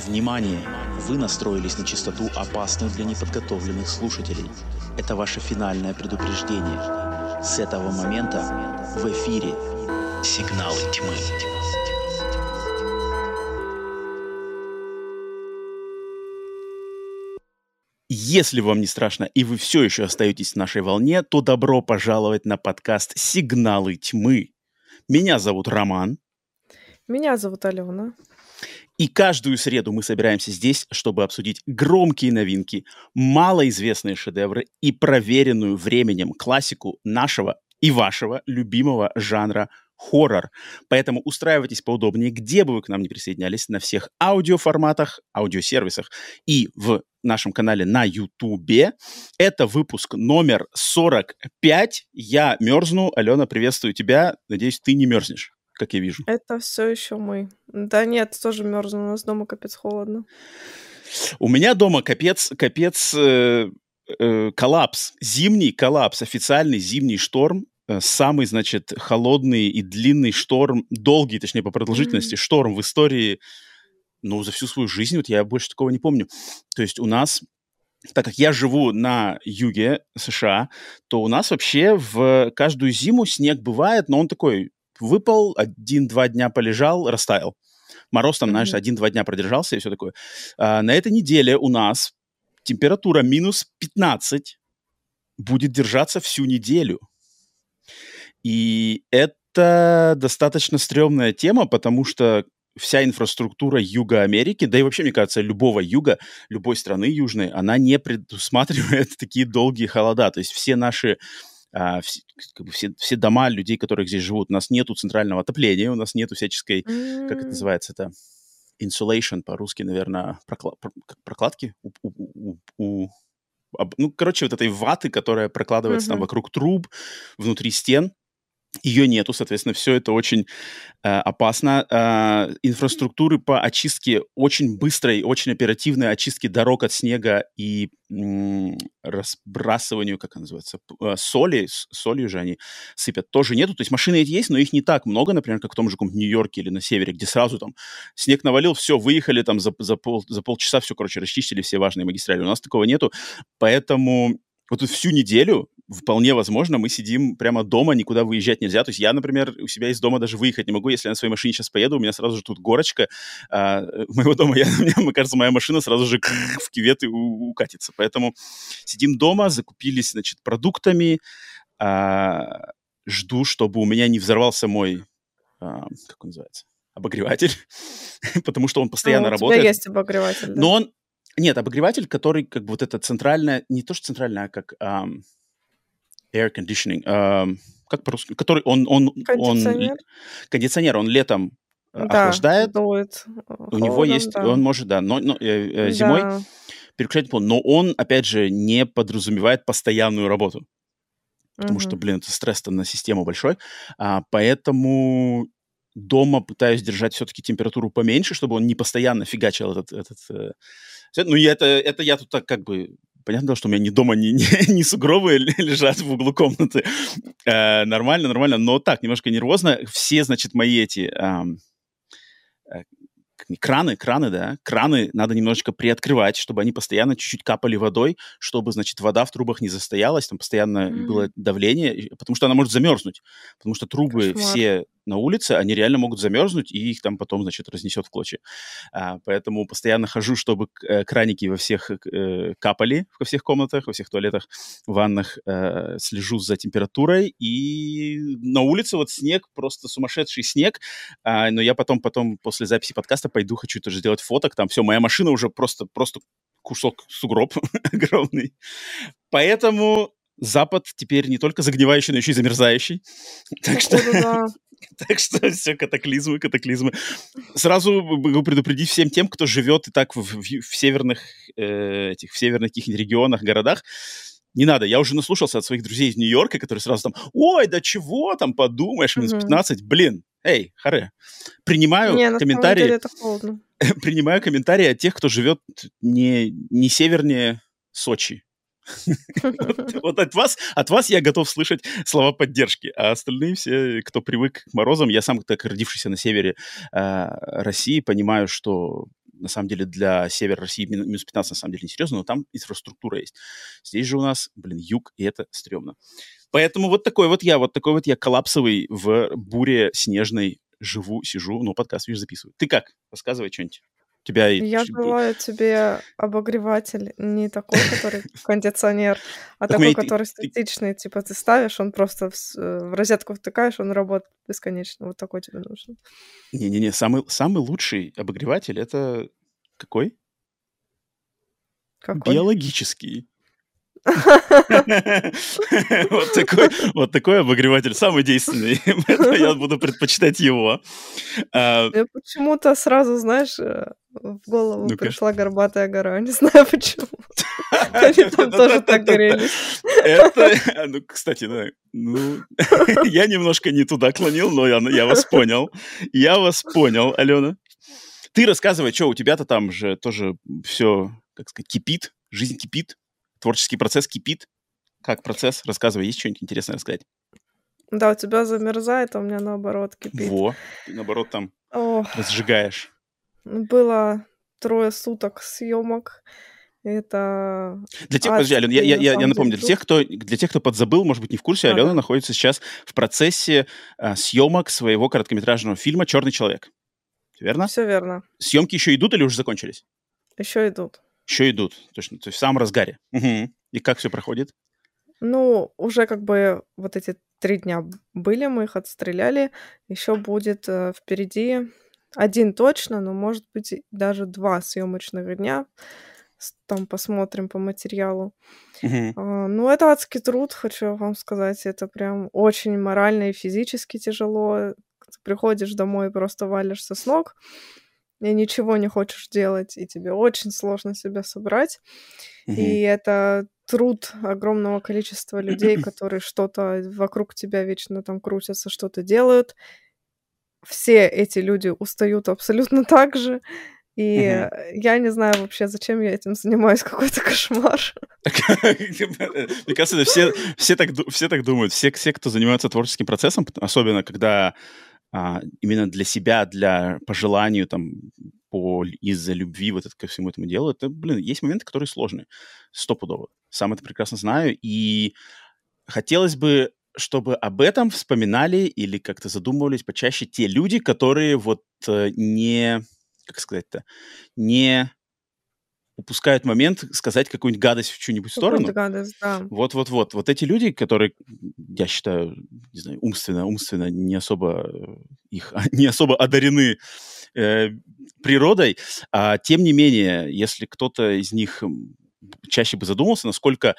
Внимание! Вы настроились на частоту, опасную для неподготовленных слушателей. Это ваше финальное предупреждение. С этого момента в эфире «Сигналы тьмы». Если вам не страшно и вы все еще остаетесь в нашей волне, то добро пожаловать на подкаст «Сигналы тьмы». Меня зовут Роман. Меня зовут Алена. И каждую среду мы собираемся здесь, чтобы обсудить громкие новинки, малоизвестные шедевры и проверенную временем классику нашего и вашего любимого жанра хоррор. Поэтому устраивайтесь поудобнее, где бы вы к нам ни присоединялись, на всех аудиоформатах, аудиосервисах и в нашем канале на Ютубе. Это выпуск номер 45. Я мерзну. Алена, приветствую тебя. Надеюсь, ты не мерзнешь, как я вижу. Это все еще мы. Да нет, тоже мерзну. У нас дома капец холодно. У меня дома капец коллапс. Зимний коллапс. Официальный зимний шторм. Самый, значит, холодный и длинный шторм, долгий, точнее, по продолжительности, шторм в истории, ну, за всю свою жизнь, вот я больше такого не помню. То есть у нас, так как я живу на юге США, то у нас вообще в каждую зиму снег бывает, но он такой, выпал, 1-2 дня полежал, растаял. Мороз там, знаешь, 1-2 дня продержался и все такое. На этой неделе у нас температура минус 15 будет держаться всю неделю. И это достаточно стрёмная тема, потому что вся инфраструктура Юга Америки, да и вообще, мне кажется, любого юга, любой страны южной, она не предусматривает такие долгие холода. То есть все наши, все дома людей, которые здесь живут, у нас нету центрального отопления, у нас нету всяческой, как это называется, это insulation по-русски, наверное, прокладки? Ну, короче, вот этой ваты, которая прокладывается там вокруг труб, внутри стен. Ее нету, соответственно, все это очень опасно. Инфраструктуры по очистке, очень быстрой, очень оперативной очистки дорог от снега и разбрасыванию, как она называется, солью же они сыпят, тоже нету. То есть машины эти есть, но их не так много, например, как в том же Нью-Йорке или на севере, где сразу там снег навалил, все, выехали там за полчаса, все, короче, расчистили все важные магистрали. У нас такого нету, поэтому вот всю неделю вполне возможно, мы сидим прямо дома, никуда выезжать нельзя. То есть я, например, у себя из дома даже выехать не могу. Если я на своей машине сейчас поеду, у меня сразу же тут горочка моего дома. Мне кажется, моя машина сразу же в кювет и укатится. Поэтому сидим дома, закупились, значит, продуктами. Жду, чтобы у меня не взорвался мой, как он называется, обогреватель. Потому что он постоянно работает. У тебя есть обогреватель, да? Но он... Нет, обогреватель, который как бы вот это центральное... Не то, что центральное, а как... air conditioning, как по-русски, который кондиционер, он летом охлаждает, дует, у него есть, он может, да, но зимой переключать пол, но он, опять же, не подразумевает постоянную работу, потому что, это стресс-то на систему большой, поэтому дома пытаюсь держать все-таки температуру поменьше, чтобы он не постоянно фигачил этот. Ну, и это я тут так как бы... Понятно, что у меня ни дома, ни сугробы лежат в углу комнаты. Нормально, но так, немножко нервозно. Все, значит, мои эти... краны, да, краны надо немножечко приоткрывать, чтобы они постоянно чуть-чуть капали водой, чтобы, значит, вода в трубах не застоялась, там постоянно было давление, потому что она может замерзнуть, потому что трубы все на улице, они реально могут замерзнуть, и их там потом, значит, разнесет в клочья. Поэтому постоянно хожу, чтобы краники во всех капали, во всех комнатах, во всех туалетах, ваннах, слежу за температурой, и на улице вот снег, просто сумасшедший снег, но я потом после записи подкаста пойду, хочу тоже сделать фоток, там все, моя машина уже просто кусок сугроб огромный. Поэтому Запад теперь не только загнивающий, но еще и замерзающий. Так что все катаклизмы. Сразу могу предупредить всем тем, кто живет и так в северных каких-нибудь регионах, городах. Не надо, я уже наслушался от своих друзей из Нью-Йорка, которые сразу там, ой, да чего там, подумаешь, минус 15, блин, эй, харе. Принимаю комментарии. Это холодно. Принимаю комментарии от тех, кто живет не севернее Сочи. Вот от вас я готов слышать слова поддержки, а остальные все, кто привык к морозам, я сам, так родившийся на севере России, понимаю, что на самом деле для севера России минус 15 на самом деле несерьезно, но там инфраструктура есть. Здесь же у нас, юг, и это стрёмно. Поэтому вот такой вот я коллапсовый в буре снежной живу, сижу, но подкаст, видишь, записываю. Ты как? Рассказывай что-нибудь. У тебя Я желаю тебе обогреватель не такой, который кондиционер, а Так у меня такой, и который статичный. Типа ты ставишь, он просто в розетку втыкаешь, он работает бесконечно. Вот такой тебе нужен. Не-не-не, самый лучший обогреватель — это какой? Какой? Биологический. Вот такой обогреватель, самый действенный. Поэтому я буду предпочитать его. Мне почему-то сразу, знаешь, в голову Ну-ка. пришла Горбатая гора. Не знаю почему. Они там тоже так грелись. Это, кстати, да, я немножко не туда клонил, но я вас понял. Я вас понял, Алена. Ты рассказывай, что у тебя-то там же тоже все, как сказать, кипит, жизнь кипит, творческий процесс кипит. Как процесс? Рассказывай, есть что-нибудь интересное рассказать? Да, у тебя замерзает, а у меня наоборот кипит. Во, ты наоборот там Ох, разжигаешь. было 3 суток съемок. Это Для тех, подожди, Алена, адский, на я самом напомню, деле, труд. для тех, кто подзабыл, может быть, не в курсе, Алена Да. находится сейчас в процессе съемок своего короткометражного фильма «Черный человек». Верно? Всё верно. Съемки еще идут или уже закончились? Еще идут. Еще идут, точно, то есть в самом разгаре. Мгм. И как все проходит? Ну, уже как бы вот эти 3 дня были, мы их отстреляли. Еще будет впереди 1 точно, но, может быть, и даже 2 съемочных дня. Там посмотрим по материалу. Мгм. Ну, это адский труд, хочу вам сказать. Это прям очень морально и физически тяжело. Ты приходишь домой и просто валишься с ног, и ничего не хочешь делать, и тебе очень сложно себя собрать. Мгм. И это труд огромного количества людей, которые что-то вокруг тебя вечно там крутятся, что-то делают. Все эти люди устают абсолютно так же. И Мгм. я не знаю вообще, зачем я этим занимаюсь, какой-то кошмар. Мне кажется, это все так думают. Все, кто занимается творческим процессом, особенно когда именно для себя, по желанию, там, из-за любви вот это ко всему этому делу, это, есть моменты, которые сложные. Стопудово. Сам это прекрасно знаю. И хотелось бы, чтобы об этом вспоминали или как-то задумывались почаще те люди, которые вот не, как сказать-то, не упускают момент сказать какую-нибудь гадость в чью-нибудь Какую-то сторону. гадость, да. Вот. Вот эти люди, которые, я считаю, не знаю, умственно не особо не особо одарены природой, тем не менее, если кто-то из них чаще бы задумался, насколько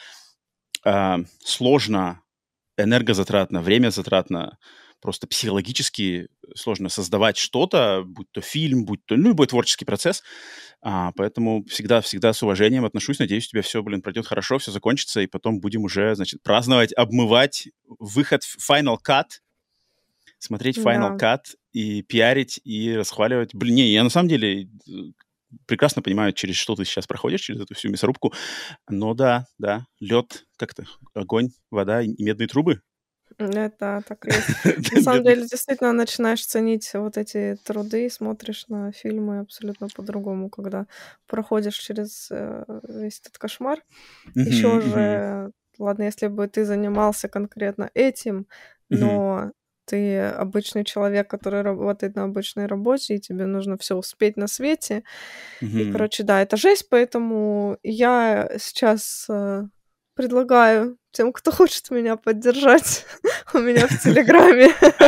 сложно, энергозатратно, время-затратно, просто психологически сложно создавать что-то, будь то фильм, будь то любой творческий процесс. Поэтому всегда с уважением отношусь. Надеюсь, у тебя все, пройдет хорошо, все закончится, и потом будем уже, значит, праздновать, обмывать выход в Final Cut, смотреть Final Да. Cut и пиарить, и расхваливать. Я на самом деле прекрасно понимаю, через что ты сейчас проходишь, через эту всю мясорубку. Но да, лед, как-то огонь, вода и медные трубы. Это так и есть. На самом деле, действительно, начинаешь ценить вот эти труды, смотришь на фильмы абсолютно по-другому, когда проходишь через весь этот кошмар. Еще же, ладно, если бы ты занимался конкретно этим, но ты обычный человек, который работает на обычной работе, и тебе нужно все успеть на свете. И, короче, да, это жесть, поэтому я сейчас предлагаю тем, кто хочет меня поддержать, у меня в Телеграме.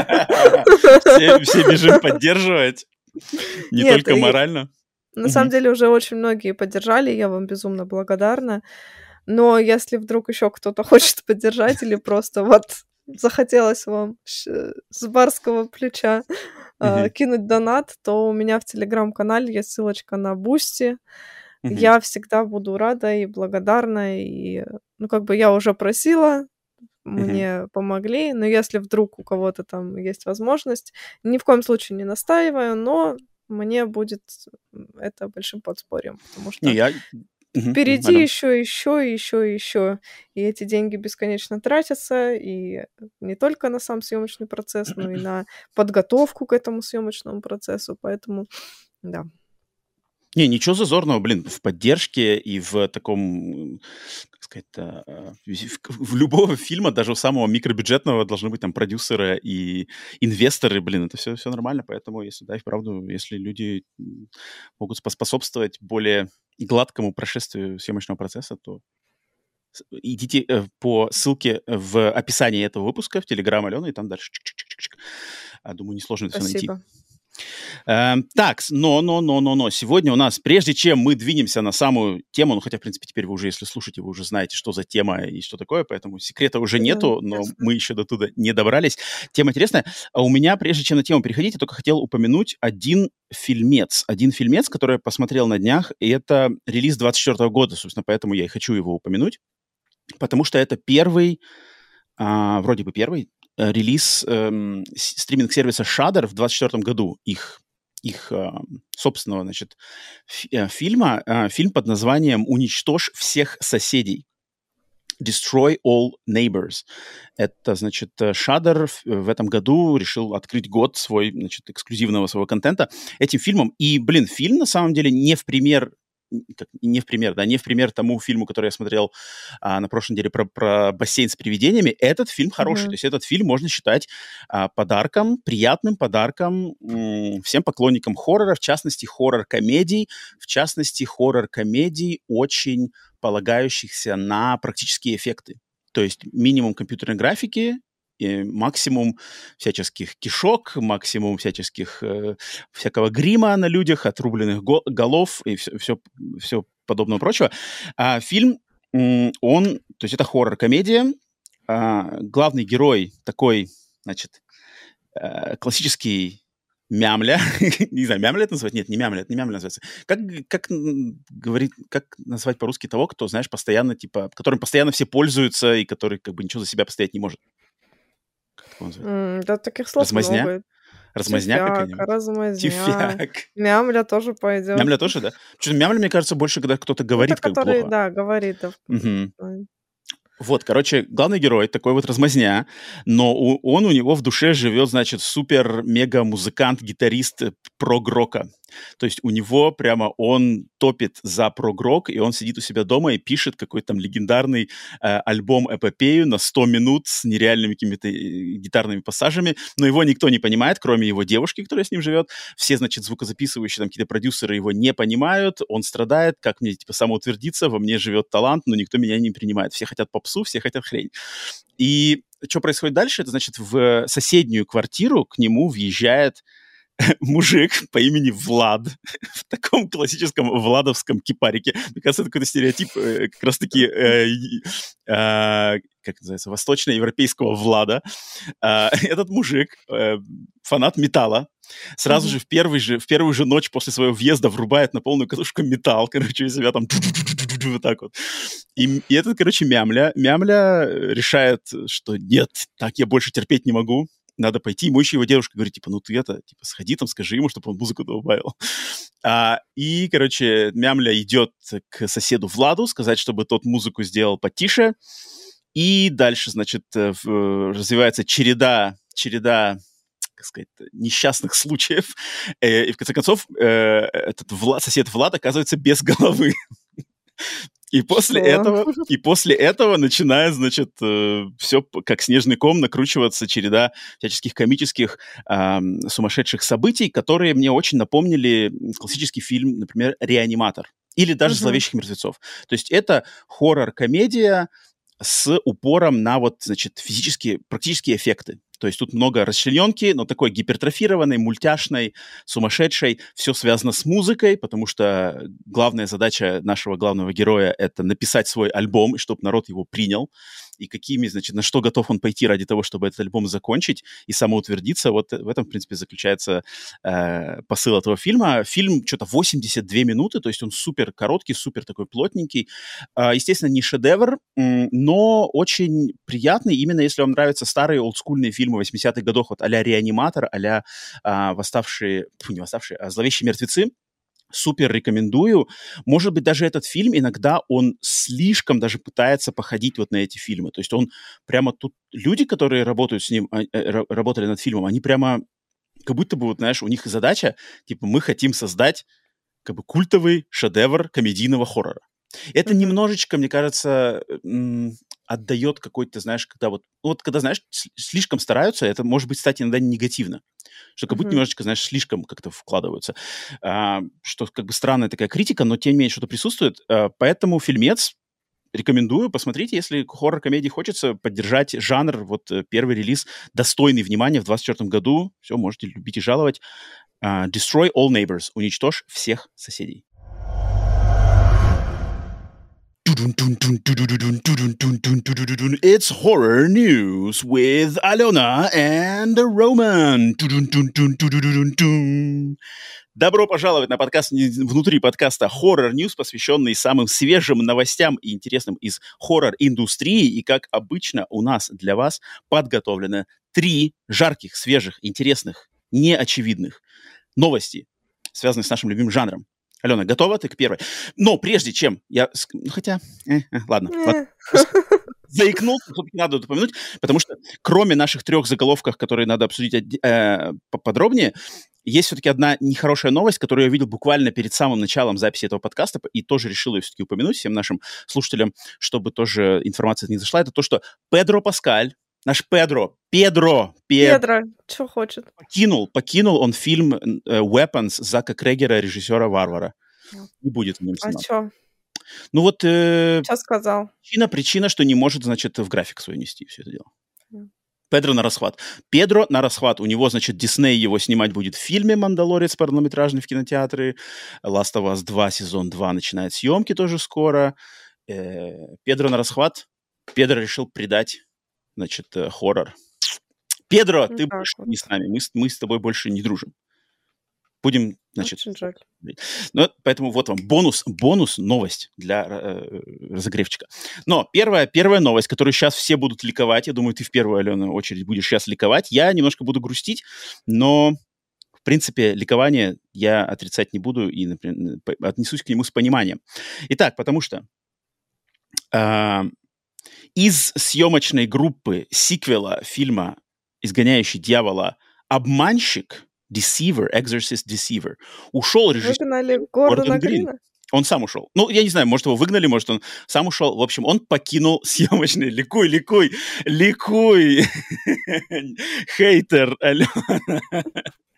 Все бежим поддерживать, не Нет, только морально. на самом деле уже очень многие поддержали, я вам безумно благодарна. Но если вдруг еще кто-то хочет поддержать или просто вот захотелось вам с барского плеча кинуть донат, то у меня в Телеграм-канале есть ссылочка на Бусти. Я всегда буду рада и благодарна. И, как бы я уже просила, мне помогли. Но если вдруг у кого-то там есть возможность, ни в коем случае не настаиваю, но мне будет это большим подспорьем, потому Не, что я... впереди Алён. еще. И эти деньги бесконечно тратятся, и не только на сам съемочный процесс, но и на подготовку к этому съемочному процессу. Поэтому, да. Не, ничего зазорного, блин, в поддержке и в таком, как сказать, в любого фильма, даже у самого микробюджетного, должны быть там продюсеры и инвесторы, блин, это все нормально, поэтому, если, да, и вправду, если люди могут поспособствовать более гладкому прошествию съемочного процесса, то идите по ссылке в описании этого выпуска в Телеграм Алены, и там дальше чик-чик-чик-чик. Думаю, несложно это все найти. Спасибо. Так, но. Сегодня у нас, прежде чем мы двинемся на самую тему, ну, хотя, в принципе, теперь вы уже, если слушаете, вы уже знаете, что за тема и что такое, поэтому секрета уже нету, но мы еще до туда не добрались. Тема интересная. А у меня, прежде чем на тему переходить, я только хотел упомянуть один фильмец, который я посмотрел на днях, и это релиз 24 года, собственно, поэтому я и хочу его упомянуть, потому что это первый, вроде бы первый, релиз стриминг-сервиса Shudder в 24 году, их собственного, значит, фильма. Фильм под названием «Уничтожь всех соседей». Destroy all neighbors. Это, значит, Shudder в этом году решил открыть год свой, значит, эксклюзивного своего контента этим фильмом. И, блин, фильм, на самом деле, не в пример тому фильму, который я смотрел на прошлой неделе про бассейн с привидениями. Этот фильм хороший. То есть этот фильм можно считать подарком, приятным подарком всем поклонникам хоррора, в частности, хоррор-комедий, очень полагающихся на практические эффекты. То есть минимум компьютерной графики, максимум всяческих кишок, максимум всякого грима на людях, отрубленных голов и все подобного прочего. Фильм, то есть это хоррор-комедия. Главный герой такой, значит, классический мямля. Не знаю, мямля это называть? Нет, не мямля называется. Как назвать по-русски того, кто, знаешь, постоянно, типа, которым постоянно все пользуются и который как бы ничего за себя постоять не может? Да, таких слов много. Размазня какая-нибудь? Размазня. Тюфяк. Мямля тоже пойдет. Мямля тоже, да? Причем мямля, мне кажется, больше, когда кто-то говорит, как который, плохо. да, говорит. Вот, короче, главный герой такой вот размазня, но у него в душе живет, значит, супер-мега-музыкант, гитарист прог-рока. То есть у него прямо он топит за прог-рок, и он сидит у себя дома и пишет какой-то там легендарный альбом-эпопею на 100 минут с нереальными какими-то гитарными пассажами, но его никто не понимает, кроме его девушки, которая с ним живет. Все, значит, звукозаписывающие, там какие-то продюсеры его не понимают, он страдает, как мне, типа, самоутвердиться, во мне живет талант, но никто меня не принимает. Все хотят попсу, все хотят хрень. И что происходит дальше? Это, значит, в соседнюю квартиру к нему въезжает мужик по имени Влад в таком классическом владовском кипарике. Мне кажется, это какой-то стереотип как раз-таки, как называется, восточноевропейского Влада. Этот мужик, фанат металла, сразу же в первую же ночь после своего въезда врубает на полную катушку металл, короче, у себя там вот так вот. И этот, короче, мямля решает, что нет, так я больше терпеть не могу. Надо пойти. Ему еще его девушка говорит, типа, ну ты сходи там, скажи ему, чтобы он музыку добавил. И, короче, мямля идет к соседу Владу сказать, чтобы тот музыку сделал потише. И дальше, значит, развивается череда, как сказать, несчастных случаев. И, в конце концов, этот сосед Влад оказывается без головы. И после этого начинает, значит, все как снежный ком накручиваться череда всяческих комических сумасшедших событий, которые мне очень напомнили классический фильм, например, «Реаниматор» или даже «Зловещих мертвецов». То есть это хоррор-комедия с упором на вот, значит, практические эффекты. То есть тут много расчлененки, но такой гипертрофированной, мультяшной, сумасшедшей. Все связано с музыкой, потому что главная задача нашего главного героя — это написать свой альбом, и чтобы народ его принял. И на что готов он пойти ради того, чтобы этот альбом закончить и самоутвердиться. Вот в этом, в принципе, заключается посыл этого фильма. Фильм что-то 82 минуты, то есть он супер короткий, супер такой плотненький. Естественно, не шедевр, но очень приятный, именно если вам нравятся старые олдскульные фильмы 80-х годов, вот а-ля «Реаниматор», а-ля «Зловещие мертвецы». Супер рекомендую. Может быть, даже этот фильм иногда он слишком даже пытается походить вот на эти фильмы. То есть он прямо тут... Люди, которые работают с ним, над фильмом, они прямо как будто бы, вот, знаешь, у них задача, типа, мы хотим создать как бы культовый шедевр комедийного хоррора. Это немножечко, мне кажется, отдает какой-то, знаешь, когда вот когда, знаешь, слишком стараются, это может быть, кстати, иногда негативно. Что как будто немножечко, знаешь, слишком как-то вкладываются. Что как бы странная такая критика, но тем не менее что-то присутствует. Поэтому фильмец рекомендую, посмотрите, если хоррор-комедии хочется поддержать жанр, вот первый релиз, достойный внимания в 2024 году. Все, можете любить и жаловать. Destroy all neighbors. Уничтожь всех соседей. It's horror news with Alena and Roman. Добро пожаловать на подкаст внутри подкаста Horror News, посвященный самым свежим новостям и интересным из хоррор-индустрии. И, как обычно, у нас для вас подготовлено 3 жарких, свежих, интересных, неочевидных новости, связанные с нашим любимым жанром. Алена, готова ты к первой? Но прежде чем я... Хотя... Ладно. Заикнулся, надо упомянуть, потому что кроме наших 3 заголовков, которые надо обсудить подробнее, есть все-таки одна нехорошая новость, которую я видел буквально перед самым началом записи этого подкаста, и тоже решил ее все-таки упомянуть всем нашим слушателям, чтобы тоже информация не зашла. Это то, что Педро Паскаль, наш Педро, что хочет? Покинул он фильм Weapons Зака Крэгера, режиссера «Варвара». Не будет в нем сниматься. А что? Ну вот... Что сказал? Причина, что не может, значит, в график свой нести все это дело. Педро на расхват. У него, значит, Дисней его снимать будет в фильме «Мандалорец» полнометражный в кинотеатры. Last of Us 2, сезон 2 начинает съемки тоже скоро. Педро на расхват. Педро решил предать, значит, хоррор. Педро, ты больше не с нами. Мы с тобой больше не дружим. Будем, значит... Очень жаль. Ну, поэтому вот вам бонус новость для разогревчика. Но первая новость, которую сейчас все будут ликовать, я думаю, ты в первую, Алена, очередь будешь сейчас ликовать. Я немножко буду грустить, но, в принципе, ликование я отрицать не буду и, например, отнесусь к нему с пониманием. Итак, потому что из съемочной группы сиквела фильма «Изгоняющий дьявола» «Обманщик», Deceiver, Exorcist Deceiver, ушел режиссер Гордон Грин. Он сам ушел. Ну, я не знаю, может, его выгнали, может, он сам ушел. В общем, он покинул съемочный... Ликуй! Хейтер, Алена.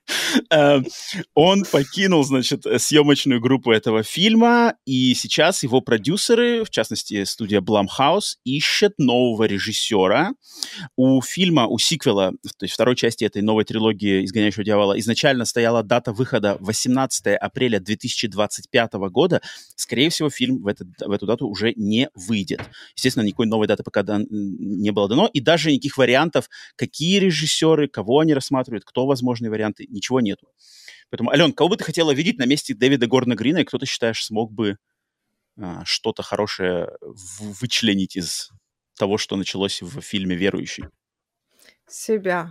Он покинул, значит, съемочную группу этого фильма, и сейчас его продюсеры, в частности, студия Blumhouse, ищут нового режиссера. У сиквела, то есть второй части этой новой трилогии «Изгоняющего дьявола», изначально стояла дата выхода 18 апреля 2025 года. Скорее всего, фильм в эту дату уже не выйдет. Естественно, никакой новой даты пока не было дано, и даже никаких вариантов, какие режиссеры, кого они рассматривают, кто возможные варианты, ничего нету. Поэтому, Ален, кого бы ты хотела видеть на месте Дэвида Гордона Грина, и кто, ты считаешь, смог бы что-то хорошее вычленить из того, что началось в фильме «Верующий»? Себя.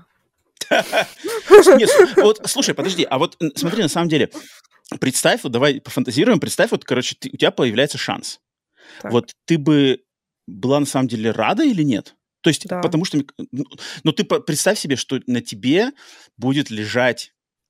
Нет, вот, слушай, подожди, а вот смотри, на самом деле, представь, вот давай пофантазируем, представь, вот, короче, у тебя появляется шанс. Так. Вот ты бы была на самом деле рада или нет? То есть, да. Потому что... Ну, ты представь себе, что на тебе будет лежать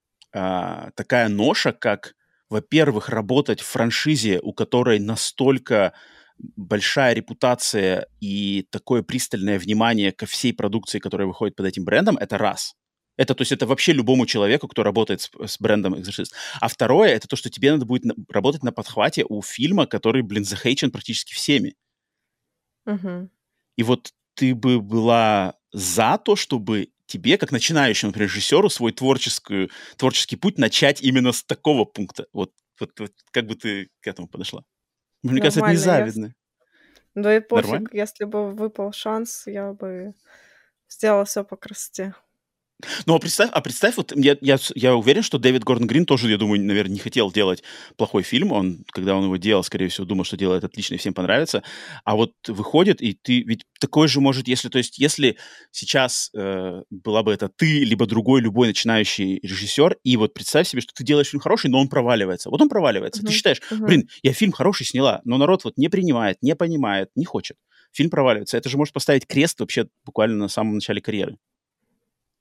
такая ноша, как, во-первых, работать в франшизе, у которой настолько большая репутация и такое пристальное внимание ко всей продукции, которая выходит под этим брендом, это раз. То есть это вообще любому человеку, кто работает с брендом Exorcist. А второе, это то, что тебе надо будет работать на подхвате у фильма, который, захейчен практически всеми. Угу. И вот ты бы была за то, чтобы тебе, как начинающему режиссеру, свой творческий путь начать именно с такого пункта. Вот как бы ты к этому подошла? Мне кажется, это незавидно. Да и пофиг, нормально? Если бы выпал шанс, я бы сделала все по красоте. Ну, а представь, вот я уверен, что Дэвид Гордон Грин тоже, я думаю, наверное, не хотел делать плохой фильм. Когда он его делал, скорее всего, думал, что делает отлично и всем понравится. А вот выходит, и ты ведь такой же может, если сейчас была бы это ты, либо другой, любой начинающий режиссер, и вот представь себе, что ты делаешь фильм хороший, но он проваливается. Вот он проваливается. Ты считаешь, я фильм хороший сняла, но народ вот не принимает, не понимает, не хочет. Фильм проваливается. Это же может поставить крест вообще буквально на самом начале карьеры.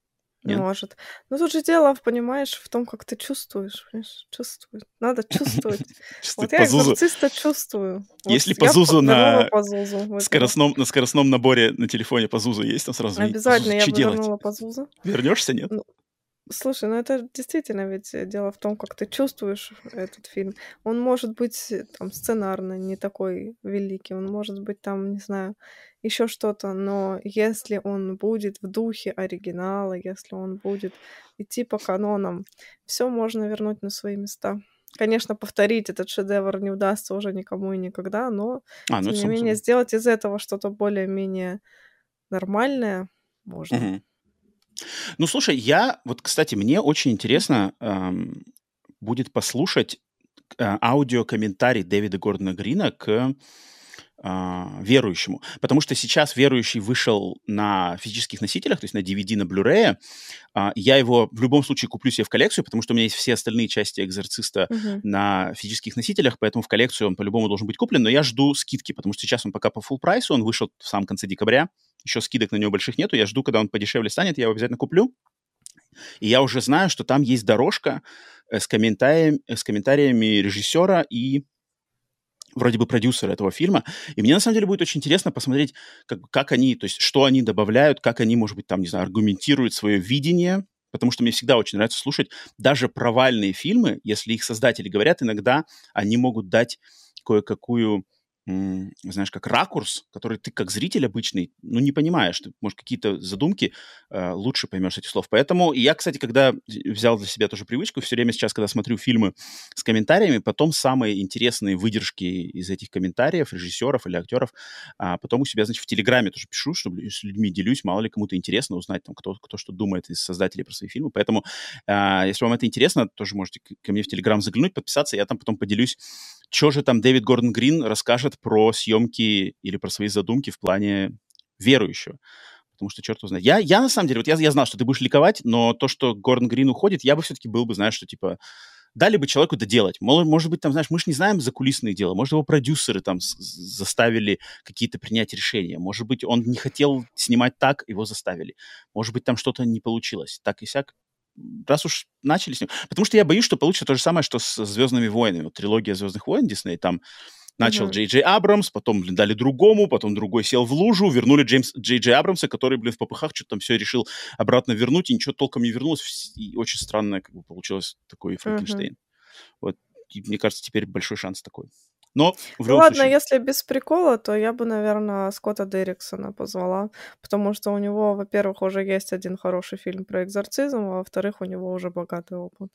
Нет? Может. Но тут же дело, понимаешь, в том, как ты чувствуешь. Понимаешь? Чувствовать. Надо чувствовать. Вот Чувствовать по я зузу. «Экзорциста» чувствую. Вот Если по я зузу вернула на по зузу в этого. скоростном наборе на телефоне по зузу есть, там сразу звонит: "По Обязательно зузу я чё бы делать? вернула по зузу. Вернешься, нет?" Ну, слушай, ну это действительно ведь дело в том, как ты чувствуешь этот фильм. Он может быть там сценарно не такой великий, он может быть там, не знаю, еще что-то, но если он будет в духе оригинала, если он будет идти по канонам, все можно вернуть на свои места. Конечно, повторить этот шедевр не удастся уже никому и никогда, но Ну тем это не само менее собой. сделать из этого что-то более-менее нормальное можно. Мгм. Ну, слушай, кстати, мне очень Мгм. интересно, будет послушать, аудиокомментарий Дэвида Гордона Грина к "Верующему". Потому что сейчас "Верующий" вышел на физических носителях, то есть на DVD, на Blu-ray. Я его в любом случае куплю себе в коллекцию, потому что у меня есть все остальные части "Экзорциста" Мгм. на физических носителях, поэтому в коллекцию он по-любому должен быть куплен. Но я жду скидки, потому что сейчас он пока по full прайсу, он вышел в самом конце декабря, еще скидок на него больших нету. Я жду, когда он подешевле станет, я его обязательно куплю. И я уже знаю, что там есть дорожка, с комментариями режиссера и вроде бы продюсера этого фильма. И мне на самом деле будет очень интересно посмотреть, как они, то есть что они добавляют, как они, может быть, там, не знаю, аргументируют свое видение, потому что мне всегда очень нравится слушать даже провальные фильмы, если их создатели говорят, иногда они могут дать кое-какую, знаешь, как ракурс, который ты как зритель обычный, ну, не понимаешь. Ты, может, какие-то задумки лучше поймешь этих слов. Поэтому я, кстати, когда взял для себя тоже привычку, все время сейчас, когда смотрю фильмы с комментариями, потом самые интересные выдержки из этих комментариев, режиссеров или актеров, потом у себя, значит, в Телеграме тоже пишу, чтобы с людьми делюсь, мало ли кому-то интересно узнать, там, кто что думает из создателей про свои фильмы. Поэтому, если вам это интересно, тоже можете ко мне в Телеграм заглянуть, подписаться, я там потом поделюсь, что же там Дэвид Гордон Грин расскажет про съемки или про свои задумки в плане верующего. Потому что черт его знает. Я на самом деле, я знал, что ты будешь ликовать, но то, что Гордон Грин уходит, я бы все-таки был бы, знаешь, что типа дали бы человеку доделать. Может быть, там, знаешь, мы же не знаем закулисные дела. Может, его продюсеры там заставили какие-то принять решения. Может быть, он не хотел снимать так, его заставили. Может быть, там что-то не получилось. Так и сяк. Раз уж начали с ним. Потому что я боюсь, что получится то же самое, что с «Звездными войнами». Вот трилогия «Звездных войн» Дисней, там начал Мгм. Джей Джей Абрамс, потом, дали другому, потом другой сел в лужу, вернули Джей Джей Абрамса, который, в попыхах что-то там все решил обратно вернуть, и ничего толком не вернулось. И очень странно как бы получилось такой Мгм. Франкенштейн. Вот, и мне кажется, теперь большой шанс такой. Но в Ну любом ладно, случае, если без прикола, то я бы, наверное, Скотта Дерриксона позвала, потому что у него, во-первых, уже есть один хороший фильм про экзорцизм, а во-вторых, у него уже богатый опыт.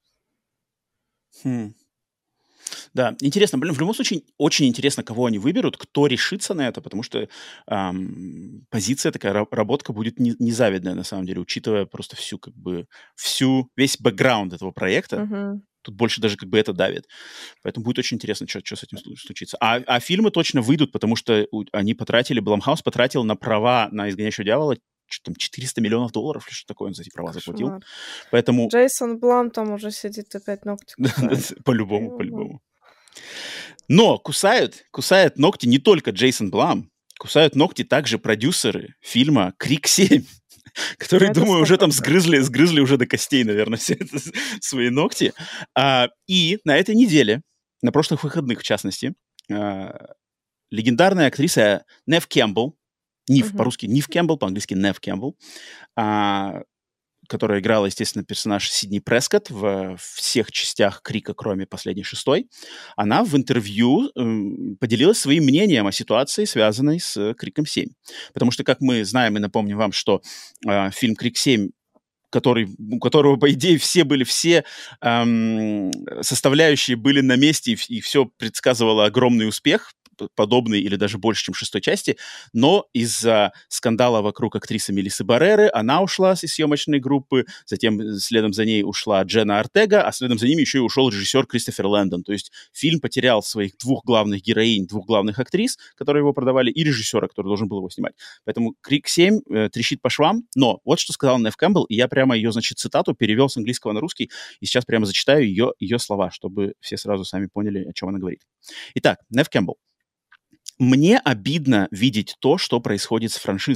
хм, да, интересно. Блин, в любом случае, очень интересно, кого они выберут, кто решится на это, потому что позиция такая, работка будет незавидная, на самом деле, учитывая просто весь бэкграунд этого проекта. Мгм. Тут больше даже как бы это давит. Поэтому будет очень интересно, что с этим случится. А фильмы точно выйдут, потому что они потратили, Blumhouse потратил на права на «Изгоняющего дьявола» что там $400 миллионов или что такое он за эти права заплатил. Кошмар. Поэтому Джейсон Блам там уже сидит, опять ногти кусает. по-любому, Ё-моё. по-любому. Но кусает ногти не только Джейсон Блам, кусают ногти также продюсеры фильма «Крик 7», которые, Это думаю, уже там 100%. сгрызли уже до костей, наверное, все это свои ногти. И на этой неделе, на прошлых выходных, в частности, а, легендарная актриса Нев Кэмпбелл, Нив, Мгм. по-русски Нив Кэмпбелл, по-английски Нев Кэмпбелл, а, которая играла, естественно, персонаж Сидни Прескотт в всех частях «Крика», кроме последней, шестой, она в интервью поделилась своим мнением о ситуации, связанной с «Криком 7». Потому что, как мы знаем и напомним вам, что фильм «Крик 7», у которого, по идее, все составляющие были на месте, и все предсказывало огромный успех, подобный или даже больше, чем шестой части, но из-за скандала вокруг актрисы Мелиссы Барреры она ушла из съемочной группы, затем следом за ней ушла Дженна Ортега, а следом за ними еще и ушел режиссер Кристофер Лэндон. То есть фильм потерял своих двух главных героинь, двух главных актрис, которые его продавали, и режиссера, который должен был его снимать. Поэтому «Крик 7» трещит по швам, но вот что сказал Нев Кэмпбелл, и я прямо ее, значит, цитату перевел с английского на русский, и сейчас прямо зачитаю ее слова, чтобы все сразу сами поняли, о чем она говорит. Итак, Нев Кэмпбелл. «Мне обидно видеть то, что происходит с франшизой.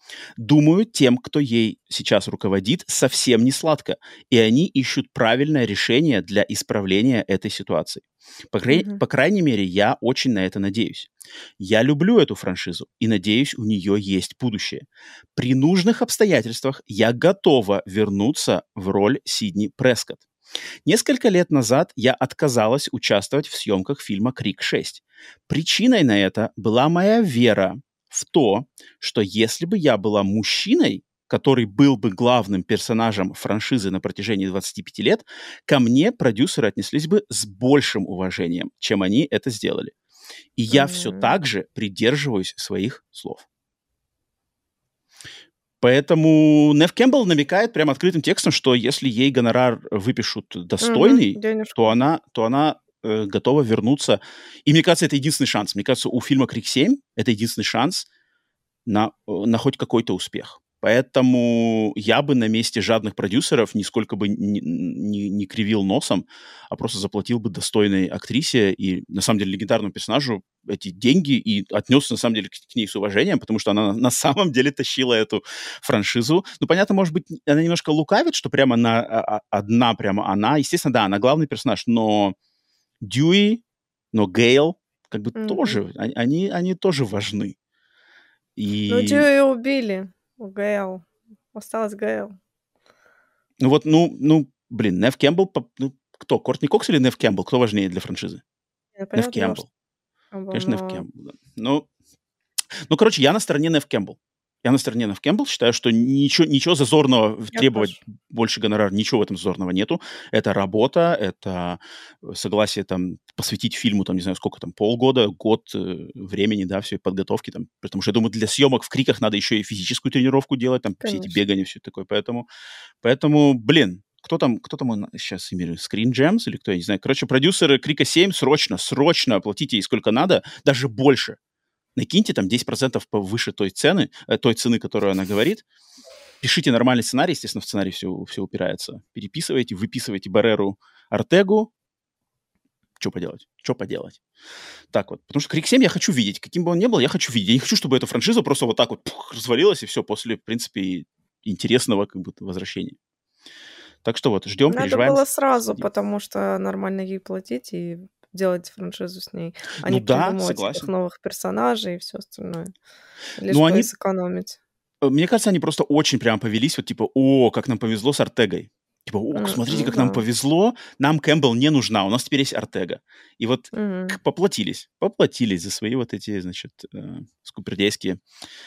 Думаю, тем, кто ей сейчас руководит, совсем не сладко, и они ищут правильное решение для исправления этой ситуации. Мгм. По крайней мере, я очень на это надеюсь. Я люблю эту франшизу и надеюсь, у нее есть будущее. При нужных обстоятельствах я готова вернуться в роль Сидни Прескотт. Несколько лет назад я отказалась участвовать в съемках фильма «Крик 6». Причиной на это была моя вера в то, что если бы я была мужчиной, который был бы главным персонажем франшизы на протяжении 25 лет, ко мне продюсеры отнеслись бы с большим уважением, чем они это сделали. И я все М. так же придерживаюсь своих слов. Поэтому Нев Кэмпбелл намекает прямо открытым текстом, что если ей гонорар выпишут Мгм. достойный, то Денежку. она готова вернуться. И мне кажется, это единственный шанс. Мне кажется, у фильма «Крик 7» это единственный шанс на хоть какой-то успех. Поэтому я бы на месте жадных продюсеров нисколько бы не кривил носом, а просто заплатил бы достойной актрисе и, на самом деле, легендарному персонажу эти деньги и отнесся, на самом деле, к ней с уважением, потому что она на самом деле тащила эту франшизу. Ну, понятно, может быть, она немножко лукавит, что прямо одна прямо она. Естественно, да, она главный персонаж, но Дьюи, но Гейл как бы Мгм. тоже, они тоже важны. Ну, И Дьюи убили. Гейл. Осталась Гейл. ну вот, блин, Нев Кэмпбелл, кто, Кортни Кокс или Нев Кэмпбелл? Кто важнее для франшизы? Нев Понятное дело, что Кэмпбелл. там был, Конечно, Нев но Кэмпбелл, да. Короче, я на стороне Нев Кэмпбелл. Я на стороне Нев Кэмпбелл. Считаю, что ничего зазорного я требовать тоже. больше гонорар, ничего в этом зазорного нету. Это работа, это согласие там посвятить фильму, там, не знаю, сколько там, полгода, год времени, да, всей подготовки там. Потому что, я думаю, для съемок в «Криках» надо еще и физическую тренировку делать, там, все эти Конечно. бегания, все такое. Поэтому, блин, кто там сейчас имеет? Screen Gems или кто, я не знаю. Короче, продюсеры «Крика 7», срочно оплатите ей сколько надо, даже больше. Накиньте там 10% повыше той цены, которую она говорит. Пишите нормальный сценарий, естественно, в сценарий все упирается. Переписывайте, выписывайте Барреру, Артегу. Что поделать? Что поделать? Так вот. Потому что «Крик 7» я хочу видеть. Каким бы он ни был, я хочу видеть. Я не хочу, чтобы эта франшиза просто вот так вот развалилась, и все после, в принципе, интересного как бы возвращения. Так что вот, ждем, Надо переживаем, было сразу, следим. потому что нормально ей платить и делать франшизу с ней, а Ну не да, придумывать этих согласен. новых персонажей и все остальное, лишь Но бы они, сэкономить. мне кажется, они просто очень прям повелись, вот типа, о, как нам повезло с Артегой. Типа, о, смотрите, Ну как нам да. повезло, нам Кэмпбелл не нужна, у нас теперь есть Артега. И вот Мгм. поплатились за свои вот эти, значит, скупердейские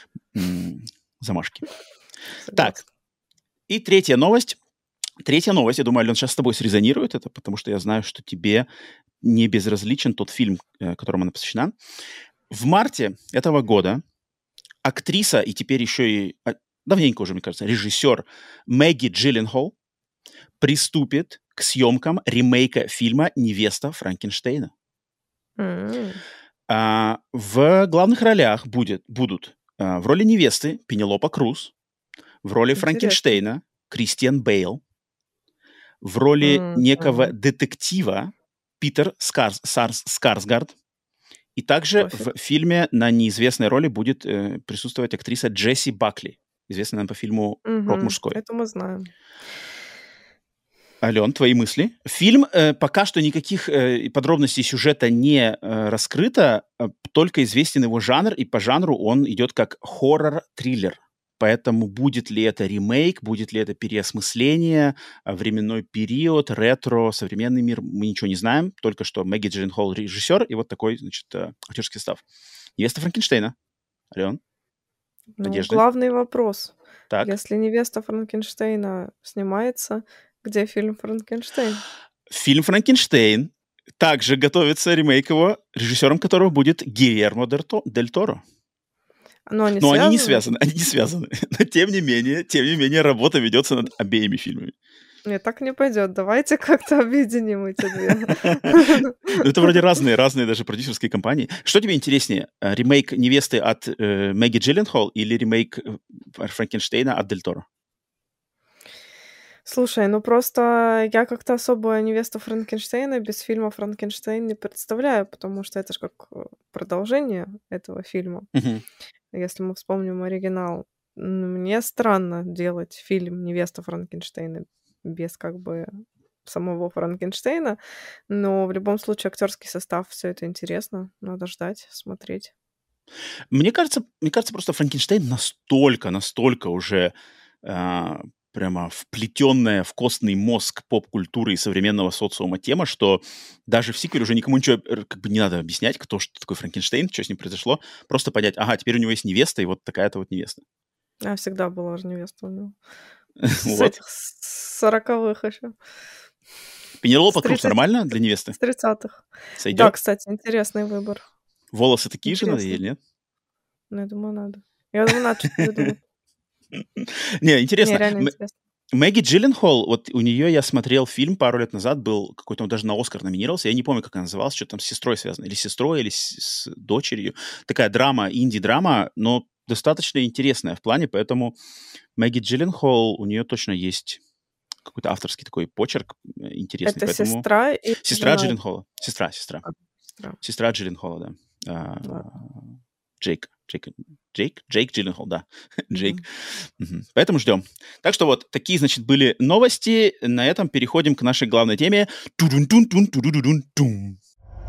замашки. Так, Согласна. и третья новость. Третья новость, я думаю, Ален, сейчас с тобой срезонирует это, потому что я знаю, что тебе не безразличен тот фильм, которому она посвящена. В марте этого года актриса и теперь еще и, давненько уже, мне кажется, режиссер Мэгги Джилленхол приступит к съемкам ремейка фильма «Невеста Франкенштейна». М. В главных ролях будут в роли невесты Пенелопа Круз, в роли Интересно. Франкенштейна Кристиан Бейл, в роли некого Мгм. детектива Питер Скарсгард, и также Пофиг. в фильме на неизвестной роли будет присутствовать актриса Джесси Бакли, известная нам по фильму «Род Мгм. мужской». Это мы знаем. Ален, твои мысли? Фильм, пока что никаких подробностей сюжета не раскрыто, только известен его жанр, и по жанру он идет как хоррор-триллер. Поэтому будет ли это ремейк, будет ли это переосмысление, временной период, ретро, современный мир, мы ничего не знаем. Только что Мэгги Джилленхол режиссер, и вот такой, значит, актерский состав. Невеста Франкенштейна. Ален, Ну, надежды? главный вопрос. Так. Если невеста Франкенштейна снимается, где фильм «Франкенштейн»? Фильм «Франкенштейн». Также готовится ремейк его, режиссером которого будет Гильермо Дель Торо. Но они Но они не связаны? связаны, они не связаны. Но тем не менее, работа ведется над обеими фильмами. Нет, так не пойдет. Давайте как-то объединим эти две. Ну, это вроде разные даже продюсерские компании. Что тебе интереснее, ремейк «Невесты» от Мэгги Джилленхол или ремейк Франкенштейна от Дель Торо? Слушай, ну просто я как-то особо невесту Франкенштейна без фильма «Франкенштейн» не представляю, потому что это ж как продолжение этого фильма. Мгм. Если мы вспомним оригинал. мне странно делать фильм «Невеста Франкенштейна» без как бы самого Франкенштейна, но в любом случае актерский состав, все это интересно, надо ждать, смотреть. Мне кажется, просто Франкенштейн настолько уже а, прямо вплетенная в костный мозг поп-культуры и современного социума тема, что даже в сиквеле уже никому ничего как бы не надо объяснять, что такой Франкенштейн, что с ним произошло, просто понять, ага, теперь у него есть невеста, и вот такая-то вот невеста. Всегда была же невеста у него. С Вот. этих, с 40-х еще. С Пенелопа Круз 30 нормально для невесты? с 30-х. Да, Сойдет? кстати, интересный выбор. Волосы такие же надо ей Интересный. или нет? Ну, я думаю, надо. Я думаю, надо что-то придумать. Не, Не, интересно. реально интересно. Мэгги Джилленхол, вот у нее я смотрел фильм пару лет назад, был какой-то, он даже на Оскар номинировался, я не помню, как она называлась, что там с сестрой связано, или с сестрой, или с дочерью. Такая драма, инди-драма, но достаточно интересная в плане, поэтому Мэгги Джилленхол, у нее точно есть какой-то авторский такой почерк интересный, Это поэтому... сестра и Сестра жена? Джилленхола. Сестра. А, сестра. Сестра Джилленхола, да. Ладно. Джейк Джилленхол, да. Джейк. Мгм. Мгм. Поэтому ждем. Так что вот, такие, значит, были новости. На этом переходим к нашей главной теме. Тудун-тун-тун, тудудудун-тун.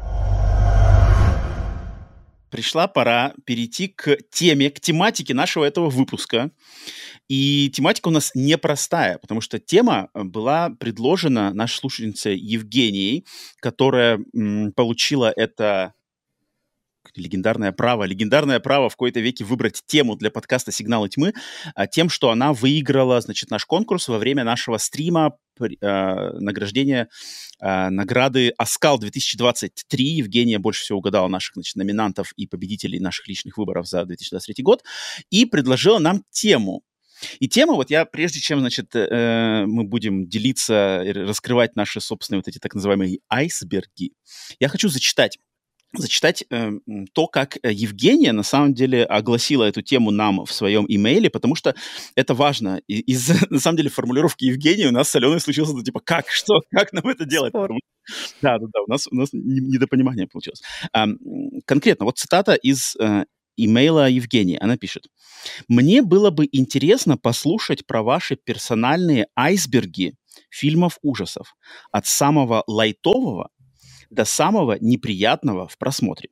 Пришла пора перейти к теме, к тематике нашего этого выпуска. И тематика у нас непростая, потому что тема была предложена нашей слушательницей Евгенией, которая получила это легендарное право в кои-то веке выбрать тему для подкаста «Сигналы тьмы», тем, что она выиграла, значит, наш конкурс во время нашего стрима награждения награды «Оскал 2023». Евгения больше всего угадала наших, значит, номинантов и победителей наших личных выборов за 2023 год и предложила нам тему. И тема, вот я, прежде чем, значит, мы будем делиться, раскрывать наши собственные вот эти так называемые айсберги, я хочу зачитать то, как Евгения на самом деле огласила эту тему нам в своем имейле, потому что это важно. Из на самом деле, формулировки Евгении у нас с Аленой случилось, ну, типа, как нам это делать? Спор. Да, у нас недопонимание получилось. Конкретно, вот цитата из имейла Евгении. Она пишет. «Мне было бы интересно послушать про ваши персональные айсберги фильмов ужасов. От самого лайтового до самого неприятного в просмотре».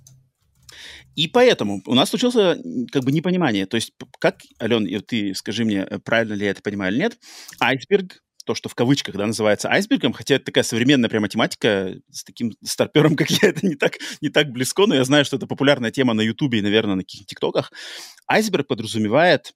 И поэтому у нас случилось как бы непонимание. То есть как, Ален, ты скажи мне, правильно ли я это понимаю или нет, айсберг, то, что в кавычках, да, называется айсбергом, хотя это такая современная прямо тематика, с таким старпером, как я, это не так близко, но я знаю, что это популярная тема на Ютубе и, наверное, на каких-то ТикТоках. Айсберг подразумевает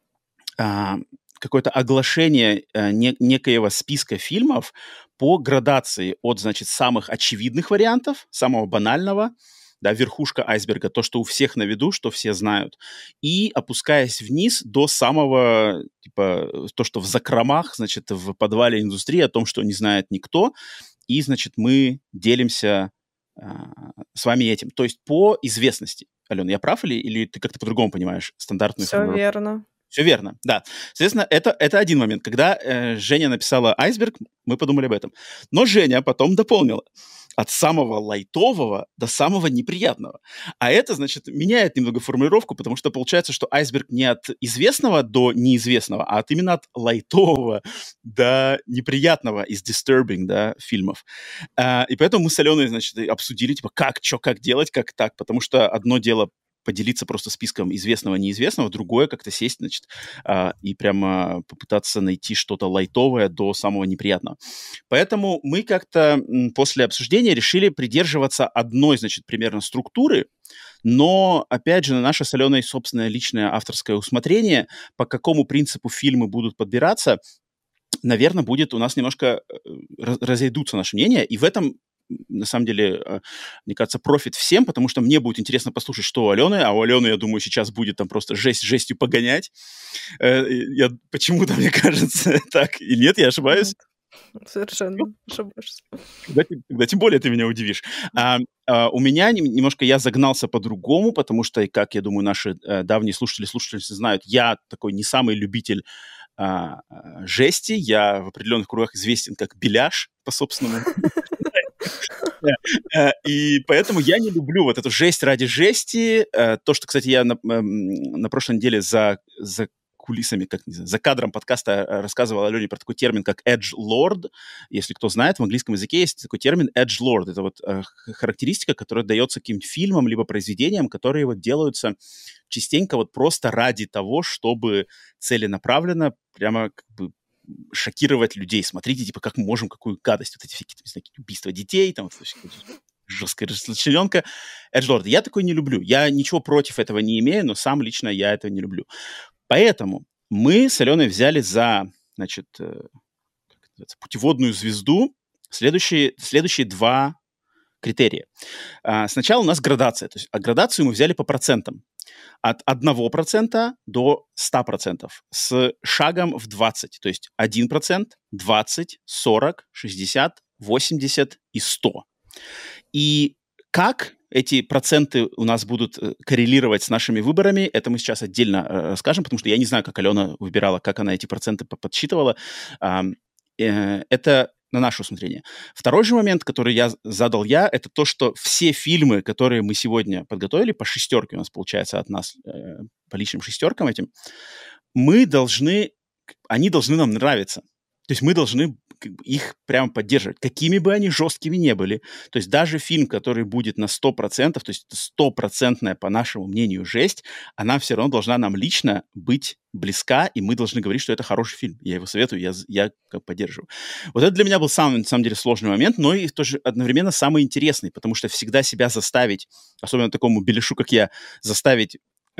какое-то оглашение некоего списка фильмов по градации от, значит, самых очевидных вариантов, самого банального, да, верхушка айсберга, то, что у всех на виду, что все знают, и опускаясь вниз до самого, типа, то, что в закромах, значит, в подвале индустрии, о том, что не знает никто, и, значит, мы делимся с вами этим. То есть по известности. Алена, я прав или ты как-то по-другому понимаешь стандартную Все формулировку? верно. Все верно, да. Соответственно, это один момент. Когда Женя написала «айсберг», мы подумали об этом. Но Женя потом дополнила. От самого лайтового до самого неприятного. А это, значит, меняет немного формулировку, потому что получается, что айсберг не от известного до неизвестного, а именно от лайтового до неприятного из disturbing, да, фильмов. И поэтому мы с Аленой, значит, обсудили, типа, как делать, как так, потому что одно дело поделиться просто списком известного и неизвестного, другое как-то сесть, значит, и прямо попытаться найти что-то лайтовое до самого неприятного. Поэтому мы как-то после обсуждения решили придерживаться одной, значит, примерно структуры, но, опять же, на наше с Аленой собственное личное авторское усмотрение, по какому принципу фильмы будут подбираться, наверное, будет у нас немножко разойдутся наши мнения, и в этом на самом деле, мне кажется, профит всем, потому что мне будет интересно послушать, что у Алены, а у Алены, я думаю, сейчас будет там просто жестью погонять. Почему-то, мне кажется, так. И нет, я ошибаюсь? Нет, совершенно ошибаешься. Тогда тем более ты меня удивишь. У меня немножко я загнался по-другому, потому что, как я думаю, наши давние слушательницы знают, я такой не самый любитель жести. Я в определенных кругах известен как беляш по собственному И поэтому я не люблю вот эту жесть ради жести. То, что, кстати, я на прошлой неделе за кулисами, как не знаю, за кадром подкаста рассказывал Алене про такой термин, как edgelord. Если кто знает, в английском языке есть такой термин edgelord. Это вот характеристика, которая дается каким-то фильмам либо произведениям, которые вот делаются частенько вот просто ради того, чтобы целенаправленно прямо как бы шокировать людей. Смотрите, типа, как мы можем, какую гадость, вот эти всякие, не знаю, убийства детей, там, вот, жесткая расчлененка. Эджлорд. Я такой не люблю. Я ничего против этого не имею, но сам лично я этого не люблю. Поэтому мы с Аленой взяли за, значит, путеводную звезду следующие два критерия. Сначала у нас градация. То есть, градацию мы взяли по процентам. От 1% до 100%. С шагом в 20. То есть 1%, 20, 40, 60, 80 и 100. И как эти проценты у нас будут коррелировать с нашими выборами, это мы сейчас отдельно расскажем, потому что я не знаю, как Алена выбирала, как она эти проценты подсчитывала. Это на наше усмотрение. Второй же момент, который задал я, это то, что все фильмы, которые мы сегодня подготовили, по шестерке у нас получается от нас, по личным шестеркам этим, они должны нам нравиться. То есть мы должны их прямо поддерживать, какими бы они жесткими не были. То есть даже фильм, который будет на 100%, то есть 100%, по нашему мнению, жесть, она все равно должна нам лично быть близка, и мы должны говорить, что это хороший фильм. Я его советую, я как поддерживаю. Вот это для меня был на самом деле сложный момент, но и тоже одновременно самый интересный, потому что всегда себя заставить, особенно такому беляшу, как я, заставить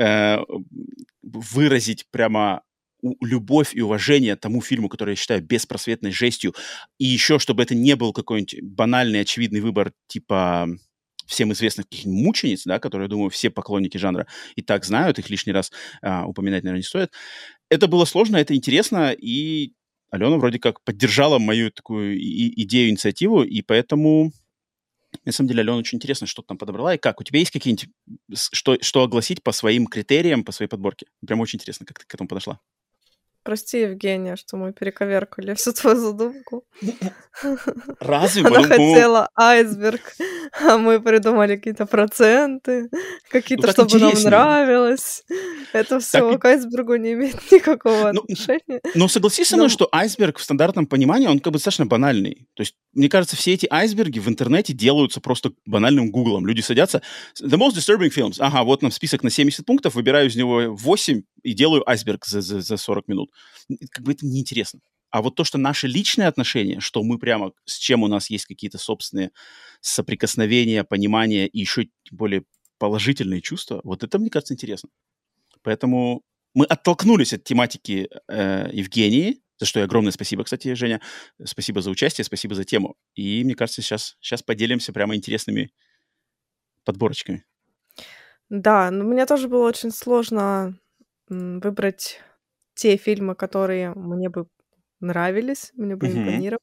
выразить прямо любовь и уважение тому фильму, который я считаю беспросветной жестью, и еще, чтобы это не был какой-нибудь банальный, очевидный выбор типа всем известных каких-нибудь мучениц, да, которые, я думаю, все поклонники жанра и так знают, их лишний раз упоминать, наверное, не стоит. Это было сложно, это интересно, и Алена вроде как поддержала мою такую идею, инициативу, и поэтому, на самом деле, Алена очень интересно, что ты там подобрала, и как? У тебя есть какие-нибудь, что огласить по своим критериям, по своей подборке? Прям очень интересно, как ты к этому подошла. Прости, Евгения, что мы перековеркали всю твою задумку. Разве? Она хотела айсберг, а мы придумали какие-то проценты, какие-то, чтобы нам нравилось. Это все к айсбергу не имеет никакого отношения. Но согласись со мной, что айсберг в стандартном понимании, он как бы достаточно банальный. То есть, мне кажется, все эти айсберги в интернете делаются просто банальным гуглом. Люди садятся, the most disturbing films, ага, вот нам список на 70 пунктов, выбираю из него 8 и делаю айсберг за 40 минут. Как бы это неинтересно. А вот то, что наши личные отношения, что мы прямо, с чем у нас есть какие-то собственные соприкосновения, понимания и еще более положительные чувства, вот это, мне кажется, интересно. Поэтому мы оттолкнулись от тематики Евгении, за что и огромное спасибо, кстати, Женя. Спасибо за участие, спасибо за тему. И, мне кажется, сейчас поделимся прямо интересными подборочками. Да, но мне тоже было очень сложно выбрать те фильмы, которые мне бы нравились, мне бы импонировали.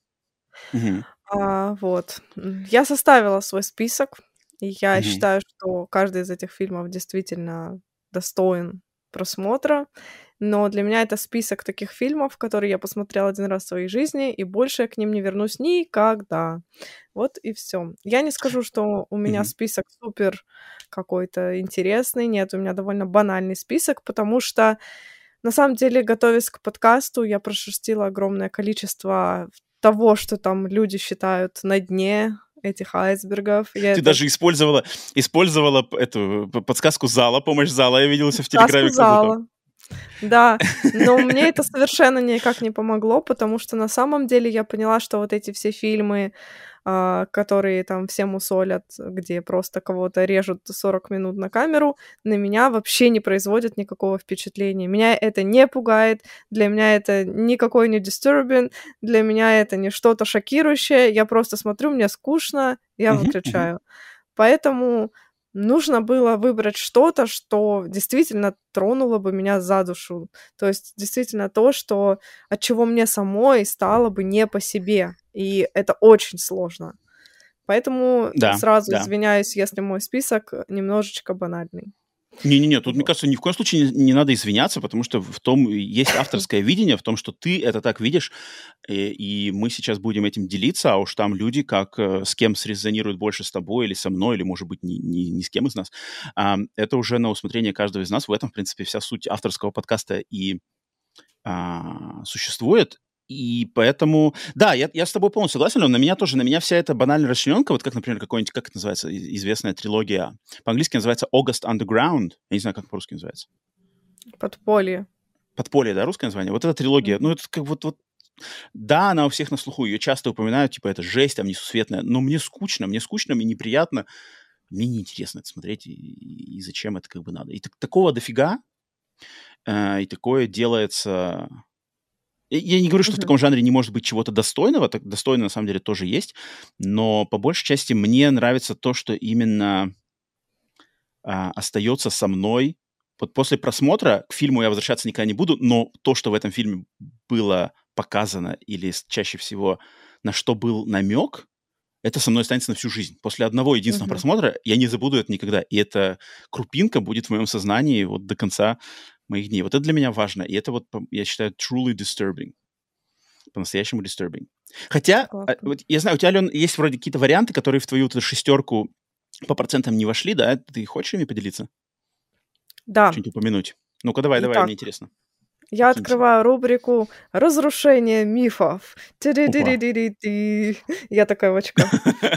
Вот. Я составила свой список, и я считаю, что каждый из этих фильмов действительно достоин просмотра, но для меня это список таких фильмов, которые я посмотрела один раз в своей жизни, и больше я к ним не вернусь никогда. Вот и все. Я не скажу, что у меня список супер какой-то интересный. Нет, у меня довольно банальный список, потому что на самом деле, готовясь к подкасту, я прошерстила огромное количество того, что там люди считают на дне этих айсбергов. Ты даже использовала эту подсказку зала, помощь зала, я виделся в Телеграме. Зала. Да, но мне это совершенно никак не помогло, потому что на самом деле я поняла, что вот эти все фильмы, которые там все мусолят, где просто кого-то режут 40 минут на камеру, на меня вообще не производят никакого впечатления. Меня это не пугает, для меня это никакой не disturbing, для меня это не что-то шокирующее, я просто смотрю, мне скучно, я выключаю. Поэтому нужно было выбрать что-то, что действительно тронуло бы меня за душу. То есть действительно то, от чего мне самой стало бы не по себе. И это очень сложно. Поэтому сразу извиняюсь, если мой список немножечко банальный. Не-не-не, тут, мне Вот. кажется, ни в коем случае не надо извиняться, потому что в том есть авторское видение, в том, что ты это так видишь, и мы сейчас будем этим делиться, а уж там люди, с кем срезонируют больше с тобой или со мной, или, может быть, ни с кем из нас, это уже на усмотрение каждого из нас. В этом, в принципе, вся суть авторского подкаста и существует. И поэтому, да, я с тобой полностью согласен, но на меня вся эта банальная расчлененка, вот как, например, какой-нибудь, как это называется, известная трилогия, по-английски называется August Underground, я не знаю, как по-русски называется. Подполье. Подполье, да, русское название? Вот эта трилогия, ну, это как вот, да, она у всех на слуху, ее часто упоминают, типа, это жесть, там, несусветная, но мне скучно, мне неприятно, мне неинтересно это смотреть, и зачем это как бы надо. И такого дофига, и такое делается... Я не говорю, что в Мгм. таком жанре не может быть чего-то достойного, так достойно на самом деле тоже есть, но по большей части мне нравится то, что именно остается со мной. Вот после просмотра к фильму я возвращаться никогда не буду, но то, что в этом фильме было показано или чаще всего на что был намек, это со мной останется на всю жизнь. После одного единственного Мгм. просмотра я не забуду это никогда. И эта крупинка будет в моем сознании вот до конца моих дней. Вот это для меня важно. И это вот, я считаю, truly disturbing. По-настоящему disturbing. Хотя, Согласна. вот я знаю, у тебя, Ален, есть вроде какие-то варианты, которые в твою вот эту шестерку по процентам не вошли, да? Ты хочешь ими поделиться? Да. Что-нибудь упомянуть? Ну-ка, давай, мне Итак, интересно. я Кинься. открываю рубрику «Разрушение мифов». Опа. Ти-ди-ди-ди-ди-ди. Я такая в очках.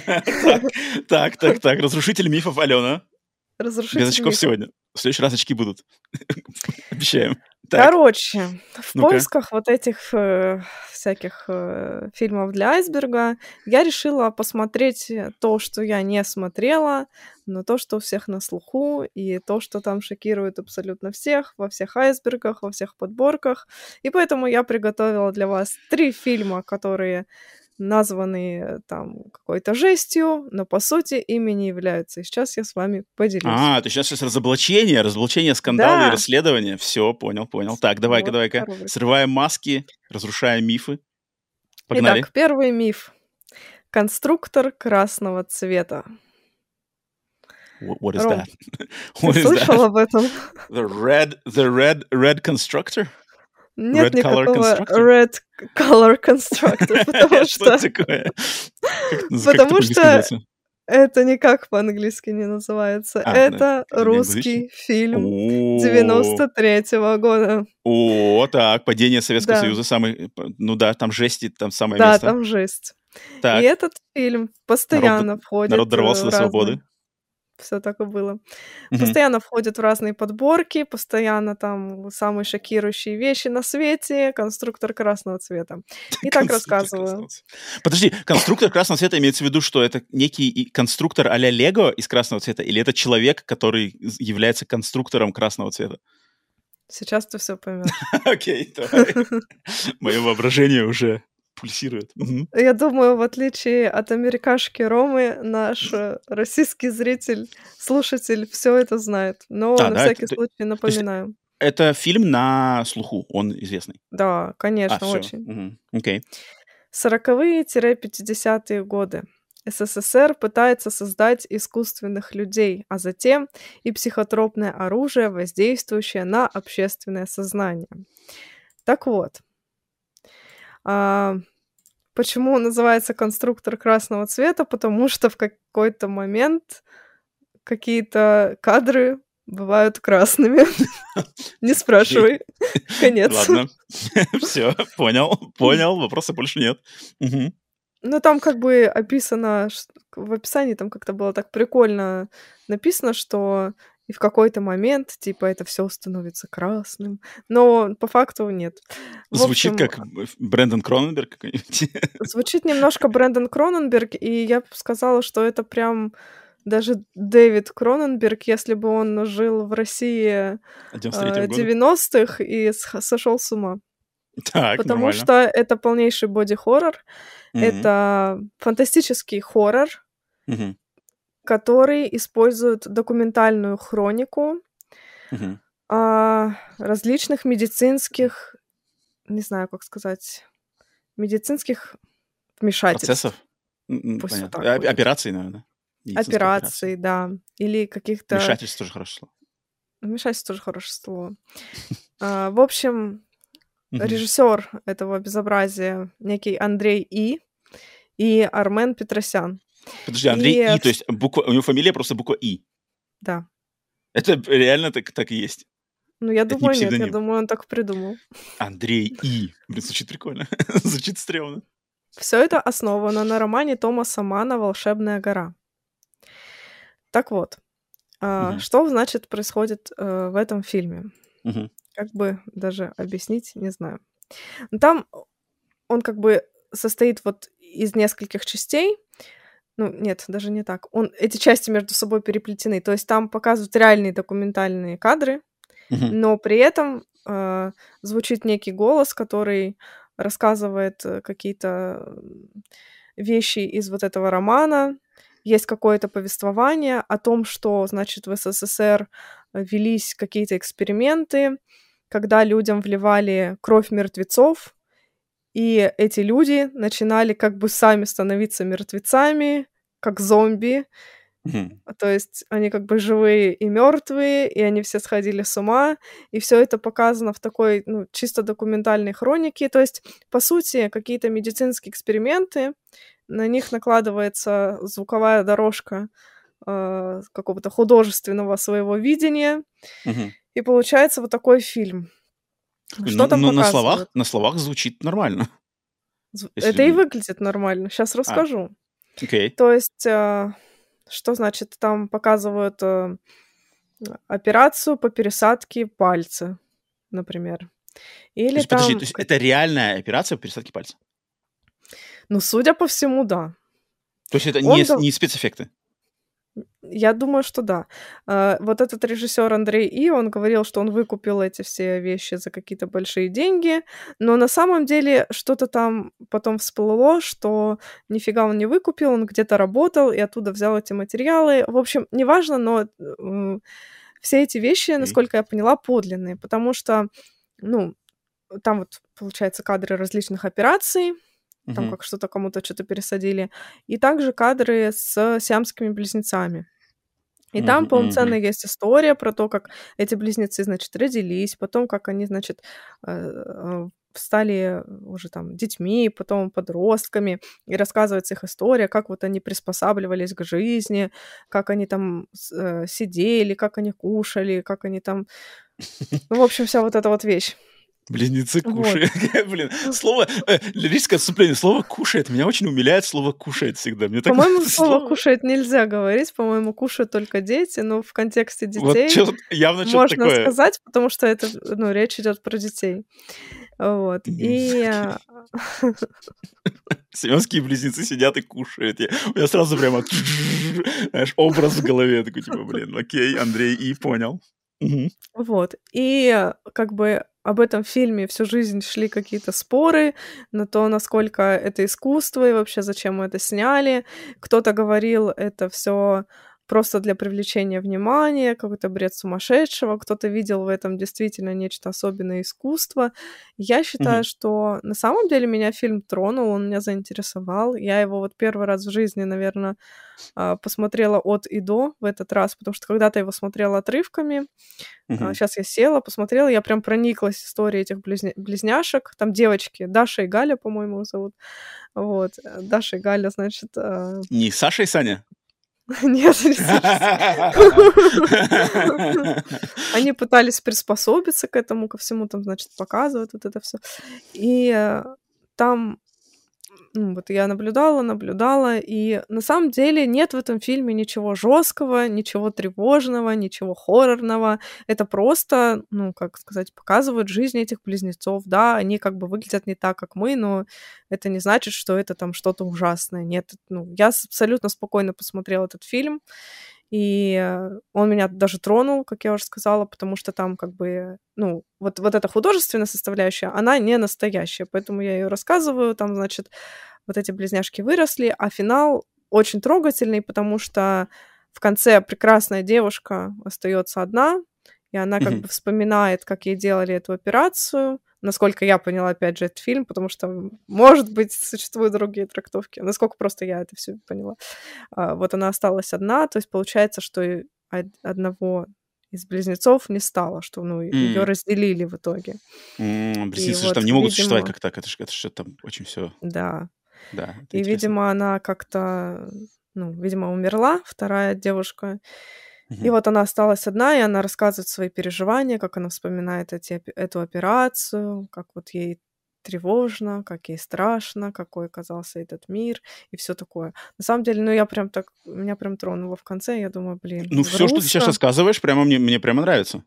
Так. Разрушитель мифов, Алена. Без Разрушитель очков мифов. сегодня. В следующий раз очки будут. Обещаем. Так, Короче, в ну-ка. поисках вот этих, всяких, фильмов для айсберга я решила посмотреть, то, что я не смотрела, но то, что у всех на слуху, и то, что там шокирует абсолютно всех, во всех айсбергах, во всех подборках. И поэтому я приготовила для вас 3 фильма, которые названы там какой-то жестью, но по сути ими не являются. И сейчас я с вами поделюсь. То сейчас разоблачение, скандалы и Да, расследования. Все, понял. Так, давай-ка, вот давай-ка. такая рубрика. Срываем маски, разрушаем мифы. Погнали. Итак, первый миф. Конструктор красного цвета. What is Ром, that? ты What is слышал that? об этом? The red constructor? Нет Red color никакого constructor? red color constructor, Что это такое? Как это потому по-английски что называется? это никак по-английски не называется. Да, Это не английский. русский фильм О, 93-го года. так, падение Советского Да, Союза ну да, там жести, там самое да, место. там жесть. И Так, этот фильм народ, постоянно народ входит, дорвался в до свободы. разные. Все так и было. Мгм. Постоянно входят в разные подборки, постоянно там самые шокирующие вещи на свете, конструктор красного цвета. Итак, Конструктор рассказываю. красного цвета. Подожди, конструктор красного цвета имеется в виду, что это некий конструктор а-ля Лего из красного цвета, или это человек, который является конструктором красного цвета? Сейчас ты все поймешь. Окей, давай. Мое воображение уже пульсирует. Мгм. Я думаю, в отличие от америкашки Ромы, наш, российский зритель, слушатель все это знает. Но на Да, всякий то случай есть напоминаю. это фильм на слуху, он известный. Да, конечно, Все. очень. Окей. 40-50-е годы. СССР пытается создать искусственных людей, а затем и психотропное оружие, воздействующее на общественное сознание. Так вот, а, почему он называется конструктор красного цвета? Потому что в какой-то момент какие-то кадры бывают красными. Не Окей. спрашивай. Конец. Ладно. Все, понял, вопросов больше нет. Мгм. Ну, там как бы описано, в описании там как-то было так прикольно написано, что и в какой-то момент, типа, это все становится красным, но по факту нет. В Звучит общем, как Брэндон Кроненберг какой-нибудь. звучит немножко Брэндон Кроненберг, и я б сказала, что это прям даже Дэвид Кроненберг, если бы он жил в России, 93-го года. 90-х и сошел с ума. Так, Потому нормально. что это полнейший боди-хоррор, Мгм. это фантастический хоррор, Мгм. который использует документальную хронику, Мгм. различных медицинских, не знаю, как сказать, медицинских Процессов? вмешательств. Пусть вот Понятно. так будет. Операции, наверное. Медицинские операции. Операций, да, или каких-то Вмешательство тоже хорошо слово. Вмешательство тоже хорошее слово. В общем, режиссер этого безобразия некий Андрей и Армен Петросян. Подожди, Андрей И, то есть у него фамилия просто буква И? Да. Это реально так и есть? Ну, я думаю, нет. Я думаю, он так придумал. Андрей И. Блин, звучит прикольно. Звучит стрёмно. Все это основано на романе Томаса Манна «Волшебная гора». Так вот, что, значит, происходит в этом фильме? Как бы даже объяснить, не знаю. Там он как бы состоит вот из нескольких частей. Ну, нет, даже не так. Эти части между собой переплетены. То есть там показывают реальные документальные кадры, но при этом звучит некий голос, который рассказывает какие-то вещи из вот этого романа. Есть какое-то повествование о том, что, значит, в СССР велись какие-то эксперименты, когда людям вливали кровь мертвецов, и эти люди начинали как бы сами становиться мертвецами, как зомби. То есть они как бы живые и мертвые, и они все сходили с ума, и все это показано в такой, ну, чисто документальной хронике. То есть, по сути, какие-то медицинские эксперименты, на них накладывается звуковая дорожка какого-то художественного своего видения, и получается вот такой фильм. Что там показывают? На словах звучит нормально. Это и выглядит нормально. Сейчас расскажу. Окей. То есть, что значит, там показывают операцию по пересадке пальца, например. Или то там... есть это реальная операция по пересадке пальца? Ну, судя по всему, да. То есть это не спецэффекты? Я думаю, что да. Вот этот режиссер Андрей И, он говорил, что он выкупил эти все вещи за какие-то большие деньги, но на самом деле что-то там потом всплыло, что нифига он не выкупил, он где-то работал и оттуда взял эти материалы. В общем, неважно, но все эти вещи, насколько я поняла, подлинные, потому что, ну, там вот, получается, кадры различных операций, там как что-то кому-то что-то пересадили, и также кадры с сиамскими близнецами. И там полноценная есть история про то, как эти близнецы, значит, родились, потом как они, значит, стали уже там детьми, потом подростками, и рассказывается их история, как вот они приспосабливались к жизни, как они там сидели, как они кушали, как они там... Ну, в общем, вся вот эта вот вещь. Близнецы кушают. Блин, слово... Лирическое отступление. Слово «кушает». Меня очень умиляет слово «кушает» всегда. По-моему, слово «кушает» нельзя говорить. По-моему, кушают только дети, но в контексте детей вот явно что-то можно сказать, потому что это, ну, речь идет про детей. Вот. И... Сиамские близнецы сидят и кушают. У меня сразу прямо, знаешь, образ в голове. Такой, типа, блин, окей, Андрей И, понял. Вот. И как бы об этом фильме всю жизнь шли какие-то споры на то, насколько это искусство и вообще зачем мы это сняли. Кто-то говорил, это все просто для привлечения внимания, какой-то бред сумасшедшего. Кто-то видел в этом действительно нечто особенное искусство. Я считаю, что на самом деле меня фильм тронул, он меня заинтересовал. Я его вот первый раз в жизни, наверное, посмотрела от и до в этот раз, потому что когда-то его смотрела отрывками. Сейчас я села, посмотрела, я прям прониклась историей этих близняшек. Там девочки, Даша и Галя, по-моему, их зовут. Вот. Даша и Галя, значит... Не Саша и Саня? Нет, не Саша. Они пытались приспособиться к этому, ко всему, там, значит, показывают вот это все. И там... Ну, вот я наблюдала, и на самом деле нет в этом фильме ничего жесткого, ничего тревожного, ничего хоррорного. Это просто, ну, как сказать, показывают жизнь этих близнецов. Да, они как бы выглядят не так, как мы, но это не значит, что это там что-то ужасное. Нет, ну, я абсолютно спокойно посмотрела этот фильм, и он меня даже тронул, как я уже сказала, потому что там как бы, ну, вот эта художественная составляющая, она не настоящая, поэтому я ее рассказываю, там, значит, вот эти близняшки выросли, а финал очень трогательный, потому что в конце прекрасная девушка остается одна, и она как бы вспоминает, как ей делали эту операцию, насколько я поняла, опять же, этот фильм, потому что, может быть, существуют другие трактовки, насколько просто я это все поняла. Вот она осталась одна, то есть получается, что одного из близнецов не стало, что, ну, ее разделили в итоге. Близнецы же вот, там не могут существовать видимо, как так. Это же там очень все. да. Да, это И, интересно. видимо, она как-то, ну, видимо, умерла, вторая девушка. И Мгм. вот она осталась одна, и она рассказывает свои переживания, как она вспоминает эту операцию, как вот ей тревожно, как ей страшно, какой оказался этот мир и все такое. На самом деле, ну, меня прям тронуло в конце, я думаю, блин, Ну, все, что ты сейчас грустно. рассказываешь, прямо мне прямо нравится.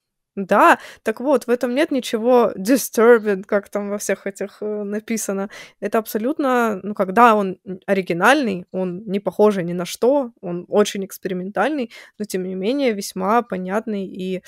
Да, так вот, в этом нет ничего disturbing, как там во всех этих написано. Это абсолютно, ну, когда он оригинальный, он не похожий ни на что, он очень экспериментальный, но тем не менее весьма понятный и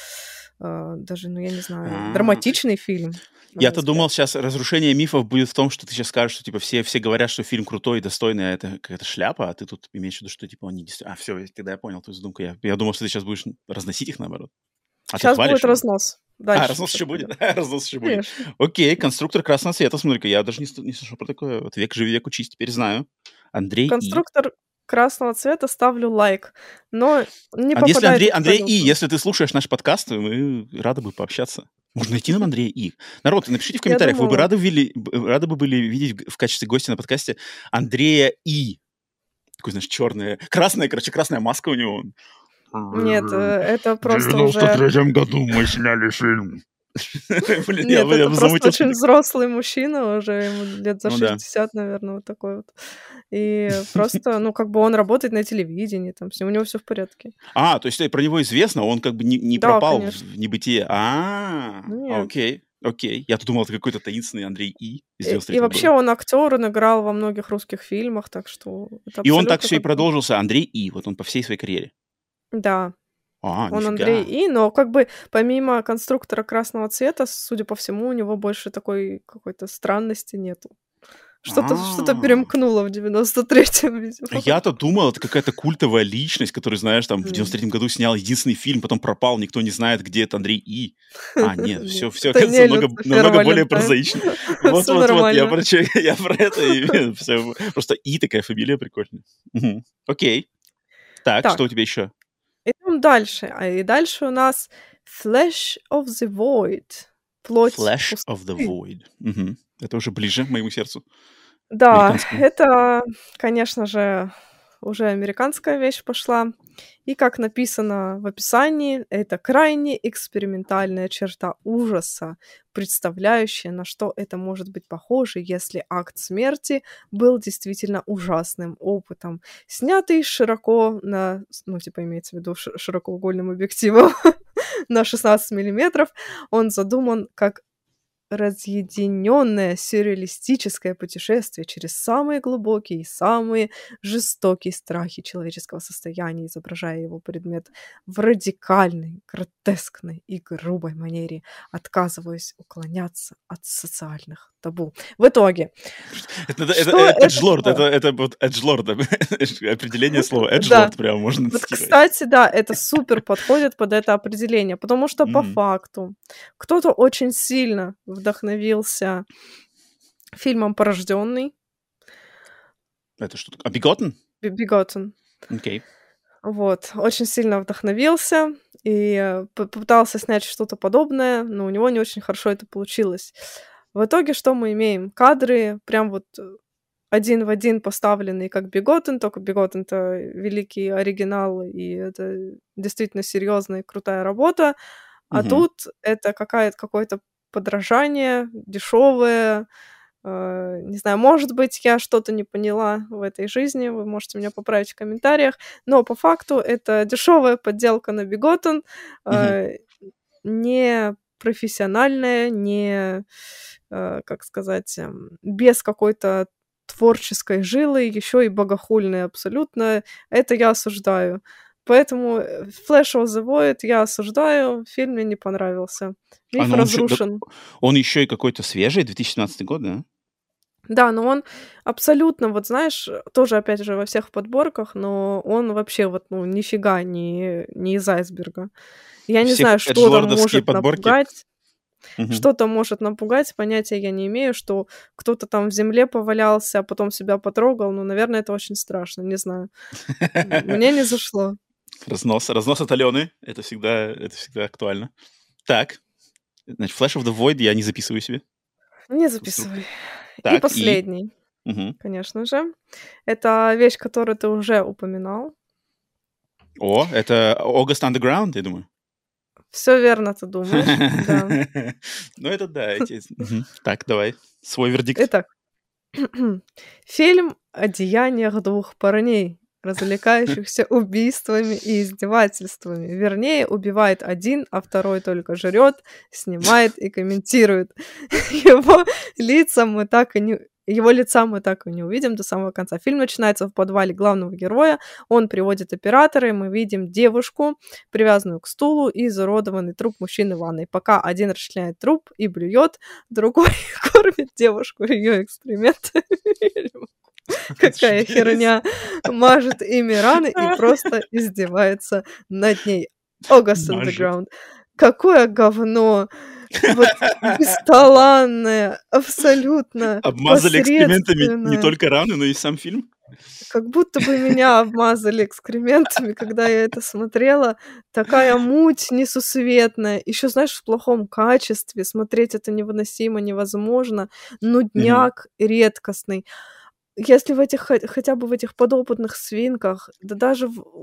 даже, ну, я не знаю, А, драматичный фильм, на мой Я-то взгляд. думал, сейчас разрушение мифов будет в том, что ты сейчас скажешь, что, типа, все говорят, что фильм крутой и достойный, а это какая-то шляпа, а ты тут имеешь в виду, что, типа, он не действительно. Все, тогда я понял твою задумку. Я думал, что ты сейчас будешь разносить их, наоборот. А ты Сейчас будет хвалишь его. разнос. Дальше Разнос сейчас еще будет? пойдем. Разнос еще будет. Конечно. Окей, конструктор красного цвета, смотри-ка, я даже не слышал про такое. Вот век живи, век учись, теперь знаю. Андрей И. Конструктор красного цвета ставлю лайк, но не А если попадает Андрей И, абсолютно. если ты слушаешь наш подкаст, мы рады бы пообщаться. Можно найти нам Андрея И. Народ, напишите в Я комментариях, вы бы думала. рады бы были видеть в качестве гостя на подкасте Андрея И. Такой, знаешь, черная, красная, короче, красная маска у него. Нет, это В просто уже 93-м году мы сняли фильм. Блин, нет, это я просто замутился. очень взрослый мужчина, уже ему лет за Ну да. 60, наверное, вот такой вот. И просто, ну, как бы он работает на телевидении, там, у него все в порядке. То есть про него известно, он как бы не Да, пропал конечно. в небытие. Нет. Окей, окей. Я-то думал, это какой-то таинственный Андрей И из И 93-го вообще года. он актер, он играл во многих русских фильмах, так что это И он так абсолютно все и как бы продолжился, Андрей И, вот он по всей своей карьере. да, он Андрей Нифига. И, но как бы помимо конструктора красного цвета, судя по всему, у него больше такой какой-то странности нету. Что-то А, перемкнуло в 93-м, видимо. Я-то думал, это какая-то культовая личность, который, знаешь, там в М, 93-м году снял единственный фильм, потом пропал, никто не знает, где это Андрей И. Нет, Нет, все это оказывается не Люцифер намного более Валентайн. прозаично. Всё Вот, нормально. я про это и всё. Просто И такая фамилия прикольная. Мгм. Окей. Так, что у Так, тебя еще? идем дальше. И дальше у нас Flesh of the Void. Плоть Flash of the пустоты. Void. Мгм. Это уже ближе к моему сердцу, Да, американскому. это, конечно же, уже американская вещь пошла. И как написано в описании, это крайне экспериментальная черта ужаса, представляющая, на что это может быть похоже, если акт смерти был действительно ужасным опытом. Снятый широко на, ну, типа имеется в виду широкоугольным объективом на 16 миллиметров, он задуман как разъединенное сюрреалистическое путешествие через самые глубокие и самые жестокие страхи человеческого состояния, изображая его предмет в радикальной, гротескной и грубой манере, отказываясь уклоняться от социальных табу. В итоге, Это что это эджилорд, такое? это вот эджилорд, определение слова. Да. Эджилорд прямо можно Вот, цитировать. кстати, да, это супер подходит под это определение, потому что по Мгм. факту кто-то очень сильно вдохновился фильмом "Порожденный", Это что такое? Begotten? Begotten. Окей. Вот, очень сильно вдохновился и, попытался снять что-то подобное, но у него не очень хорошо это получилось. В итоге что мы имеем? Кадры прям вот, один в один поставленные как Begotten, только Begotten-то великий оригинал, и это действительно серьезная и крутая работа. А Мгм. тут это какое-то подражание дешевое. Не знаю, может быть, я что-то не поняла в этой жизни, вы можете меня поправить в комментариях, но по факту это дешевая подделка на Bigotten, Мгм. э, не профессиональная, не, как сказать, без какой-то творческой жилы, еще и богохульная абсолютно. Это я осуждаю. Поэтому Flash of the Void я осуждаю, фильм мне не понравился. Миф Но разрушен. он еще и какой-то свежий, 2017 год, да? Да, но он абсолютно, вот знаешь, тоже опять же во всех подборках, но он вообще вот, ну, нифига не из айсберга. Я не Всех знаю, что там эджилордовские может подборки. напугать. Мгм. Что-то может напугать, понятия я не имею, что кто-то там в земле повалялся, а потом себя потрогал. Ну, наверное, это очень страшно, не знаю. Мне не зашло. Разнос от Алены. Это всегда актуально. Так, значит, Flash of the Void я не записываю себе. Не записывай. И Так, последний, Мгм. конечно же. Это вещь, которую ты уже упоминал. О, это August Underground, я думаю. Все верно ты думаешь, да. Ну, это да. Так, давай. Свой вердикт. Итак, фильм о деяниях двух парней, развлекающихся убийствами и издевательствами. Вернее, убивает один, а второй только жрет, снимает и комментирует. Его лица мы так и не Его лица мы так и не увидим до самого конца. Фильм начинается в подвале главного героя. Он приводит оператора, и мы видим девушку, привязанную к стулу, и изуродованный труп мужчины в ванной. Пока один расчленяет труп и блюет, другой кормит девушку ее экскрементами. Какая херня. Мажет ими раны и просто издевается над ней. August Underground. Какое говно. Вот бесталанное, абсолютно Обмазали экскрементами не посредственное. только раны, но и сам фильм. Как будто бы меня обмазали экскрементами, когда я это смотрела. Такая муть несусветная. Еще, знаешь, в плохом качестве. Смотреть это невыносимо, невозможно. Нудняк редкостный. Если в этих хотя бы в этих подопытных свинках, да даже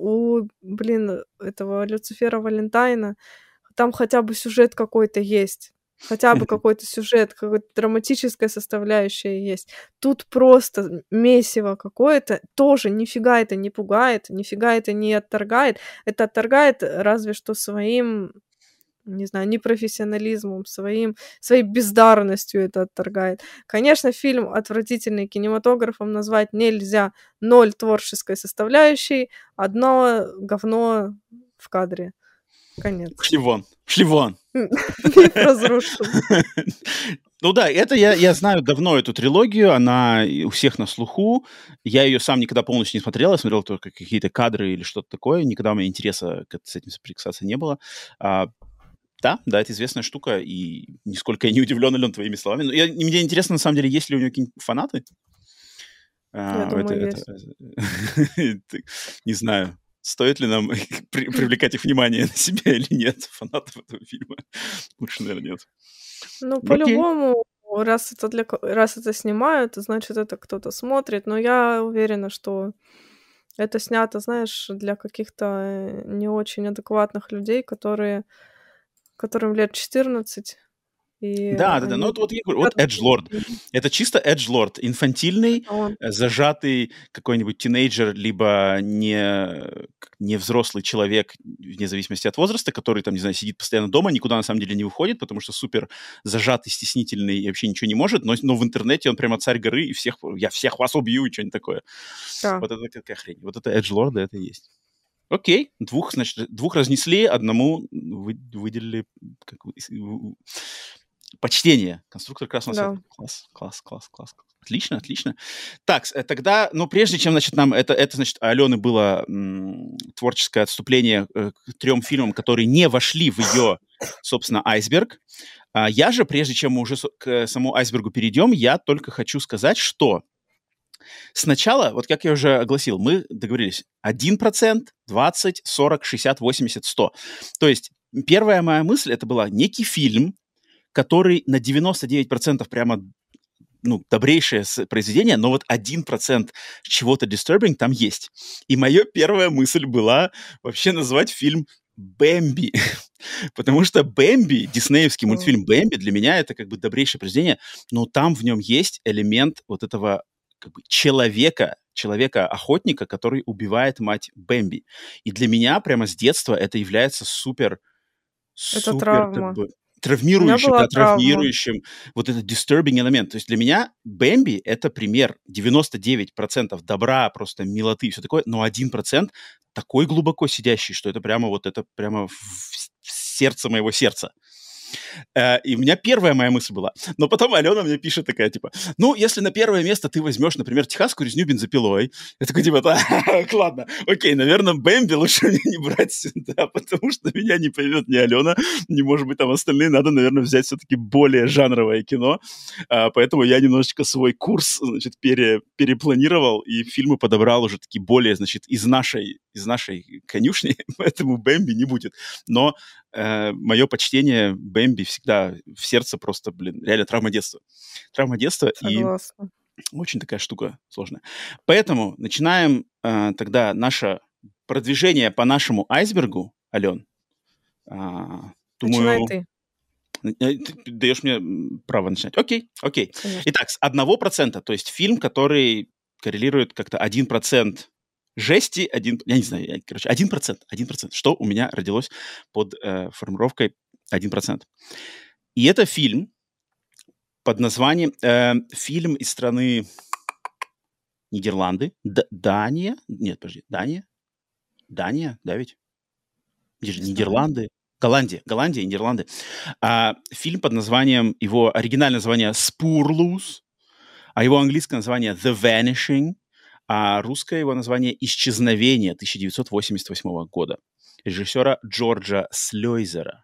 этого Люцифера Валентайна, там хотя бы сюжет какой-то есть. Хотя бы какой-то сюжет, какая-то драматическая составляющая есть. Тут просто месиво какое-то. Тоже нифига это не пугает, нифига это не отторгает. Это отторгает разве что своим, не знаю, непрофессионализмом, своей бездарностью это отторгает. Конечно, фильм отвратительный, кинематографом назвать нельзя. 0 творческой составляющей, одно говно в кадре. Конец. Шли вон. Миф разрушен. Ну да, это я знаю давно эту трилогию, она у всех на слуху. Я ее сам никогда полностью не смотрел, я смотрел только какие-то кадры или что-то такое. Никогда у меня интереса с этим соприкасаться не было. Да, это известная штука, и нисколько я не удивлен, Ален, твоими словами. Но мне интересно, на самом деле, есть ли у него какие-нибудь фанаты? Я думаю, есть. Не знаю, стоит ли нам привлекать их внимание на себя или нет, фанатов этого фильма. Лучше, наверное, нет. Ну, по-любому, раз это снимают, значит, это кто-то смотрит. Но я уверена, что это снято, знаешь, для каких-то не очень адекватных людей, которым лет 14, и Да, ну они вот я говорю, вот эдж-лорд. Это чисто эдж-лорд. Инфантильный, зажатый какой-нибудь тинейджер, либо не взрослый человек, вне зависимости от возраста, который, там, не знаю, сидит постоянно дома, никуда на самом деле не выходит, потому что супер зажатый, стеснительный и вообще ничего не может, но в интернете он прямо царь горы, и я всех вас убью, и что-нибудь такое. Да. Вот это какая хрень. Вот это эдж-лорда, это и есть. Окей, двух разнесли, одному выделили почтение. Конструктор красного цвета. Класс. Отлично. Так, тогда, прежде чем, значит, нам это значит, у Алены было творческое отступление к 3 фильмам, которые не вошли в ее, собственно, айсберг. Я же, прежде чем мы уже к самому айсбергу перейдем, я только хочу сказать, что сначала, вот как я уже огласил, мы договорились 1%, 20, 40, 60, 80, 100. То есть первая моя мысль, это была некий фильм, который на 99% прямо, добрейшее произведение, но вот 1% чего-то disturbing там есть. И моя первая мысль была вообще назвать фильм «Бэмби», потому что «Бэмби», диснеевский мультфильм «Бэмби», для меня это как бы добрейшее произведение, но там в нем есть элемент вот этого как бы человека-охотника, который убивает мать Бэмби. И для меня прямо с детства это является супер травма. как бы травмирующим вот этот disturbing элемент. То есть для меня Бэмби — это пример 99% добра, просто милоты и все такое, но 1% такой глубоко сидящий, что это прямо в сердце моего сердца. И у меня первая моя мысль была. Но потом Алена мне пишет такая, типа, ну, если на первое место ты возьмешь, например, «Техасскую резню бензопилой», я такой, типа, так, ладно, окей, наверное, «Бэмби» лучше мне не брать сюда, потому что меня не поймет ни Алена, ни, может быть, там остальные. Надо, наверное, взять все-таки более жанровое кино. Поэтому я немножечко свой курс, значит, перепланировал и фильмы подобрал уже такие более, значит, из нашей конюшни, поэтому «Бэмби» не будет. Но мое почтение Бэмби всегда в сердце просто, блин, реально травма детства. Травма детства и Согласна. очень такая штука сложная. Поэтому начинаем тогда наше продвижение по нашему айсбергу, Ален. Начинай Думаю, ты. ты даешь мне право начинать. Окей. Конечно. Итак, с 1%, то есть фильм, который коррелирует как-то 1% жести, я не знаю, короче, 1%. Что у меня родилось под формулировкой 1%? И это фильм под названием, фильм из страны Нидерланды, Дания, нет, подожди, Дания, да ведь? Где же Не знаю. Нидерланды? Голландия и Нидерланды. Фильм под названием, его оригинальное название «Spurlos», а его английское название «The Vanishing», а русское его название «Исчезновение» 1988 года режиссера Джорджа Слёйзера.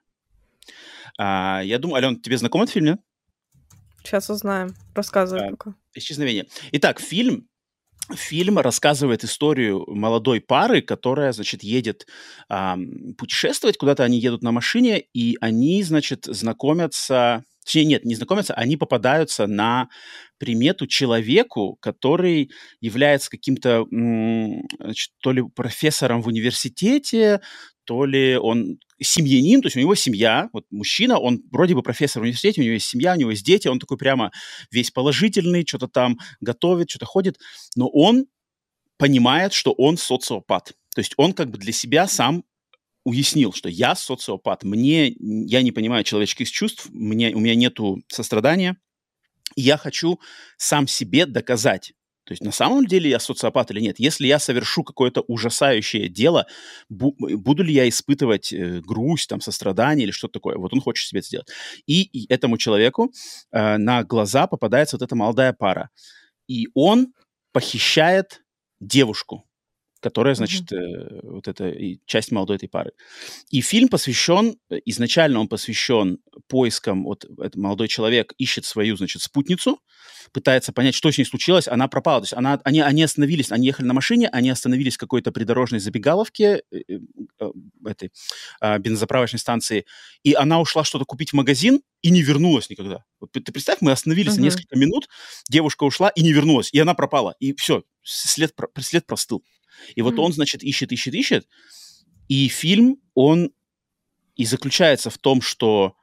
Я думаю, Ален, тебе знаком этот фильм, нет? Сейчас узнаем. Рассказывай пока. «Исчезновение». Итак, фильм рассказывает историю молодой пары, которая, значит, едет путешествовать, куда-то они едут на машине, и они, значит, знакомятся... Точнее, нет, не знакомятся, они попадаются на примету человеку, который является каким-то, значит, то ли профессором в университете, то ли он семьянин, то есть у него семья, вот мужчина, он вроде бы профессор в университете, у него есть семья, у него есть дети, он такой прямо весь положительный, что-то там готовит, что-то ходит, но он понимает, что он социопат. То есть он как бы для себя сам уяснил, что я социопат, я не понимаю человеческих чувств, у меня нету сострадания, и я хочу сам себе доказать, то есть на самом деле я социопат или нет. Если я совершу какое-то ужасающее дело, буду ли я испытывать грусть, там, сострадание или что-то такое? Вот он хочет себе это сделать. И этому человеку на глаза попадается вот эта молодая пара. И он похищает девушку, которая, Мгм. значит, вот это и часть молодой этой пары. И фильм посвящен, изначально он посвящен поискам, вот этот молодой человек ищет свою, значит, спутницу, пытается понять, что с ней случилось, она пропала. То есть они остановились, они ехали на машине, они остановились в какой-то придорожной забегаловке этой бензозаправочной станции, и она ушла что-то купить в магазин и не вернулась никогда. Вот ты представь, мы остановились на Мгм. несколько минут, девушка ушла и не вернулась, и она пропала, и все, след простыл. И вот он, значит, ищет, и фильм, он и заключается в том, что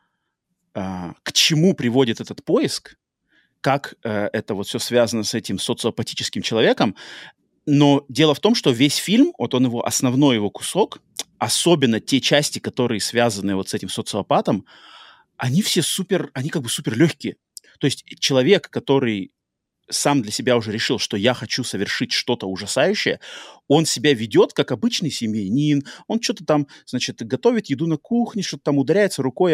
к чему приводит этот поиск, как это вот все связано с этим социопатическим человеком. Но дело в том, что весь фильм, вот он его, основной его кусок, особенно те части, которые связаны вот с этим социопатом, они все супер, они как бы супер легкие. То есть человек, который сам для себя уже решил, что я хочу совершить что-то ужасающее, он себя ведет как обычный семьянин, он что-то там, значит, готовит еду на кухне, что-то там ударяется рукой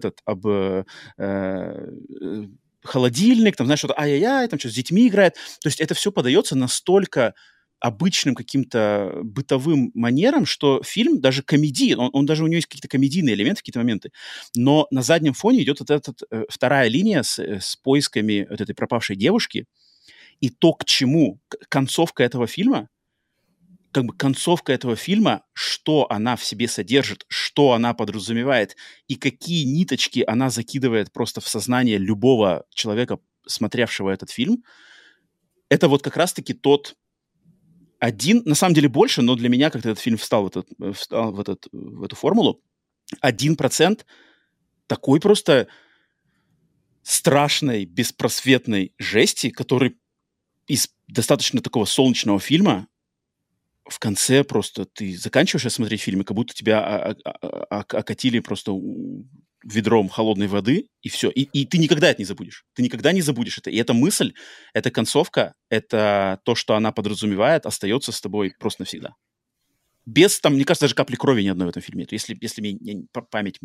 холодильник, там, знаешь, что-то ай-яй-яй, там что-то с детьми играет. То есть это все подается настолько обычным каким-то бытовым манерам, что фильм даже комедий, он даже у него есть какие-то комедийные элементы, какие-то моменты, но на заднем фоне идет вот эта вторая линия с поисками вот этой пропавшей девушки, и то, к чему концовка этого фильма, как бы концовка этого фильма, что она в себе содержит, что она подразумевает, и какие ниточки она закидывает просто в сознание любого человека, смотревшего этот фильм, это вот как раз-таки тот один, на самом деле больше, но для меня как-то этот фильм встал в эту формулу, 1% такой просто страшной, беспросветной жести, который из достаточно такого солнечного фильма в конце просто ты заканчиваешь смотреть фильм, и как будто тебя окатили просто ведром холодной воды, и все. И ты никогда это не забудешь. Ты никогда не забудешь это. И эта мысль, эта концовка, это то, что она подразумевает, остается с тобой просто навсегда. Без, там, мне кажется, даже капли крови ни одной в этом фильме нет. Если память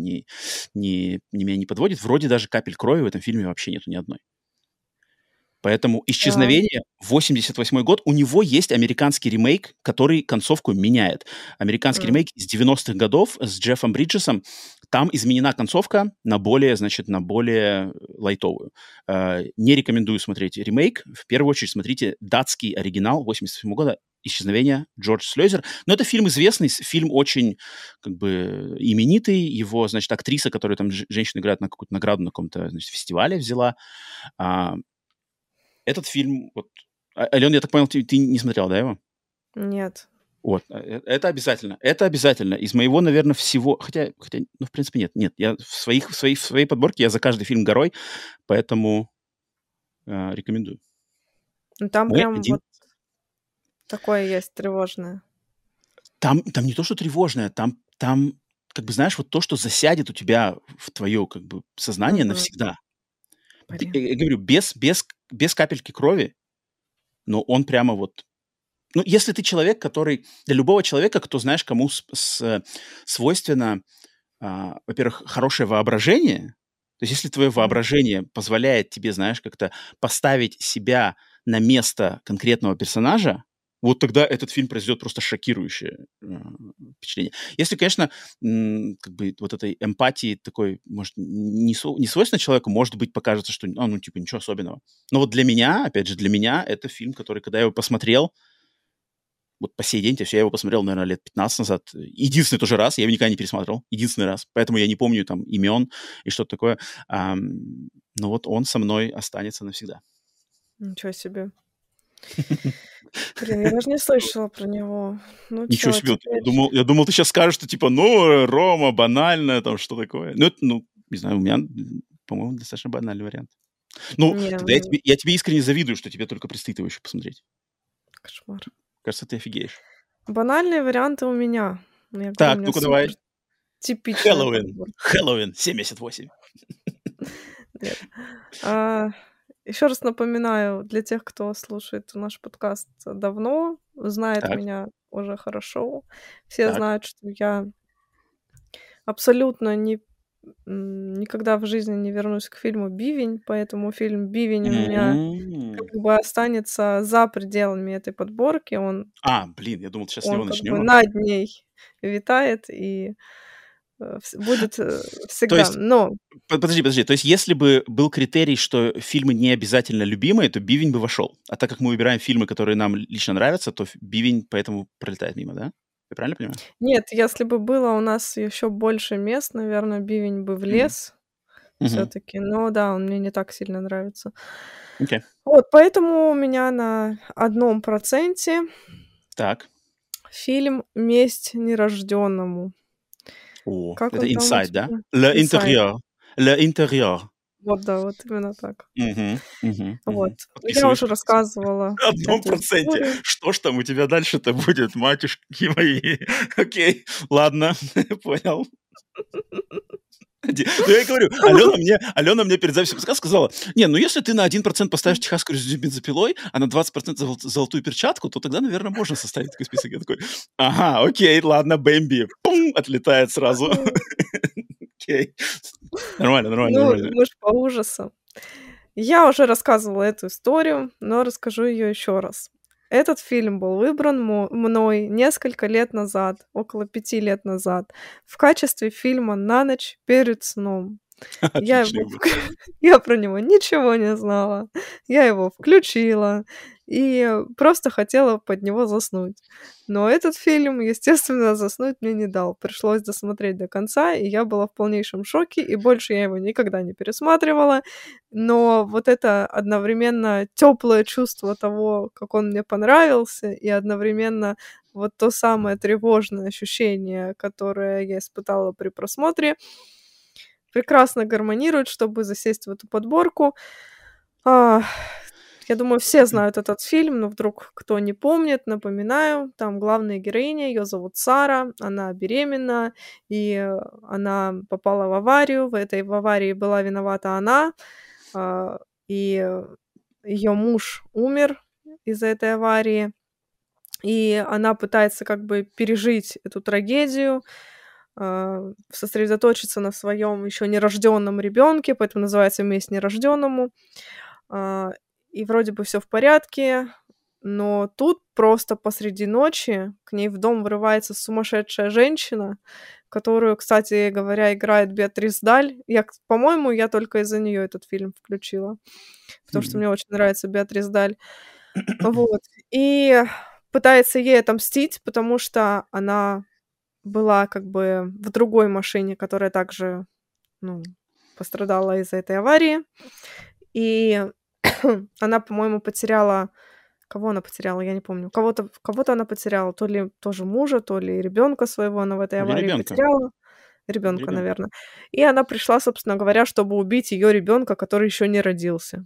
меня не подводит, вроде даже капель крови в этом фильме вообще нету ни одной. Поэтому Да. «Исчезновение», 88 год, у него есть американский ремейк, который концовку меняет. Американский М. ремейк из 90-х годов с Джеффом Бриджесом. Там изменена концовка на более лайтовую. Не рекомендую смотреть ремейк. В первую очередь смотрите датский оригинал 88 года «Исчезновение», Джордж Слезер. Но это фильм известный, фильм очень как бы именитый. Его, значит, актриса, которая там женщина играет на какую-то награду на каком-то, значит, фестивале взяла. А, Этот фильм, вот, Ален, я так понял, ты не смотрел, да, его? Нет. Вот, это обязательно. Это обязательно. Из моего, наверное, всего... Хотя, ну, в принципе, нет. Нет, я в своей подборке я за каждый фильм горой, поэтому рекомендую. Ну, там Мой прям один... вот такое есть тревожное. Там не то, что тревожное, там, как бы, знаешь, вот то, что засядет у тебя в твое, как бы, сознание Мгм. навсегда. Блин. Я говорю, без капельки крови, но он прямо вот... Ну, если ты человек, который... Для любого человека, кто, знаешь, кому свойственно, во-первых, хорошее воображение, то есть если твое Мгм. воображение позволяет тебе, знаешь, как-то поставить себя на место конкретного персонажа, вот тогда этот фильм произведет просто шокирующее впечатление. Если, конечно, как бы вот этой эмпатии такой, может, не свойственно человеку, может быть, покажется, что, ну, типа, ничего особенного. Но вот для меня, опять же, для меня это фильм, который, когда я его посмотрел, вот по сей день, то есть я его посмотрел, наверное, лет 15 назад. Единственный тоже раз, я его никогда не пересматривал. Единственный раз. Поэтому я не помню там имен и что-то такое. Но вот он со мной останется навсегда. Ничего себе. Блин, я даже не слышала про него. Ну Ничего чё, себе. теперь... Я думал, ты сейчас скажешь, что типа, ну, Рома, банально, там, что такое. Ну, это, ну, не знаю, у меня, по-моему, достаточно банальный вариант. Ну, Не, тогда я тебе искренне завидую, что тебе только предстоит его еще посмотреть. кошмар. Кажется, ты офигеешь. Банальные варианты у меня. Ну, я говорю, у Так, меня ну-ка супер давай. типичная Хэллоуин. подборка. Хэллоуин 78. Нет. А, еще раз напоминаю, для тех, кто слушает наш подкаст давно, знает Так, меня уже хорошо, все так. знают, что я абсолютно никогда в жизни не вернусь к фильму «Бивень», поэтому фильм «Бивень» у меня как М. бы останется за пределами этой подборки. Блин, я думал, сейчас с Он него как бы начнем. над ней витает и, будет, То всегда. есть, Но подожди. То есть, если бы был критерий, что фильмы не обязательно любимые, то «Бивень» бы вошел. А так как мы выбираем фильмы, которые нам лично нравятся, то «Бивень» поэтому пролетает мимо, да? Я правильно понимаю? нет, если бы было у нас еще больше мест, наверное, «Бивень» бы М. влез все Мгм. таки. Но да, он мне не так сильно нравится. Окей. Вот, поэтому у меня на 1% Так. фильм «Месть нерожденному». Как Это он там у «Inside», да? тебя? «Le "Инсайд". Intérieur». «Le Intérieur». Вот, да, вот именно так. Вот. Мгм. Я Подписываюсь, уже подписываюсь. рассказывала На одном эту проценте. историю. Что ж там у тебя дальше-то будет, матюшки мои? Окей, ладно, понял. Ну, я и говорю, Алена мне перед записью подкаста сказала: «Не, ну если ты на 1% поставишь «Техасскую резью бензопилой», а на 20% «Золотую перчатку», то тогда, наверное, можно составить такой список». Я такой: ага, окей, ладно, Бэмби. Пум, отлетает сразу. Окей. Ну, Нормально. мы ж по ужасам. Я уже рассказывала эту историю, но расскажу ее еще раз. Этот фильм был выбран мной несколько лет назад, около 5 лет назад, в качестве фильма на ночь перед сном. Я Отличный его выбор. я про него ничего не знала. Я его включила и просто хотела под него заснуть. Но этот фильм, естественно, заснуть мне не дал. Пришлось досмотреть до конца, и я была в полнейшем шоке, и больше я его никогда не пересматривала. Но вот это одновременно теплое чувство того, как он мне понравился, и одновременно вот то самое тревожное ощущение, которое я испытала при просмотре, прекрасно гармонирует, чтобы засесть в эту подборку. А, я думаю, все знают этот фильм, но вдруг кто не помнит, напоминаю, там главная героиня, ее зовут Сара, она беременна, и она попала в аварию. В аварии была виновата она, и ее муж умер из-за этой аварии. и она пытается как бы пережить эту трагедию, сосредоточиться на своем еще нерожденном ребенке, поэтому называется «Месть нерожденному». А, и вроде бы все в порядке, но тут просто посреди ночи к ней в дом врывается сумасшедшая женщина, которую, кстати говоря, играет Беатрис Даль. По-моему, я только из-за нее этот фильм включила, потому что Мгм. мне очень нравится Беатрис Даль. Вот. И пытается ей отомстить, потому что она была как бы в другой машине, которая также, ну, пострадала из-за этой аварии. И она, по-моему, потеряла. Кого она потеряла, я не помню. Кого-то она потеряла, то ли тоже мужа, то ли ребенка своего она в этой Или аварии ребенка. потеряла. Или Ребенка, ребенка. наверное. И она пришла, собственно говоря, чтобы убить ее ребенка, который еще не родился.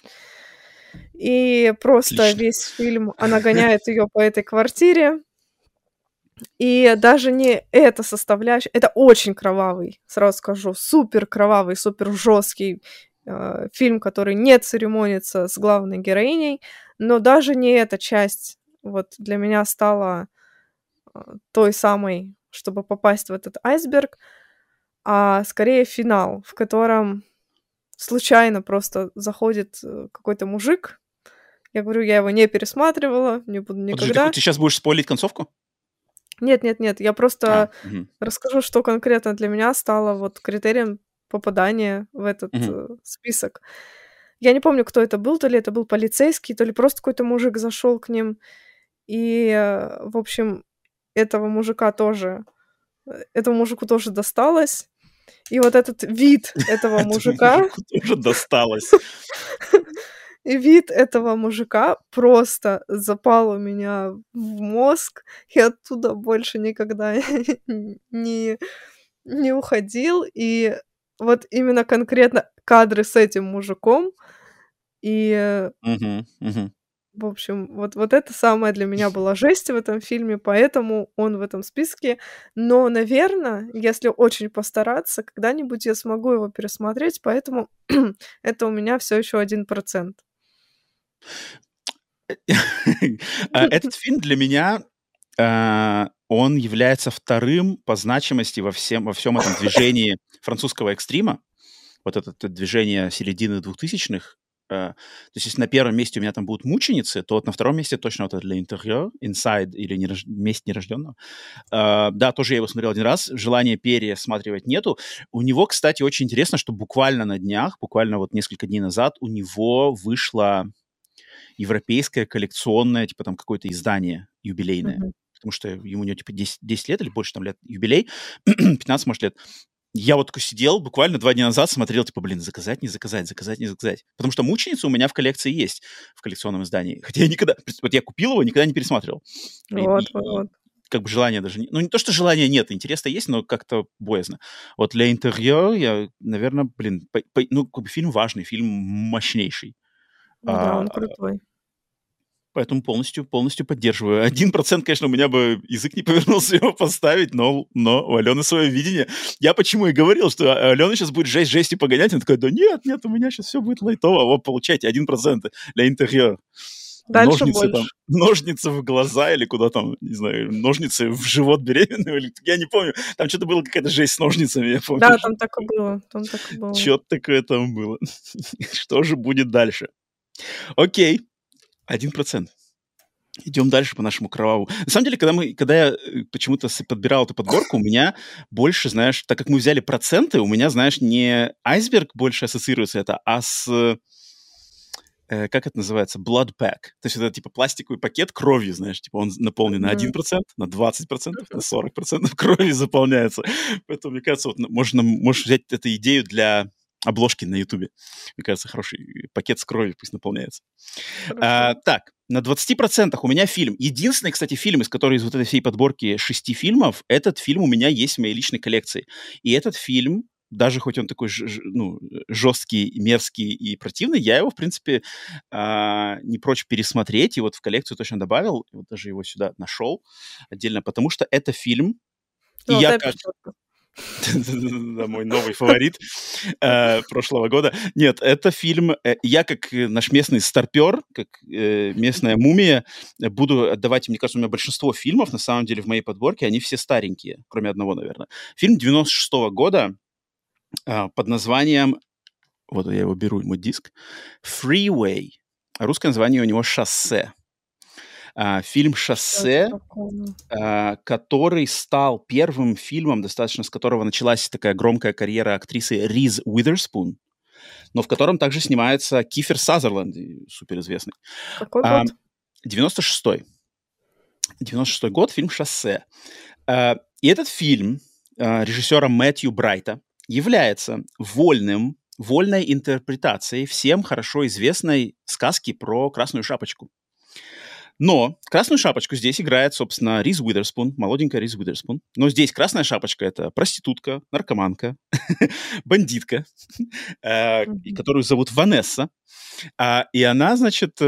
И просто Отлично. весь фильм она гоняет ее по этой квартире. И даже не эта составляющая, это очень кровавый, сразу скажу, супер кровавый, супер жесткий фильм, который не церемонится с главной героиней, но даже не эта часть вот для меня стала той самой, чтобы попасть в этот айсберг, а скорее финал, в котором случайно просто заходит какой-то мужик. Я говорю, я его не пересматривала, не буду Подожди, никогда. ты сейчас будешь спойлить концовку? Нет, я просто Мгм. расскажу, что конкретно для меня стало вот критерием попадания в этот, Мгм. список. Я не помню, кто это был, то ли это был полицейский, то ли просто какой-то мужик зашел к ним. И, в общем, этого мужика тоже этому мужику тоже досталось. И вот этот вид этого Этому мужика мужику тоже досталось. и вид этого мужика просто запал у меня в мозг, и оттуда больше никогда не не уходил. И вот именно конкретно кадры с этим мужиком, и, Мгм. Мгм. в общем, вот это самое для меня была жесть в этом фильме, поэтому он в этом списке. Но, наверно, если очень постараться, когда-нибудь я смогу его пересмотреть, поэтому это у меня все еще 1%. Этот фильм для меня, он является вторым по значимости во всем этом движении французского экстрима. Вот это движение середины двухтысячных. То есть если на первом месте у меня там будут «Мученицы», то вот на втором месте точно вот это «Le Intérieur», «Inside» или «Месть нерожденного». Да, тоже я его смотрел один раз, желания пересматривать нету. У него, кстати, очень интересно, что буквально на днях, буквально вот несколько дней назад у него вышло европейское коллекционное, типа там какое-то издание юбилейное, Мгм. потому что ему у него типа 10 лет или больше там лет юбилей, 15, может, лет. Я вот такой сидел, буквально 2 дня назад смотрел, типа, блин, заказать, не заказать, заказать, не заказать. Потому что «Мученица» у меня в коллекции есть, в коллекционном издании. Хотя я никогда, вот я купил его, никогда не пересматривал. И Вот. как бы желания даже не... Ну, не то, что желания нет, интерес-то есть, но как-то боязно. Вот «Для интерьер» я, наверное, блин, ну, как бы фильм важный, фильм мощнейший. Да, А, он крутой. Поэтому полностью поддерживаю. 1%, конечно, у меня бы язык не повернулся его поставить, но у Алены свое видение. Я почему и говорил, что Алена сейчас будет жесть жестью погонять. Она такая, да нет, у меня сейчас все будет лайтово. Вот, получайте 1% для интерьера. Дальше больше. Ножницы в глаза или куда там, не знаю, ножницы в живот беременную, или я не помню. Там что-то было какая-то жесть с ножницами, я помню. Да, там так и было. Что-то такое там было. Что же будет дальше? Окей, 1%. Идем дальше по нашему кровавому. На самом деле, когда я почему-то подбирал эту подборку, у меня больше, знаешь, так как мы взяли проценты, у меня, знаешь, не айсберг больше ассоциируется это, а с, как это называется, blood pack. То есть это типа пластиковый пакет кровью, знаешь, типа он наполнен на Мгм. 1%, на 20%, на 40% крови заполняется. Поэтому, мне кажется, вот можешь взять эту идею для обложки на Ютубе. Мне кажется, хороший пакет с кровью пусть наполняется. Хорошо. Так, на 20% у меня фильм. Единственный, кстати, фильм, из которого из вот этой всей подборки 6 фильмов, этот фильм у меня есть в моей личной коллекции. И этот фильм, даже хоть он такой ну, жесткий, мерзкий и противный, я его, в принципе, не прочь пересмотреть. И вот в коллекцию точно добавил. И вот даже его сюда нашел отдельно, потому что это фильм. И я Золотая как... перчатка. Да, мой новый фаворит прошлого года. Нет, это фильм... Я, как наш местный старпер, как местная мумия, буду отдавать... Мне кажется, у меня большинство фильмов, на самом деле, в моей подборке, они все старенькие, кроме одного, наверное. Фильм 96-го года под названием... Вот я его беру, мой диск. «Freeway». Русское название у него «Шоссе». Фильм «Шоссе», который стал первым фильмом, достаточно с которого началась такая громкая карьера актрисы Риз Уизерспун, но в котором также снимается Кифер Сазерленд, суперизвестный. Какой год? 96-й. 96-й год, фильм «Шоссе». И этот фильм режиссера Мэтью Брайта является вольной интерпретацией всем хорошо известной сказки про Красную Шапочку. Но Красную Шапочку здесь играет, собственно, Риз Уизерспун, молоденькая Риз Уизерспун. Но здесь Красная Шапочка — это проститутка, наркоманка, бандитка, которую зовут Ванесса. И она, значит,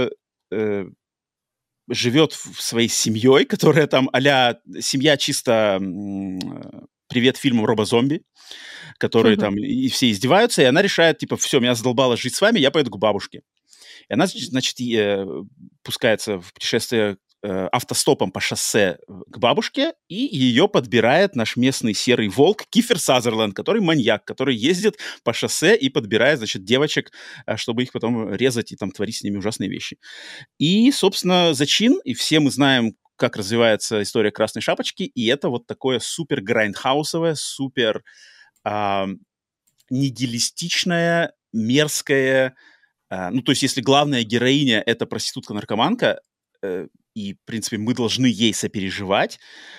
живет своей семьей, которая там а-ля семья чисто привет фильму «Робо-зомби», которые там и все издеваются, и она решает, типа, все, меня задолбало жить с вами, я поеду к бабушке. И она, значит, пускается в путешествие автостопом по шоссе к бабушке, и ее подбирает наш местный серый волк Кифер Сазерленд, который маньяк, который ездит по шоссе и подбирает, значит, девочек, чтобы их потом резать и там творить с ними ужасные вещи. И, собственно, зачин, и все мы знаем, как развивается история Красной Шапочки, и это вот такое супер грайндхаусовое, супер нигилистичное, мерзкое. Ну, то есть, если главная героиня — это проститутка-наркоманка, и, в принципе, мы должны ей сопереживать,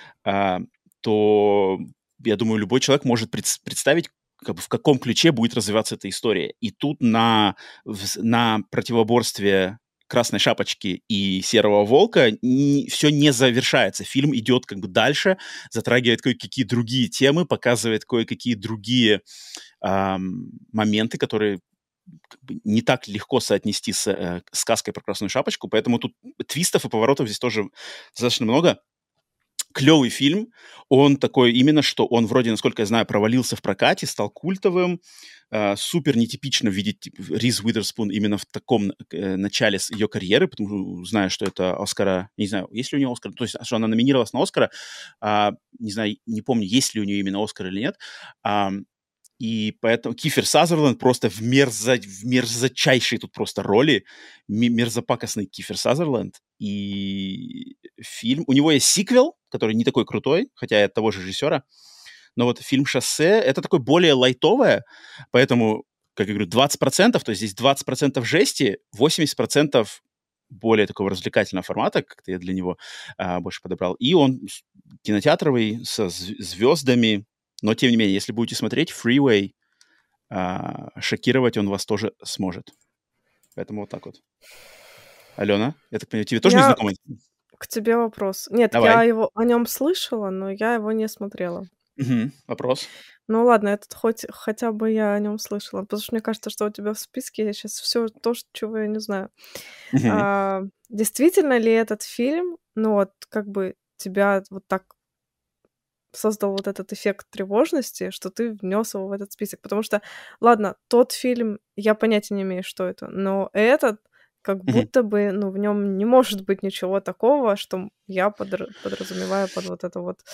то, я думаю, любой человек может представить, как бы, в каком ключе будет развиваться эта история. И тут на противоборстве Красной Шапочки и Серого Волка все не завершается. Фильм идет как бы дальше, затрагивает кое-какие другие темы, показывает кое-какие другие моменты, которые как бы не так легко соотнести с сказкой про Красную Шапочку, поэтому тут твистов и поворотов здесь тоже достаточно много. Клевый фильм. Он такой именно, что он вроде, насколько я знаю, провалился в прокате, стал культовым. Супер нетипично видеть Риз Уизерспун именно в таком начале ее карьеры, потому что знаю, что это Оскара... Не знаю, есть ли у нее Оскар, то есть, что она номинировалась на Оскара. Не знаю, не помню, есть ли у нее именно Оскар или нет. И поэтому Кифер Сазерленд просто в мерзочайшей тут просто роли. Мерзопакостный Кифер Сазерленд. И фильм... У него есть сиквел, который не такой крутой, хотя и от того же режиссера. Но вот фильм «Шоссе» — это такое более лайтовое, поэтому, как я говорю, 20%, то есть здесь 20% жести, 80% более такого развлекательного формата, как-то я для него больше подобрал. И он кинотеатровый, со звездами. Но, тем не менее, если будете смотреть «Freeway», шокировать он вас тоже сможет. Поэтому вот так вот. Алена, я так понимаю, тебе тоже не знакомо? К тебе вопрос. Нет, Давай. я о нем слышала, но я его не смотрела. Вопрос. Ну ладно, этот хотя бы я о нем слышала, потому что мне кажется, что у тебя в списке сейчас все то, чего я не знаю. Действительно ли этот фильм, ну вот как бы тебя вот так создал вот этот эффект тревожности, что ты внес его в этот список? Потому что, ладно, тот фильм, я понятия не имею, что это, но этот как будто бы, ну, в нем не может быть ничего такого, что я подразумеваю под вот это вот...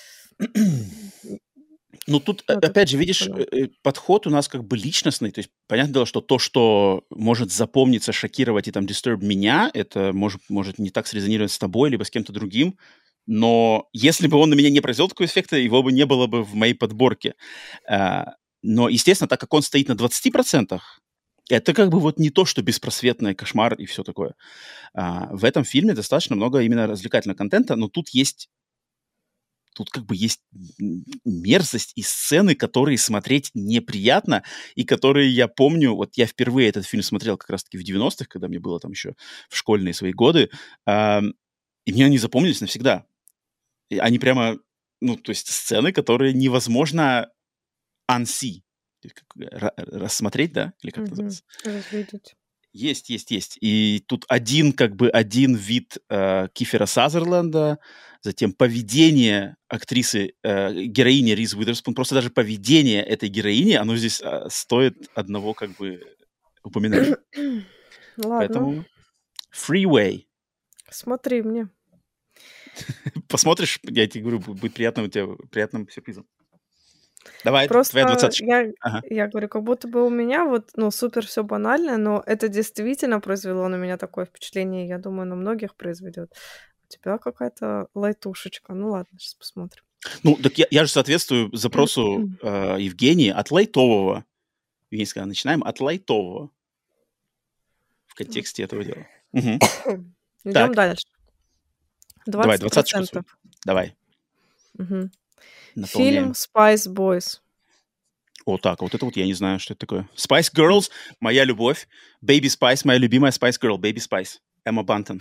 Ну, тут, опять же, видишь, подход у нас как бы личностный. То есть, понятное дело, что то, что может запомниться, шокировать и там disturb меня, это может не так срезонировать с тобой, либо с кем-то другим. Но если бы он на меня не произвел такого эффекта, его бы не было бы в моей подборке. Но, естественно, так как он стоит на 20%, это как бы вот не то, что беспросветный кошмар и все такое. В этом фильме достаточно много именно развлекательного контента, но тут как бы есть мерзость и сцены, которые смотреть неприятно, и которые я помню, вот я впервые этот фильм смотрел как раз-таки в 90-х, когда мне было там еще в школьные свои годы, и мне они запомнились навсегда. И они прямо, ну, то есть сцены, которые невозможно unsee, рассмотреть, да, или как называется? Разглядеть. Есть. И тут один вид Кифера Сазерленда затем поведение актрисы, героини Риз Уизерспун, просто даже поведение этой героини, оно здесь стоит одного как бы упоминания. Ладно, Поэтому Freeway. смотри мне. Посмотришь, я тебе говорю, будет приятным сюрпризом. Давай, твоя Просто двадцаточка. я говорю, как будто бы у меня вот, ну, супер все банально, но это действительно произвело на меня такое впечатление, я думаю, на многих произведет. У тебя какая-то лайтушечка. Ну ладно, сейчас посмотрим. Ну, так я же соответствую запросу Евгении от лайтового. Евгения сказала, начинаем от лайтового в контексте этого дела. Идем дальше. Давай, 20%. двадцаточку. Давай. Фильм Наполняем. Spice Boys. О, так, вот это вот я не знаю, что это такое. Spice Girls, моя любовь. Baby Spice, моя любимая Spice Girl. Baby Spice. Эмма Бантон.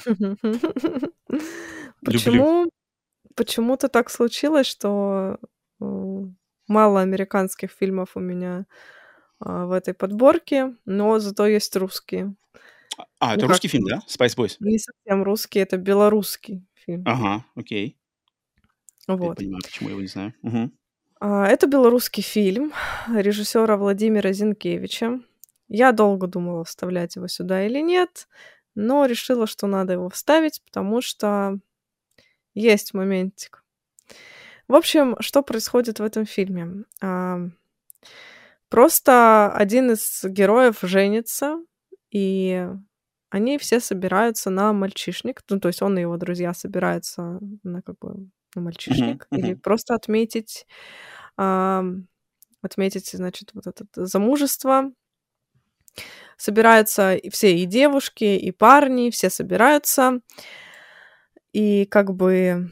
Люблю. Почему-то так случилось, что мало американских фильмов у меня в этой подборке, но зато есть русские. Это Ну, русский как фильм, да? Spice Boys? Не совсем русский, это белорусский фильм. Ага, окей. Я Вот. понимаю, почему я его не знаю. Это белорусский фильм режиссера Владимира Зинкевича. Я долго думала, вставлять его сюда или нет, но решила, что надо его вставить, потому что есть моментик. В общем, что происходит в этом фильме? Просто один из героев женится, и они все собираются на мальчишник. Ну, то есть он и его друзья собираются на мальчишник или просто отметить, значит, вот это замужество. Собираются все, и девушки, и парни, все собираются. И как бы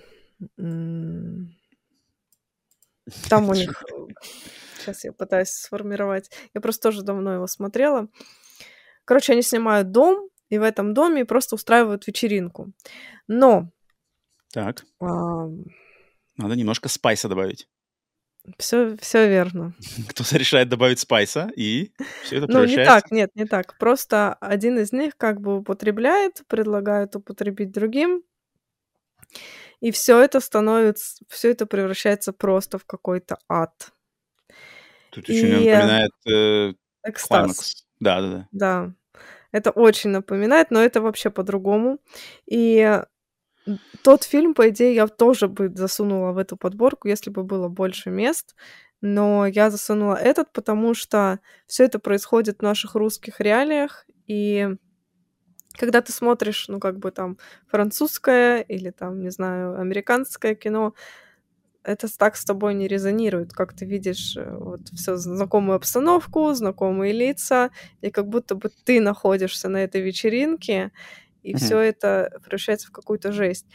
там у них... Сейчас я пытаюсь сформировать. Я просто тоже давно его смотрела. Короче, они снимают дом, и в этом доме просто устраивают вечеринку. Но... Так. Надо немножко спайса добавить. Все верно. Кто-то решает добавить спайса, и все это Ну, превращается... не так. Просто один из них как бы употребляет, предлагает употребить другим, и все это превращается просто в какой-то ад. Тут очень напоминает экстаз. Да. Да, это очень напоминает, но это вообще по-другому. И тот фильм, по идее, я тоже бы засунула в эту подборку, если бы было больше мест. Но я засунула этот, потому что все это происходит в наших русских реалиях. И когда ты смотришь, ну, как бы там французское или там, не знаю, американское кино, это так с тобой не резонирует, как ты видишь вот всю знакомую обстановку, знакомые лица, и как будто бы ты находишься на этой вечеринке, и все это превращается в какую-то жесть.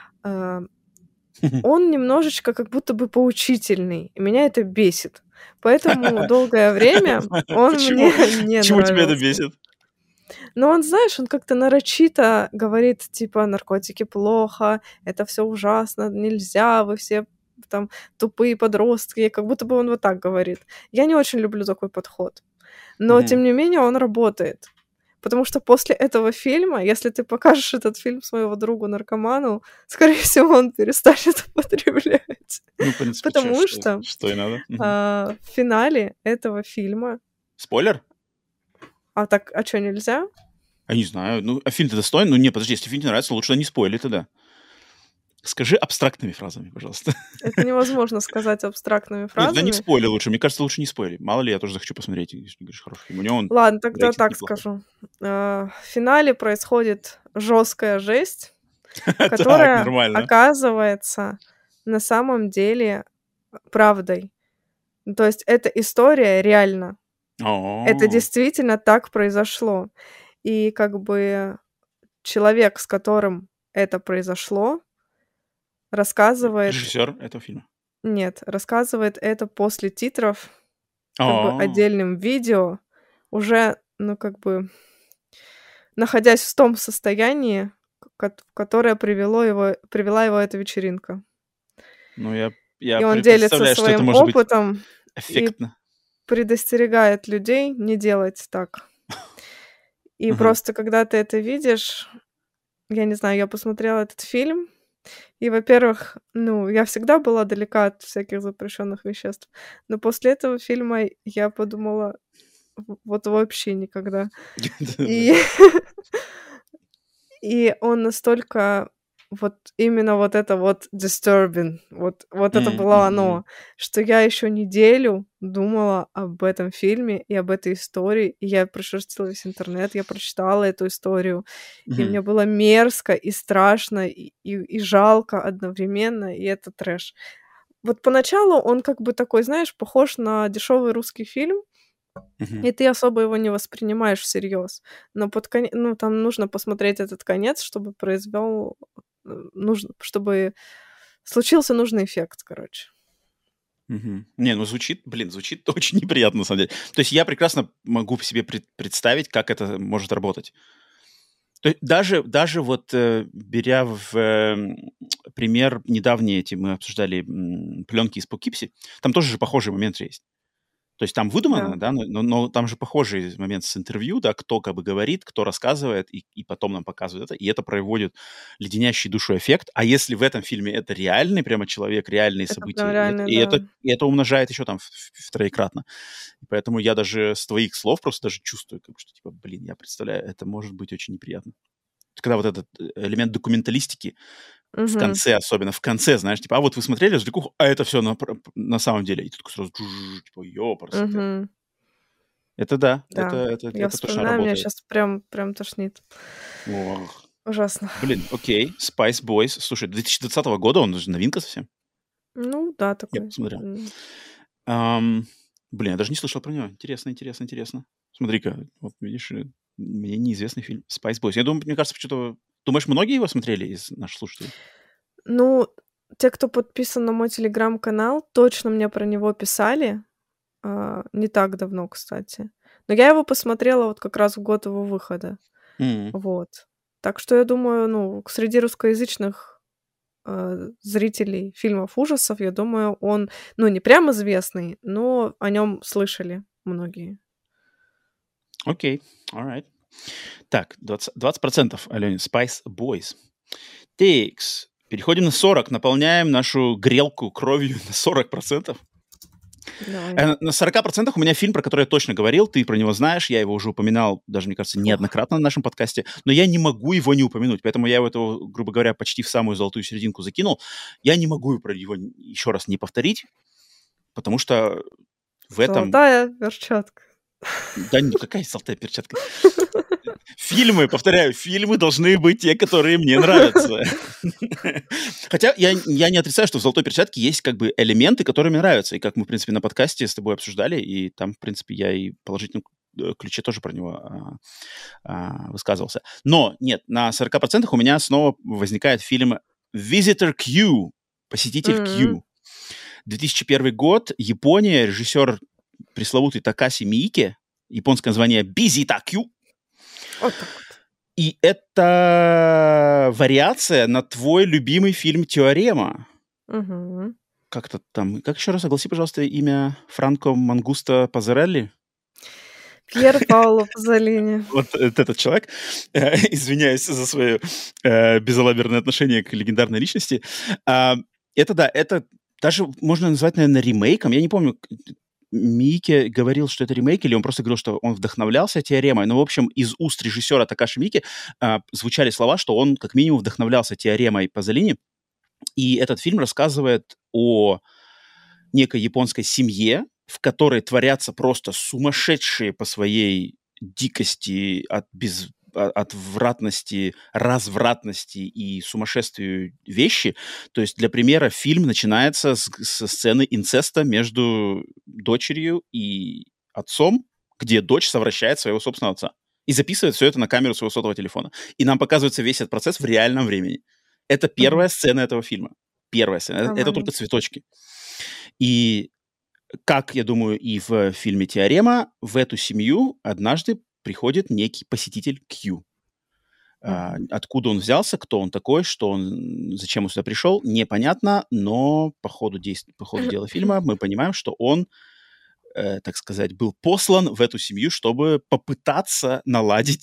Он немножечко как будто бы поучительный, и меня это бесит. Поэтому долгое время он мне не Почему тебя это нравился. бесит? Но он, знаешь, он как-то нарочито говорит, типа, наркотики плохо, это все ужасно, нельзя, вы все там тупые подростки, как будто бы он вот так говорит. Я не очень люблю такой подход. Но, тем не менее, он работает. Потому что после этого фильма, если ты покажешь этот фильм своему другу-наркоману, скорее всего, он перестанет употреблять. Ну, в принципе, Потому что что и надо. в финале этого фильма... Спойлер? А что, нельзя? Я не знаю. Ну, а фильм-то достоин? Ну, не, подожди, если фильм тебе нравится, лучше не спойли тогда. Скажи абстрактными фразами, пожалуйста. Это невозможно сказать абстрактными Нет, фразами. да не спойли лучше. Мне кажется, лучше не спойли. Мало ли, я тоже захочу посмотреть, если говоришь хороший фильм. У него он Ладно, тогда так неплохой. скажу. В финале происходит жесткая жесть, Так, которая нормально. оказывается на самом деле правдой. То есть эта история реальна. Это действительно так произошло. И как бы человек, с которым это произошло, рассказывает... Режиссер этого фильма. Нет, рассказывает это после титров, как бы отдельным видео, уже, ну, как бы, находясь в том состоянии, в которое привела его эта вечеринка. Ну, я И он делится представляю, что это своим может быть опытом и эффектно. предостерегает людей не делать так. И просто, когда ты это видишь, я не знаю, я посмотрела этот фильм, И, во-первых, ну, я всегда была далека от всяких запрещенных веществ, но после этого фильма я подумала, вот вообще никогда. Да-да. И и он настолько вот именно вот это вот disturbing, вот это было оно, что я еще неделю думала об этом фильме и об этой истории. И я прошерстила весь интернет, я прочитала эту историю, и мне было мерзко и страшно, и жалко одновременно, и это трэш. Вот поначалу он как бы такой, знаешь, похож на дешевый русский фильм, и ты особо его не воспринимаешь всерьез. Но ну, там нужно посмотреть этот конец, чтобы произвел, чтобы случился нужный эффект, короче. Не, ну звучит очень неприятно, на самом деле. То есть я прекрасно могу себе представить, как это может работать. То есть даже вот беря пример недавние эти, мы обсуждали пленки из Poughkeepsie, там тоже же похожий момент есть. То есть там Да, выдумано, да, но там же похожий момент с интервью, да, кто как бы говорит, кто рассказывает, и потом нам показывает это, и это производит леденящий душу эффект. А если в этом фильме это реальный прямо человек, реальные это события, прям реально, да. и это умножает еще там в троекратно. И поэтому я даже с твоих слов просто даже чувствую, как бы, что типа, блин, я представляю, это может быть очень неприятно. Когда вот этот элемент документалистики в Мгм, конце, особенно в конце, знаешь, типа, а вот вы смотрели «Развлекуху», а это все на самом деле. И ты такой сразу, типа, ёпарасоте. мгм. Это да, Да, я это точно вспоминаю, меня работает. сейчас прям тошнит. Ох. Ужасно. Блин, окей, Spice Boys. Слушай, 2020 года, он же новинка совсем. Ну да, Я такой. посмотрел. Ам, Блин, я даже не слышал про него. Интересно, интересно, интересно. Смотри-ка, вот видишь, мне неизвестный фильм Spice Boys. Я думаю, мне кажется, что-то... Думаешь, многие его смотрели из наших слушателей? Ну, те, кто подписан на мой телеграм-канал, точно мне про него писали. Не так давно, кстати. Но я его посмотрела вот как раз в год его выхода. М, Вот. Так что я думаю, ну, среди русскоязычных, зрителей фильмов ужасов, я думаю, он, ну, не прям известный, но о нем слышали многие. Окей, alright. Так, 20%, Алене, Spice Boys. Текс. Переходим на 40, наполняем нашу грелку кровью на 40%. Давай. На 40% у меня фильм, про который я точно говорил, ты про него знаешь, я его уже упоминал, даже, мне кажется, Фух. неоднократно на нашем подкасте, но я не могу его не упомянуть, поэтому я его, грубо говоря, почти в самую золотую серединку закинул. Я не могу про него еще раз не повторить, потому что в этом... Золотая перчатка. Да никакая золотая перчатка. Фильмы, повторяю, фильмы должны быть те, которые мне нравятся. Хотя я не отрицаю, что в «Золотой перчатке» есть как бы элементы, которые мне нравятся. И как мы, в принципе, на подкасте с тобой обсуждали, и там, в принципе, я и в положительном ключе тоже про него высказывался. Но нет, на 40% у меня снова возникает фильм «Visitor Q», «Посетитель М. Q». 2001 год, Япония, режиссер пресловутый Такаси Миike, японское название «Bizita Q». Вот так вот. И это вариация на твой любимый фильм «Теорема». Мгм. Как-то там... Как еще раз огласи, пожалуйста, имя Франко Мангуста Пазарелли? Пьер Паоло Пазолини. Вот этот человек, извиняюсь за свое безалаберное отношение к легендарной личности. А, Это да, это даже можно назвать, наверное, ремейком. Я не помню, Миike говорил, что это ремейк, или он просто говорил, что он вдохновлялся «Теоремой». Но, в общем, из уст режиссера Такаши Миike звучали слова, что он как минимум вдохновлялся «Теоремой» Пазолини. И этот фильм рассказывает о некой японской семье, в которой творятся просто сумасшедшие по своей дикости, отвратности, развратности и сумасшествию вещи. То есть, для примера, фильм начинается со сцены инцеста между дочерью и отцом, где дочь совращает своего собственного отца и записывает все это на камеру своего сотового телефона. И нам показывается весь этот процесс в реальном времени. Это Мгм. первая сцена этого фильма. Первая сцена. Это только Нормально. цветочки. И как, я думаю, и в фильме «Теорема», в эту семью однажды приходит некий посетитель Q. Мгм. Откуда он взялся, кто он такой, зачем он сюда пришел, непонятно, но по ходу дела фильма мы понимаем, что он, так сказать, был послан в эту семью, чтобы попытаться наладить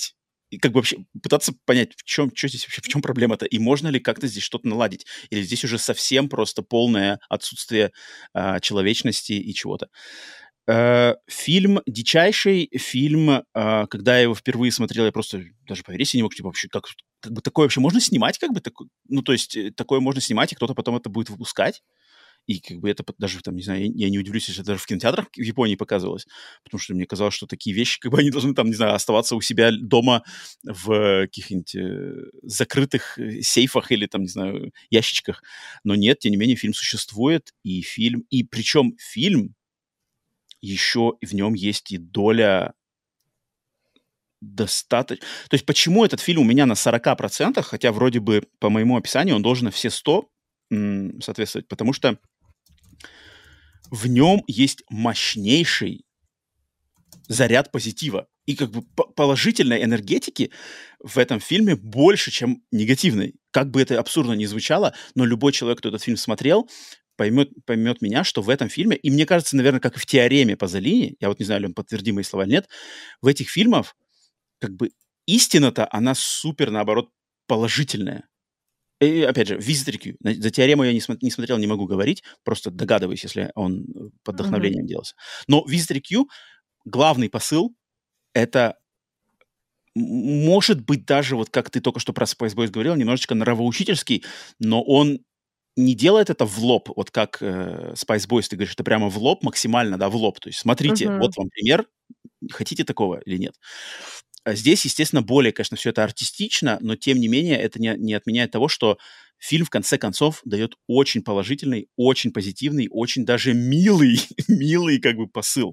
и как бы вообще пытаться понять, что здесь вообще, в чем проблема-то, и можно ли как-то здесь что-то наладить, или здесь уже совсем просто полное отсутствие человечности и чего-то. Фильм дичайший, фильм, когда я его впервые смотрел, я просто даже поверить себе не мог, типа, вообще, как бы такое вообще можно снимать, как бы, ну, то есть такое можно снимать, и кто-то потом это будет выпускать, и как бы это даже, там, не знаю, я не удивлюсь, если это даже в кинотеатрах в Японии показывалось, потому что мне казалось, что такие вещи, как бы, они должны, там, не знаю, оставаться у себя дома в каких-нибудь закрытых сейфах или, там, не знаю, ящичках, но нет, тем не менее, фильм существует, и причем фильм еще в нем есть и доля достаточно... То есть почему этот фильм у меня на 40%, хотя вроде бы по моему описанию он должен на все 100 соответствовать, потому что в нем есть мощнейший заряд позитива. И как бы положительной энергетики в этом фильме больше, чем негативной. Как бы это абсурдно ни звучало, но любой человек, кто этот фильм смотрел, поймет меня, что в этом фильме, и мне кажется, наверное, как и в «Теореме» Пазолини, я вот не знаю, ли он подтвердит мои слова или нет, в этих фильмах как бы истина-то, она супер, наоборот, положительная. И, опять же, Visitor Q. За «Теорему» я не смотрел, не могу говорить, просто догадываюсь, если он под Мгм. вдохновением делался. Но Visitor Q, главный посыл, это может быть даже, вот как ты только что про Spice Boys говорил, немножечко нравоучительский, но он не делает это в лоб, вот как Spice Boys, ты говоришь, это прямо в лоб, максимально, да, в лоб. То есть смотрите, Мгм. вот вам пример, хотите такого или нет. А здесь, естественно, более, конечно, все это артистично, но тем не менее это не отменяет того, что фильм в конце концов дает очень положительный, очень позитивный, очень даже милый, милый как бы посыл,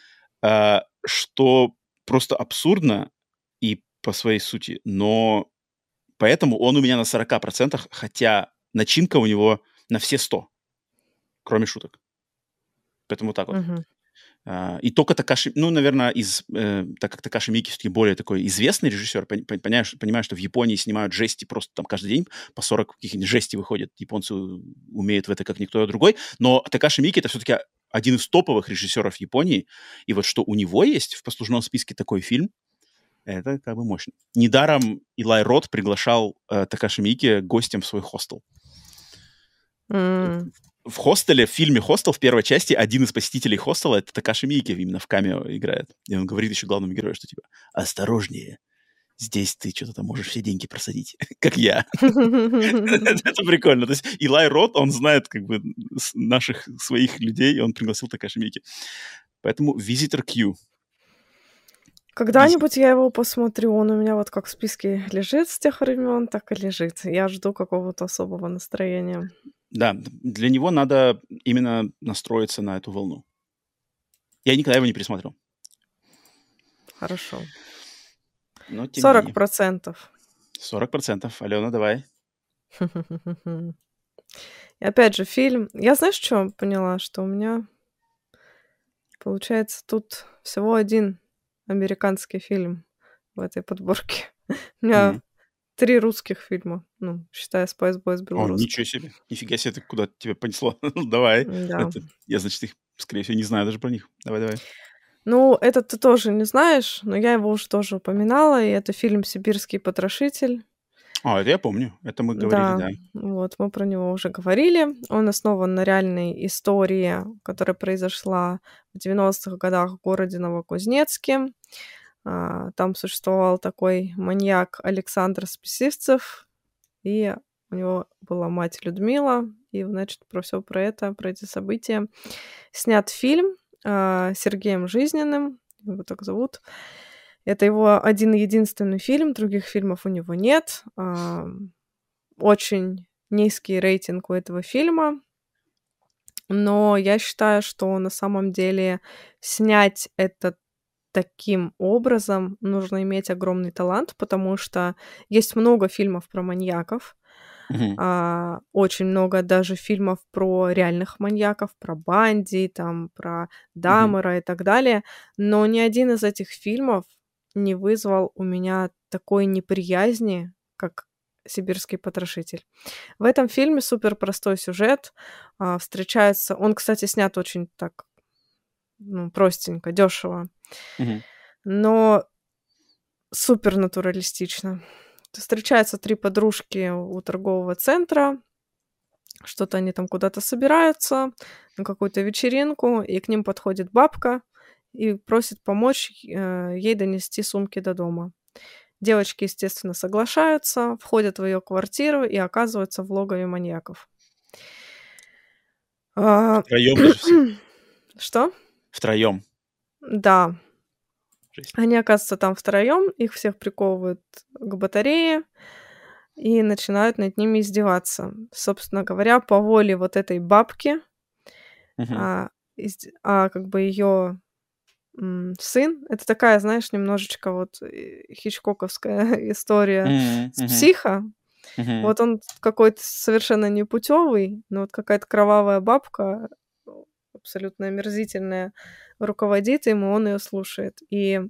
что просто абсурдно и по своей сути, но поэтому он у меня на 40%, хотя начинка у него на все 100, кроме шуток. Поэтому так вот. Мгм. И только Такаши, ну, наверное, так как Такаши Мики все-таки более такой известный режиссер, понимаю, что в Японии снимают жести просто там каждый день, по 40 каких-нибудь жести выходят, японцы умеют в это как никто другой, но Такаши Мики это все-таки один из топовых режиссеров Японии, и вот что у него есть в послужном списке такой фильм, это как бы мощно. Недаром Илай Рот приглашал Такаши Мики гостем в свой хостел. М. В хостеле, в фильме «Хостел» в первой части один из посетителей хостела — это Такаши Миики, именно в камео играет. И он говорит еще главному герою, что типа «Осторожнее, здесь ты что-то там можешь все деньги просадить, как я». Это прикольно. То есть Илай Рот, он знает как бы наших своих людей, и он пригласил Такаши Миики. Поэтому Visitor Q. Когда-нибудь я его посмотрю. Он у меня вот как в списке лежит с тех времен, так и лежит. Я жду какого-то особого настроения. Да, для него надо именно настроиться на эту волну. Я никогда его не пересмотрел, Хорошо. но тем не менее. 40%. 40%. Алена, давай. И опять же, фильм. Я знаешь, что поняла? Что у меня, получается, тут всего один американский фильм в этой подборке. У меня 3 русских фильма, ну, считая Spice Boys О, белорусский. ничего себе. Нифига себе, ты куда тебя понесло. Ну, давай. Да. Я, значит, их, скорее всего, не знаю даже про них. Давай, давай. Ну, этот ты тоже не знаешь, но я его уже тоже упоминала, и это фильм «Сибирский потрошитель». Это я помню. Это мы говорили, Да, да. вот мы про него уже говорили. Он основан на реальной истории, которая произошла в 90-х годах в городе Новокузнецке. Там существовал такой маньяк Александр Списивцев, и у него была мать Людмила. И, значит, про все про это, про эти события снят фильм Сергеем Жизненным, его так зовут. Это его один-единственный фильм, других фильмов у него нет. Очень низкий рейтинг у этого фильма, но я считаю, что на самом деле снять это таким образом нужно иметь огромный талант, потому что есть много фильмов про маньяков, Мгм. очень много даже фильмов про реальных маньяков, про Банди, там, про Мгм. Дамера и так далее, но ни один из этих фильмов не вызвал у меня такой неприязни, как «Сибирский потрошитель». В этом фильме супер простой сюжет. Встречается он, кстати, снят очень так, ну, простенько, дешево. Мгм. Но супер натуралистично. Встречаются 3 подружки у торгового центра, что-то они там куда-то собираются, на какую-то вечеринку, и к ним подходит бабка и просит помочь ей донести сумки до дома. Девочки, естественно, соглашаются, входят в ее квартиру и оказываются в логове маньяков. Втроем даже все. Что? Втроем. Да. Жесть. Они оказываются там втроем, их всех приковывают к батарее и начинают над ними издеваться. Собственно говоря, по воле вот этой бабки, как бы ее сын, это такая, знаешь, немножечко вот хичкоковская история с психо. Вот он какой-то совершенно непутевый, но вот какая-то кровавая бабка, абсолютно омерзительная, руководит им, и он ее слушает. И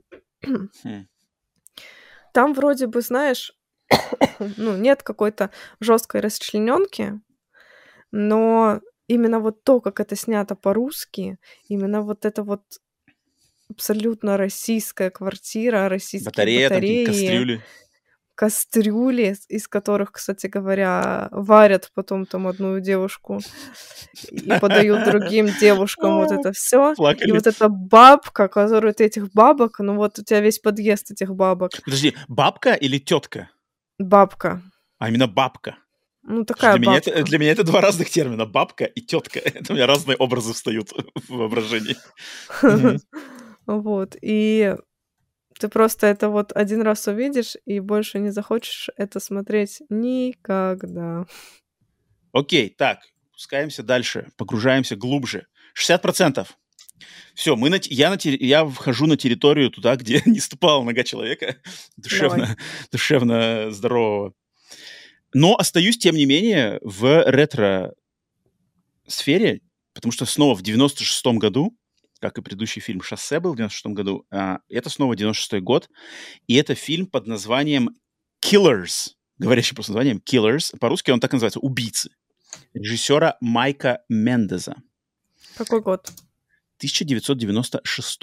там вроде бы, знаешь, ну, нет какой-то жесткой расчлененки, но именно вот то, как это снято по-русски, именно вот это вот абсолютно российская квартира, российские батареи, кастрюли, из которых, кстати говоря, варят потом там одну девушку и подают другим девушкам вот это все. И вот эта бабка, которую ты этих бабок, ну вот у тебя весь подъезд этих бабок. Подожди, бабка или тетка? Бабка. А именно бабка. Ну, такая бабка. Для меня это два разных термина. Бабка и тетка. Это у меня разные образы встают в воображении. Вот. И ты просто это вот один раз увидишь и больше не захочешь это смотреть никогда. Окей, так, спускаемся дальше, погружаемся глубже. 60%. Все, я вхожу на территорию туда, где не ступала нога человека, душевно здорового. Но остаюсь, тем не менее, в ретро-сфере, потому что снова в 96-м году, как и предыдущий фильм «Шоссе» был в 96-м году, это снова 96-й год, и это фильм под названием «Killers», говорящий просто названием «Killers». По-русски он так называется «Убийцы», режиссера Майка Мендеза. Какой год? 1996.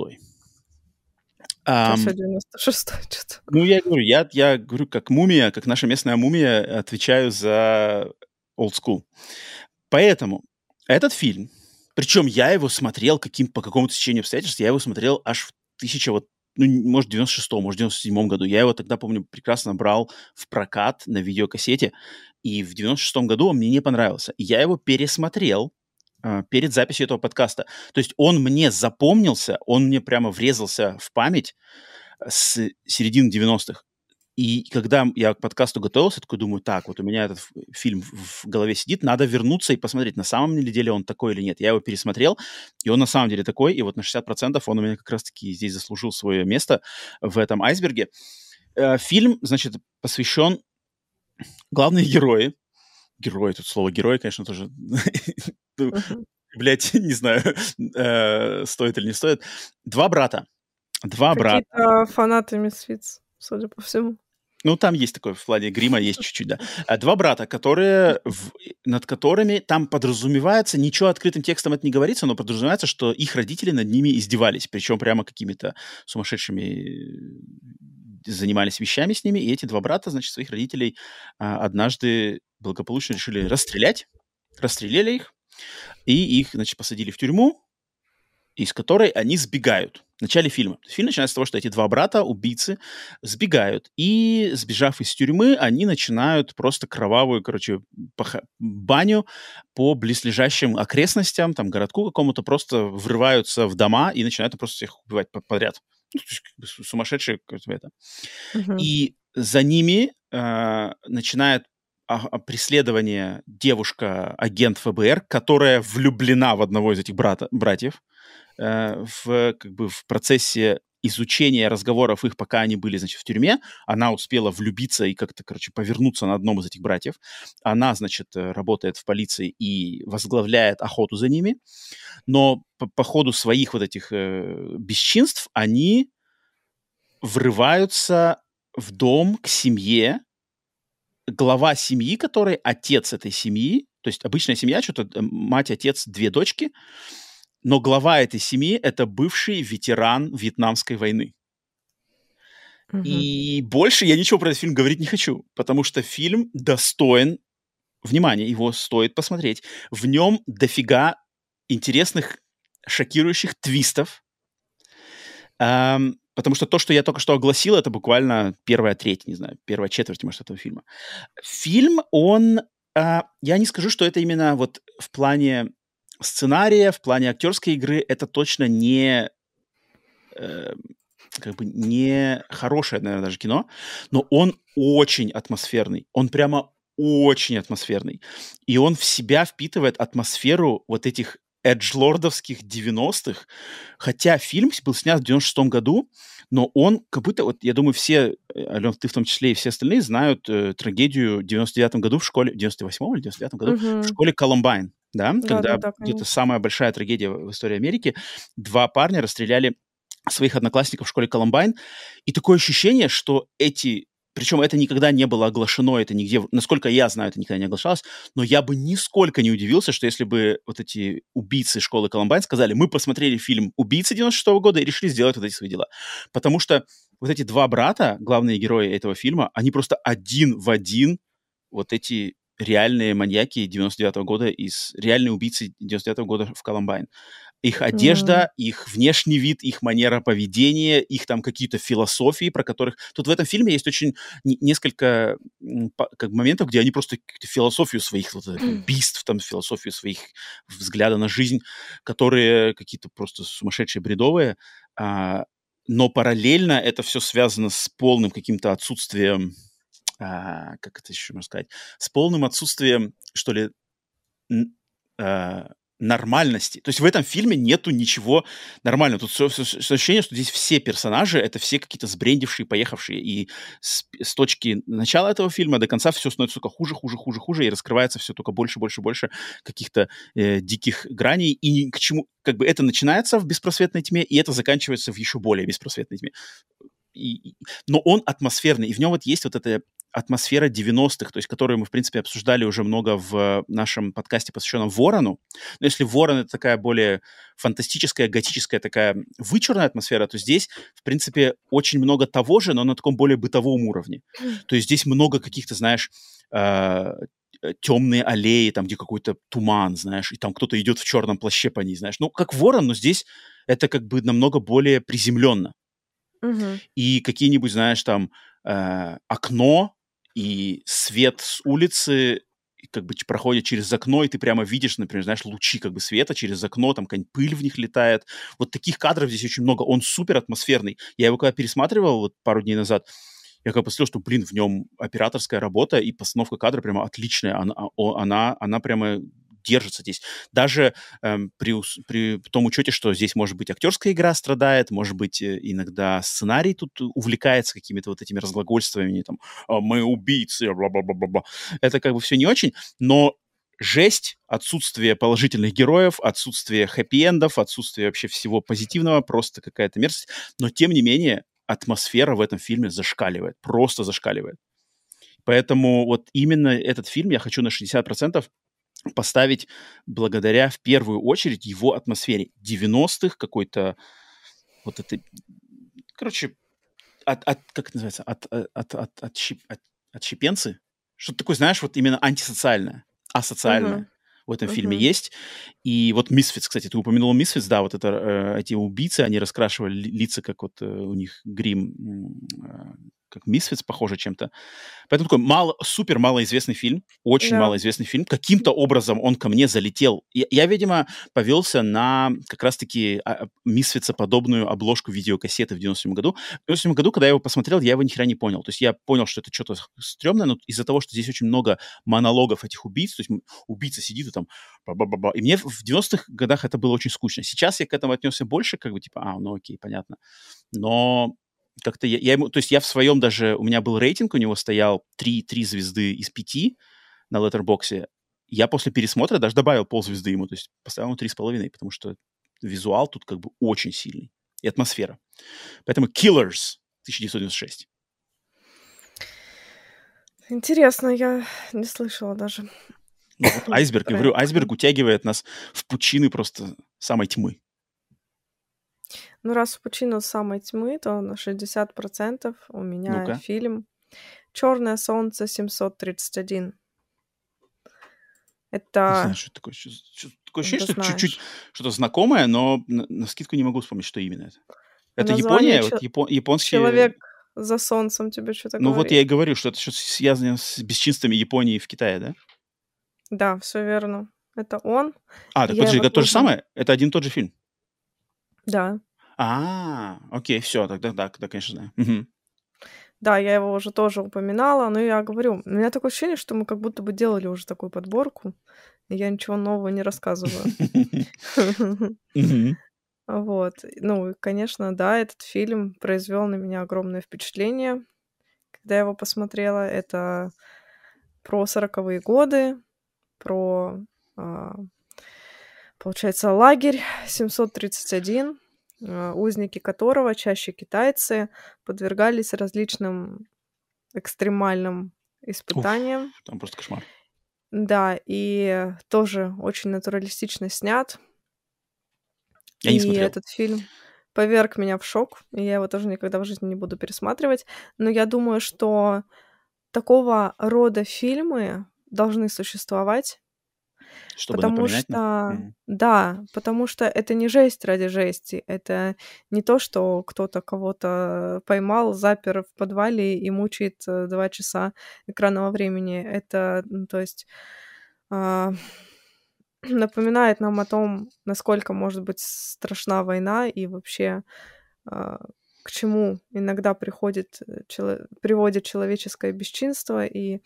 96-й что-то. Ну, я говорю, как мумия, как наша местная мумия, отвечаю за old school. Поэтому этот фильм, причем я его смотрел по какому-то течению обстоятельств, я его смотрел аж в 96-м, может, 97-м году. Я его тогда, помню, прекрасно брал в прокат на видеокассете, и в 96-м году он мне не понравился. И я его пересмотрел перед записью этого подкаста. То есть он мне запомнился, он мне прямо врезался в память с середины 90-х. И когда я к подкасту готовился, такой думаю, так, вот у меня этот фильм в голове сидит, надо вернуться и посмотреть, на самом ли деле он такой или нет. Я его пересмотрел, и он на самом деле такой, и вот на 60% он у меня как раз-таки здесь заслужил свое место в этом айсберге. Фильм, значит, посвящен главные герои. Герои, тут слово герой, конечно, тоже... Блять, не знаю, стоит или не стоит. Два брата. Какие-то фанаты Misfits, судя по всему. Ну, там есть такое, в плане грима есть чуть-чуть, да. Два брата, которые, над которыми там подразумевается, ничего открытым текстом это не говорится, но подразумевается, что их родители над ними издевались, причем прямо какими-то сумасшедшими занимались вещами с ними, и эти два брата, значит, своих родителей однажды благополучно решили расстрелять, расстреляли их, и их, значит, посадили в тюрьму, из которой они сбегают в начале фильма. Фильм начинается с того, что эти два брата, убийцы, сбегают. И, сбежав из тюрьмы, они начинают просто кровавую, баню по близлежащим окрестностям, там, городку какому-то, просто врываются в дома и начинают просто всех убивать подряд. Ну, то есть, как бы сумасшедшие какое-то это. И за ними начинает преследование девушка-агент ФБР, которая влюблена в одного из этих братьев, в процессе изучения разговоров их, пока они были, значит, в тюрьме, она успела влюбиться и как-то, повернуться на одном из этих братьев. Она, значит, работает в полиции и возглавляет охоту за ними, но по ходу своих вот этих бесчинств они врываются в дом к семье, глава семьи, который отец этой семьи, то есть обычная семья, что-то мать, отец, две дочки, но глава этой семьи — это бывший ветеран Вьетнамской войны. И больше я ничего про этот фильм говорить не хочу, потому что фильм достоин внимания, его стоит посмотреть. В нем дофига интересных, шокирующих твистов, потому что то, что я только что огласил, это буквально первая треть, не знаю, первая четверть, может, этого фильма. Фильм, он... я не скажу, что это именно вот в плане сценария, в плане актерской игры, это точно не... как бы не хорошее, наверное, даже кино, но он очень атмосферный. Он прямо очень атмосферный. И он в себя впитывает атмосферу вот этих эджлордовских 90-х, хотя фильм был снят в 96-м году, но он как будто, вот я думаю, все, Ален, ты в том числе и все остальные знают трагедию в 99-м году в школе, в 98-м или 99-м году в школе Колумбайн, да, когда Да-да-да, это конечно. самая большая трагедия в истории Америки. Два парня расстреляли своих одноклассников в школе Колумбайн, и такое ощущение, что эти... Причем это никогда не было оглашено, это нигде... Насколько я знаю, это никогда не оглашалось, но я бы нисколько не удивился, что если бы вот эти убийцы школы Колумбайн сказали, мы посмотрели фильм «Убийцы» 96-го года и решили сделать вот эти свои дела. Потому что вот эти два брата, главные герои этого фильма, они просто один в один вот эти реальные маньяки 99-го года, реальные убийцы 99-го года в Колумбайн. Их одежда, их внешний вид, их манера поведения, их там какие-то философии, про которых... Тут в этом фильме есть очень несколько как моментов, где они просто какую-то философию своих вот, убийств, там, философию своих взгляда на жизнь, которые какие-то просто сумасшедшие, бредовые, но параллельно это все связано с полным каким-то отсутствием, как это еще можно сказать, с полным отсутствием, что ли, нормальности. То есть в этом фильме нету ничего нормального. Тут ощущение, что здесь все персонажи — это все какие-то сбрендившие, поехавшие. И с точки начала этого фильма до конца все становится только хуже, хуже, хуже, хуже, и раскрывается все только больше, больше, больше каких-то диких граней. И ни к чему... Как бы это начинается в беспросветной тьме, и это заканчивается в еще более беспросветной тьме. Но он атмосферный, и в нем вот есть вот эта атмосфера 90-х, то есть которую мы, в принципе, обсуждали уже много в нашем подкасте, посвященном Ворону. Но если Ворон — это такая более фантастическая, готическая, такая вычурная атмосфера, то здесь, в принципе, очень много того же, но на таком более бытовом уровне. То есть здесь много каких-то, знаешь, темные аллеи, там, где какой-то туман, знаешь, и там кто-то идет в черном плаще по ней, знаешь. Ну, как Ворон, но здесь это как бы намного более приземленно. И какие-нибудь, знаешь, там окно и свет с улицы как бы проходит через окно, и ты прямо видишь, например, знаешь, лучи как бы света через окно, там какая-нибудь пыль в них летает. Вот таких кадров здесь очень много. Он супер атмосферный. Я его когда пересматривал вот пару дней назад, я как посмотрел, что, блин, в нем операторская работа и постановка кадра прямо отличная. Она прямо держится здесь. Даже при том учете, что здесь, может быть, актерская игра страдает, может быть, иногда сценарий тут увлекается какими-то вот этими разглагольствованиями, там, мы убийцы, бла-бла-бла-бла. Это как бы все не очень, но жесть, отсутствие положительных героев, отсутствие хэппи-эндов, отсутствие вообще всего позитивного, просто какая-то мерзость. Но, тем не менее, атмосфера в этом фильме зашкаливает, просто зашкаливает. Поэтому вот именно этот фильм я хочу на 60% поставить благодаря, в первую очередь, его атмосфере 90-х, какой-то вот этой, короче, как это называется, отщепенцы. Что-то такое, знаешь, вот именно антисоциальное, асоциальное в этом фильме есть. И вот Misfits, кстати, ты упомянула Misfits, да, вот это эти убийцы, они раскрашивали лица, как вот у них грим, как Misfits, похоже чем-то. Поэтому такой супер малоизвестный фильм, очень малоизвестный фильм. Каким-то образом он ко мне залетел. Я видимо, повелся на как раз-таки Misfits-подобную обложку видеокассеты в 97 году. В 97 году, когда я его посмотрел, я его ни хера не понял. То есть я понял, что это что-то стрёмное, но из-за того, что здесь очень много монологов этих убийц, то есть убийца сидит и там ба-ба-ба-ба. И мне в 90-х годах это было очень скучно. Сейчас я к этому отнесся больше, как бы типа, ну окей, понятно. Но как-то я ему, то есть я в своем даже, у меня был рейтинг, у него стоял 3 звезды из 5 на Letterboxd. Я после пересмотра даже добавил ползвезды ему, то есть поставил ему 3,5, потому что визуал тут как бы очень сильный. И атмосфера. Поэтому Killers 1996. Интересно, я не слышала даже. Ну, вот айсберг, я говорю, айсберг утягивает нас в пучины просто самой тьмы. Ну, раз Пучино с самой тьмы, то на 60% у меня Ну-ка. фильм «Черное солнце 731». Не знаю, Это, что это такое. Такое ощущение, да что чуть-чуть знаешь, что-то знакомое, но на скидку не могу вспомнить, что именно это. Это название Япония? Вот японские... «Человек за солнцем» тебе что-то Ну вот я говорит? и говорю, что это что-то связано с бесчинствами Японии в Китае, да? Да, все верно. Это он. А, И так я его подожди, это то же тоже. самое? Это один и тот же фильм? Да. Окей, все, тогда, конечно, знаю. Мгм. Да, я его уже тоже упоминала, но я говорю, у меня такое ощущение, что мы как будто бы делали уже такую подборку, и я ничего нового не рассказываю. Мгм. Вот. Ну, и, конечно, да, этот фильм произвел на меня огромное впечатление, когда я его посмотрела. Это про 40-е годы, про, а, получается, лагерь 731, узники которого, чаще китайцы, подвергались различным экстремальным испытаниям. Там просто кошмар. Да, и тоже очень натуралистично снят. Я не И смотрел. этот фильм поверг меня в шок, и я его тоже никогда в жизни не буду пересматривать. Но я думаю, что такого рода фильмы должны существовать, Чтобы потому напоминать нам? что Мгм. да, потому что это не жесть ради жести. Это не то, что кто-то кого-то поймал, запер в подвале и мучает 2 часа экранного времени. Это, то есть, а, напоминает нам о том, насколько может быть страшна война и вообще, а, к чему иногда приводит человеческое бесчинство, и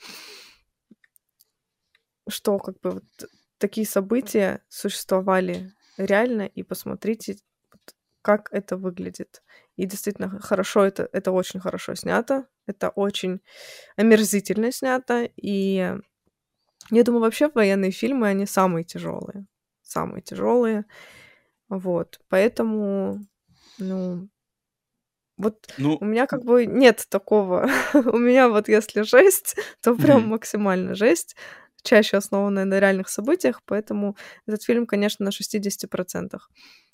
что как бы вот такие события существовали реально, и посмотрите, вот как это выглядит. И действительно хорошо, это очень хорошо снято, это очень омерзительно снято, и я думаю, вообще военные фильмы, они самые тяжелые. Самые тяжелые. Вот. Поэтому, ну, вот у Ну, меня как бы нет такого. У меня вот если жесть, то прям мгм. максимально жесть, чаще основанная на реальных событиях, поэтому этот фильм, конечно, на 60%.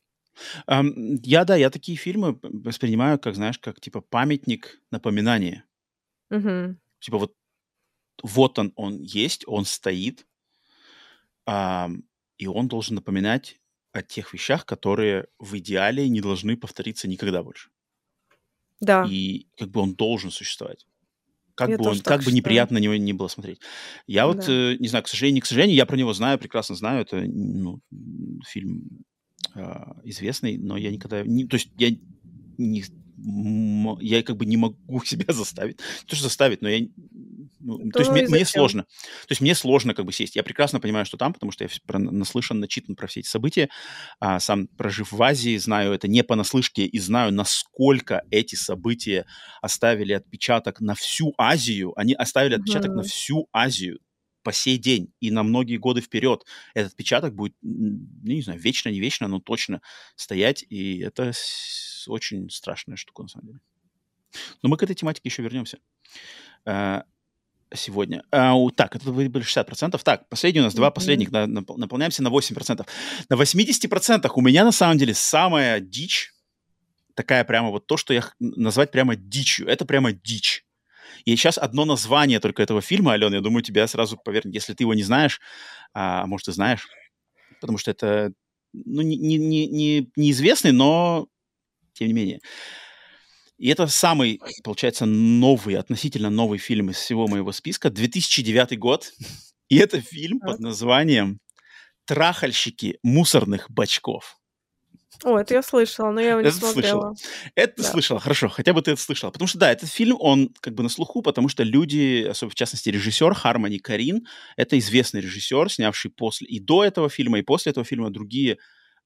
Я такие фильмы воспринимаю, как, знаешь, как типа памятник, напоминание. Мгм. Типа вот он есть, он стоит, ам, и он должен напоминать о тех вещах, которые в идеале не должны повториться никогда больше. Да, И как бы он должен существовать. я тоже так Как бы считаю. неприятно на него не было смотреть. Я вот, Да. не знаю, к сожалению, я про него знаю, прекрасно знаю. Это, ну, фильм, известный, но я никогда не то есть не я как бы не могу себя заставить. Не то, что заставить, но то Да есть ну и мне зачем? сложно. То есть мне сложно как бы сесть. Я прекрасно понимаю, что там, потому что я наслышан, начитан про все эти события. Сам прожив в Азии, знаю это не понаслышке и знаю, насколько эти события оставили отпечаток на всю Азию. Они оставили отпечаток на Мгм. всю Азию по сей день и на многие годы вперед. Этот отпечаток будет, ну, не знаю, вечно, не вечно, но точно стоять, и это очень страшная штука, на самом деле. Но мы к этой тематике еще вернемся сегодня. Так, это были 60%. Так, последний у нас два Мгм. последних, наполняемся на 8%. На 80% у меня, на самом деле, самая дичь, такая прямо вот то, что назвать прямо дичью. Это прямо дичь. И сейчас одно название только этого фильма, Ален, я думаю, тебя сразу повернет. Если ты его не знаешь, может, ты знаешь, потому что это, ну, неизвестный, но тем не менее. И это самый, получается, новый, относительно новый фильм из всего моего списка, 2009 год. И это фильм под Так. названием «Трахальщики мусорных бачков». О, это я слышала, но я его не Это ты слышала? смотрела. Это ты Да. слышала, хорошо, хотя бы ты это слышала. Потому что, да, этот фильм, он как бы на слуху, потому что люди, особенно в частности режиссер Хармони Корин, это известный режиссер, снявший после и до этого фильма, и после этого фильма другие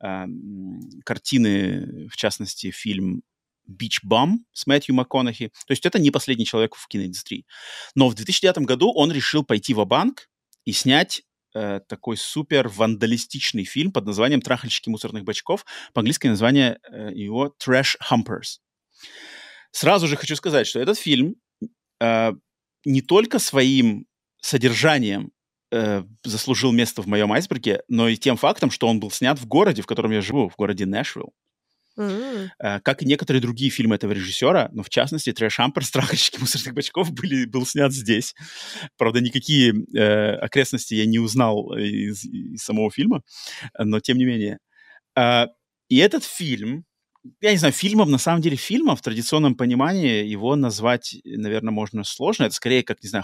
картины, в частности, фильм «Бич Бам» с Мэтью МакКонахи. То есть это не последний человек в киноиндустрии. Но в 2009 году он решил пойти ва-банк и снять такой супер вандалистичный фильм под названием «Трахальщики мусорных бачков». По-английски название его «Trash Humpers». Сразу же хочу сказать, что этот фильм э, не только своим содержанием заслужил место в моем айсберге, но и тем фактом, что он был снят в городе, в котором я живу, в городе Нэшвилл. Как и некоторые другие фильмы этого режиссера, но в частности «Трэш Ампер. Страховщики мусорных бачков» был снят здесь. Правда, никакие окрестности я не узнал из самого фильма, но тем не менее. И этот фильм, я не знаю, фильмом, на самом деле фильмом в традиционном понимании его назвать, наверное, можно сложно. Это скорее как, не знаю,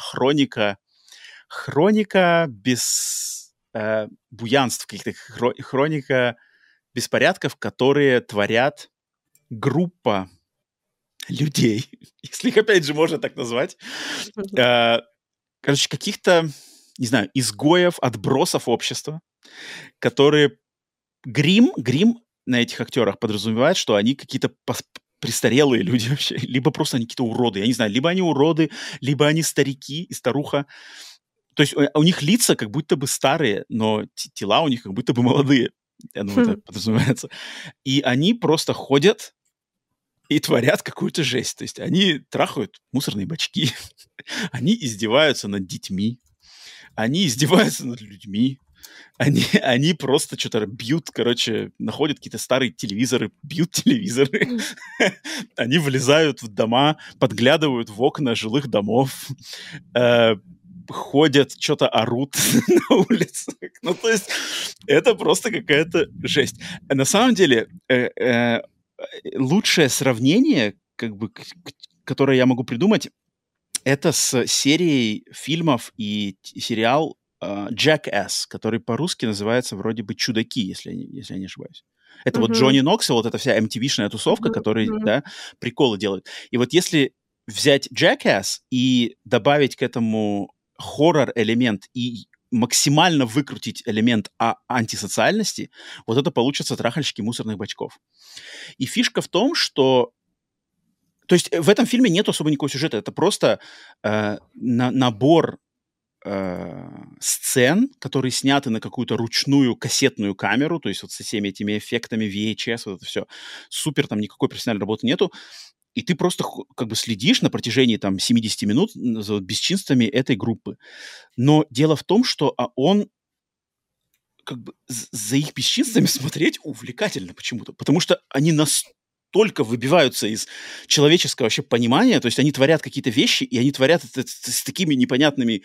хроника без буянств каких-то, хроника беспорядков, которые творят группа людей, если их, опять же, можно так назвать, короче, каких-то, не знаю, изгоев, отбросов общества, которые... Грим на этих актерах подразумевает, что они какие-то престарелые люди вообще, либо просто они какие-то уроды, я не знаю, либо они уроды, либо они старики и старуха. То есть у них лица как будто бы старые, но тела у них как будто бы молодые. Ну, это подразумевается. И они просто ходят и творят какую-то жесть. То есть они трахают мусорные бачки, они издеваются над детьми, они издеваются над людьми, они просто что-то бьют, короче, находят какие-то старые телевизоры, бьют телевизоры, они влезают в дома, подглядывают в окна жилых домов, ходят, что-то орут на улицах. Ну, то есть это просто какая-то жесть. На самом деле, лучшее сравнение, как бы, которое я могу придумать, это с серией фильмов и сериал Jackass, который по-русски называется вроде бы «Чудаки», если я не ошибаюсь. Это вот Джонни Ноксвилл, вот эта вся MTV-шная тусовка, которые, да, приколы делают. И вот если взять Jackass и добавить к этому хоррор-элемент и максимально выкрутить элемент антисоциальности, вот это получится трахальщики мусорных бачков. И фишка в том, что... То есть в этом фильме нет особо никакого сюжета. Это просто набор сцен, которые сняты на какую-то ручную кассетную камеру, то есть вот со всеми этими эффектами VHS, вот это все. Супер, там никакой профессиональной работы нету. И ты просто как бы следишь на протяжении там 70 минут за бесчинствами этой группы. Но дело в том, что он как бы за их бесчинствами смотреть увлекательно почему-то, потому что они настолько выбиваются из человеческого вообще понимания, то есть они творят какие-то вещи, и они творят это с такими непонятными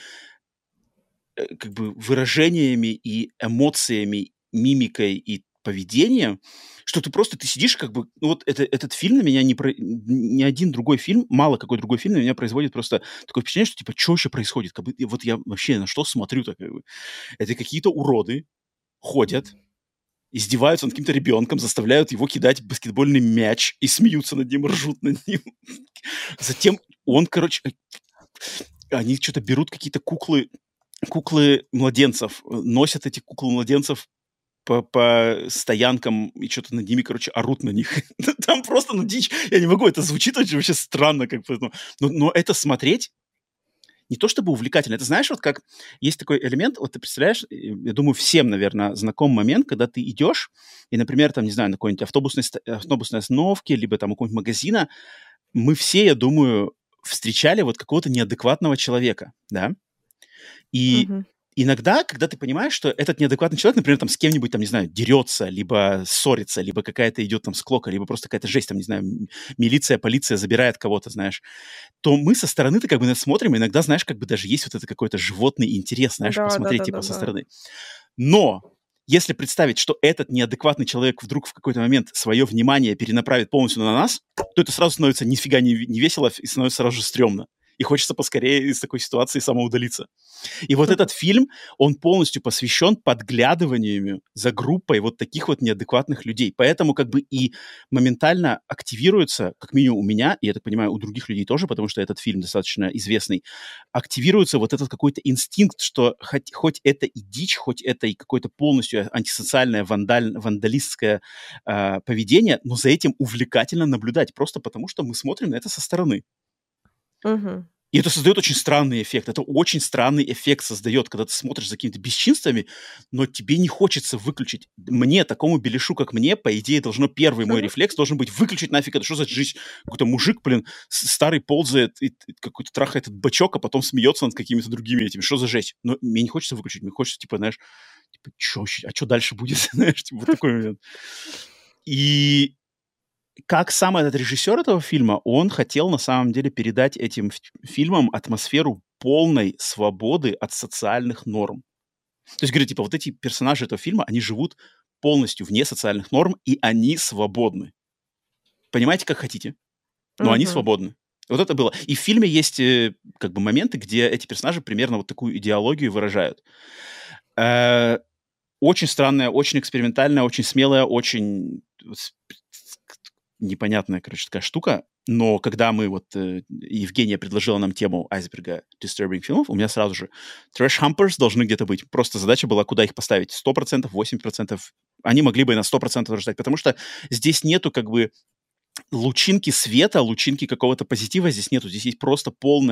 как бы выражениями и эмоциями, мимикой и поведением, что ты сидишь как бы... Ну вот этот фильм на меня ни один другой фильм, мало какой другой фильм на меня производит просто такое впечатление, что типа, что вообще происходит? Как бы, вот я вообще на что смотрю-то? Как бы. Это какие-то уроды ходят, издеваются над каким-то ребенком, заставляют его кидать баскетбольный мяч и смеются над ним, ржут над ним. Затем он, короче... Они что-то берут какие-то куклы младенцев, носят эти куклы младенцев по стоянкам и что-то над ними, короче, орут на них. Там просто, дичь. Я не могу, это звучит очень вообще странно, как бы, но это смотреть не то чтобы увлекательно. Это знаешь, вот как есть такой элемент, вот ты представляешь, я думаю, всем, наверное, знаком момент, когда ты идешь, и, например, там, не знаю, на какой-нибудь автобусной остановке, либо там у какого-нибудь магазина, мы все, я думаю, встречали вот какого-то неадекватного человека, да? И иногда, когда ты понимаешь, что этот неадекватный человек, например, там с кем-нибудь, там, не знаю, дерется, либо ссорится, либо какая-то идет там склока, либо просто какая-то жесть, там, не знаю, милиция, полиция забирает кого-то, знаешь, то мы со стороны-то как бы на это смотрим, и иногда, знаешь, как бы даже есть вот это какой-то животный интерес, знаешь, посмотреть типа со стороны. Но если представить, что этот неадекватный человек вдруг в какой-то момент свое внимание перенаправит полностью на нас, то это сразу становится нифига не весело и становится сразу же стрёмно. И хочется поскорее из такой ситуации самоудалиться. И вот этот фильм, он полностью посвящен подглядыванию за группой вот таких вот неадекватных людей. Поэтому как бы и моментально активируется, как минимум у меня, и я так понимаю, у других людей тоже, потому что этот фильм достаточно известный, активируется вот этот какой-то инстинкт, что хоть это и дичь, хоть это и какое-то полностью антисоциальное, вандалистское поведение, но за этим увлекательно наблюдать, просто потому что мы смотрим на это со стороны. И это создает очень странный эффект. Это очень странный эффект создает, когда ты смотришь за какими-то бесчинствами, но тебе не хочется выключить. Мне, такому беляшу, как мне, по идее, должно первый мой рефлекс должен быть выключить нафиг это. Что за жизнь? Какой-то мужик, блин, старый ползает, и какой-то трахает этот бачок, а потом смеется над какими-то другими этими. Что за жесть? Но мне не хочется выключить. Мне хочется, типа, знаешь, типа, что дальше будет? Знаешь, типа, вот такой момент. И как сам этот режиссер этого фильма, он хотел на самом деле передать этим фильмам атмосферу полной свободы от социальных норм. То есть, говорю, типа, вот эти персонажи этого фильма, они живут полностью вне социальных норм, и они свободны. Понимаете, как хотите, но они Мгм. свободны. Вот это было. И в фильме есть как бы моменты, где эти персонажи примерно вот такую идеологию выражают. Э, Очень странная, очень экспериментальная, очень смелая, очень непонятная, короче, такая штука. Но когда мы вот... Евгения предложила нам тему айсберга disturbing фильмов, у меня сразу же трэш-хамперс должны где-то быть. Просто задача была, куда их поставить. 100%, 80%. Они могли бы и на 100% рождать, потому что здесь нету как бы лучинки света, лучинки какого-то позитива здесь нету. Здесь есть просто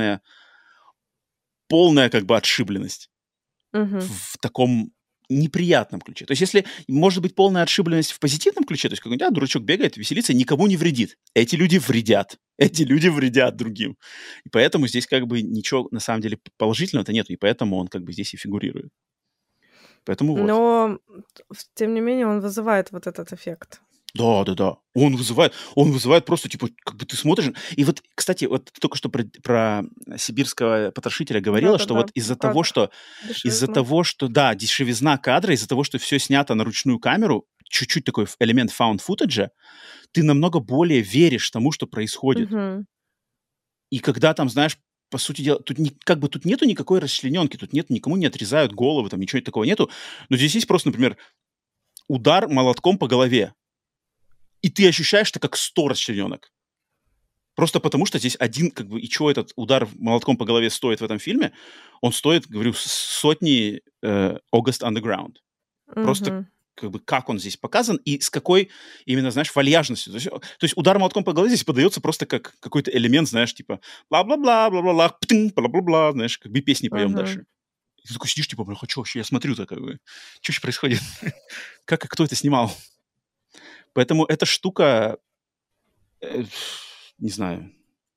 полная как бы отшибленность Мгм. в таком неприятном ключе. То есть если может быть полная отшибленность в позитивном ключе, то есть какой-нибудь дурачок бегает, веселится, никому не вредит. Эти люди вредят. Эти люди вредят другим. И поэтому здесь как бы ничего на самом деле положительного-то нет, и поэтому он как бы здесь и фигурирует. Поэтому вот. Но, тем не менее, он вызывает вот этот эффект. Да. Он вызывает просто, типа, как бы ты смотришь. И вот, кстати, вот ты только что про сибирского потрошителя говорила, что Да-да-да, вот про кадр. из-за Дешевизна. того, что, да, дешевизна кадра, из-за того, что все снято на ручную камеру, чуть-чуть такой элемент found footage, ты намного более веришь тому, что происходит. Мгм. И когда там, знаешь, по сути дела, тут как бы тут нету никакой расчлененки, тут нет, никому не отрезают головы, там ничего такого нету. Но здесь есть просто, например, удар молотком по голове. И ты ощущаешь это как 100 расчлененок. Просто потому, что здесь один, как бы, и чё этот удар молотком по голове стоит в этом фильме? Он стоит, говорю, сотни August Underground. Просто Мгм. как бы как он здесь показан и с какой именно, знаешь, вальяжностью. То есть удар молотком по голове здесь подается просто как какой-то элемент, знаешь, типа бла-бла-бла, бла-бла-бла, птынь, бла-бла-бла, знаешь, как бы песни поем Мгм. дальше. И ты такой сидишь, типа, бля, хочу вообще, я смотрю-то, как бы, что еще происходит? Как и кто это снимал? Поэтому эта штука, э, не знаю,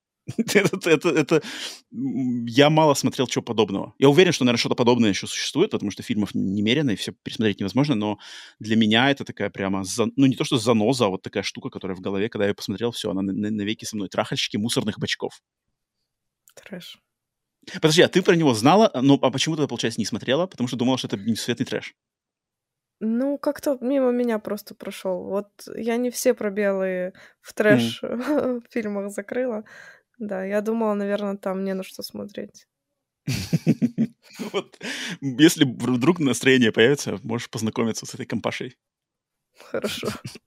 я мало смотрел чего подобного. Я уверен, что, наверное, что-то подобное еще существует, потому что фильмов немерено, и все пересмотреть невозможно, но для меня это такая прямо, ну, не то что заноза, а вот такая штука, которая в голове, когда я ее посмотрел, все, она навеки со мной. Трахальщики мусорных бачков. Трэш. Подожди, а ты про него знала, но а почему ты, получается, не смотрела? Потому что думала, что это несусветный трэш. Ну, как-то мимо меня просто прошел. Вот я не все пробелы в Мгм. трэш фильмах закрыла. Да, я думала, наверно, там не на что смотреть. Вот, если вдруг настроение появится, можешь познакомиться с этой компашей. Хорошо.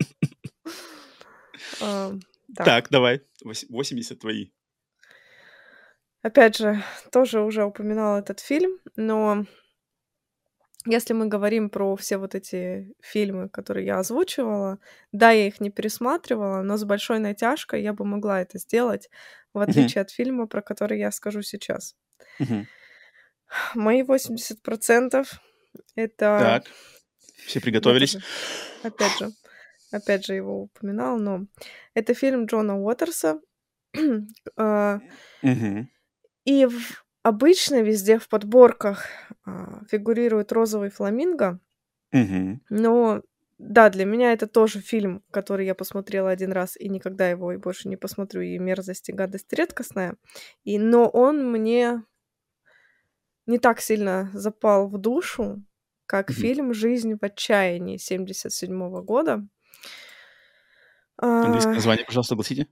Так. Так, давай, 80 твои. Опять же, тоже уже упоминала этот фильм, но если мы говорим про все вот эти фильмы, которые я озвучивала, да, я их не пересматривала, но с большой натяжкой я бы могла это сделать, в Мгм, отличие от фильма, про который я скажу сейчас. мгм. Мои 80% это Так, все я приготовились. тоже, опять же опять же его упоминала, но это фильм Джона Уотерса. А, Мгм, и обычно везде в подборках, фигурирует "Розовый фламинго", мгм. но да, для меня это тоже фильм, который я посмотрела один раз и никогда его и больше не посмотрю, и "Мерзость и гадость редкостная". Но он мне не так сильно запал в душу, как Мгм. фильм "Жизнь в отчаянии" 77 года. Английское А, название, пожалуйста, огласите.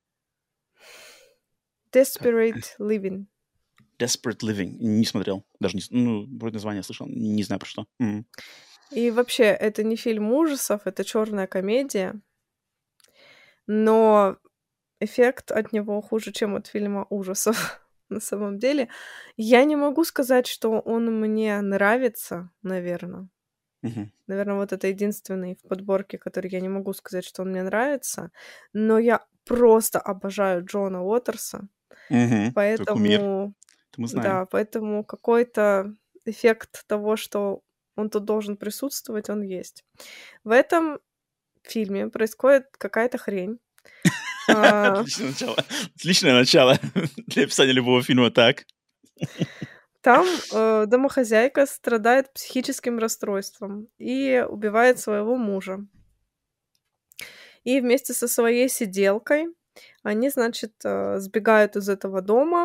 Так. "Desperate Living". Desperate Living. Не смотрел. Даже не ну, вроде название слышал. Не знаю про что. Мгм. И вообще, это не фильм ужасов, это черная комедия, но эффект от него хуже, чем от фильма ужасов на самом деле. Я не могу сказать, что он мне нравится, наверно. Мгм. Наверно, вот это единственный в подборке, который я не могу сказать, что он мне нравится. Но я просто обожаю Джона Уотерса, Мгм. Твой кумир. поэтому Это мы знаем. да, поэтому какой-то эффект того, что он тут должен присутствовать, он есть. В этом фильме происходит какая-то хрень. А, Отличное начало. Отличное начало для описания любого фильма. Так. там, домохозяйка страдает психическим расстройством и убивает своего мужа. и вместе со своей сиделкой они, значит, сбегают из этого дома.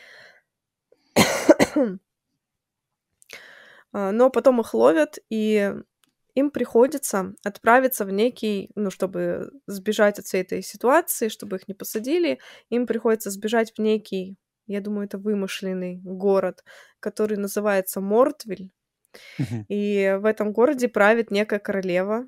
Но потом их ловят, и им приходится отправиться в некий, ну, чтобы сбежать от всей этой ситуации, чтобы их не посадили, им приходится сбежать в некий, я думаю, это вымышленный город, который называется Мортвиль. Мгм. И в этом городе правит некая королева.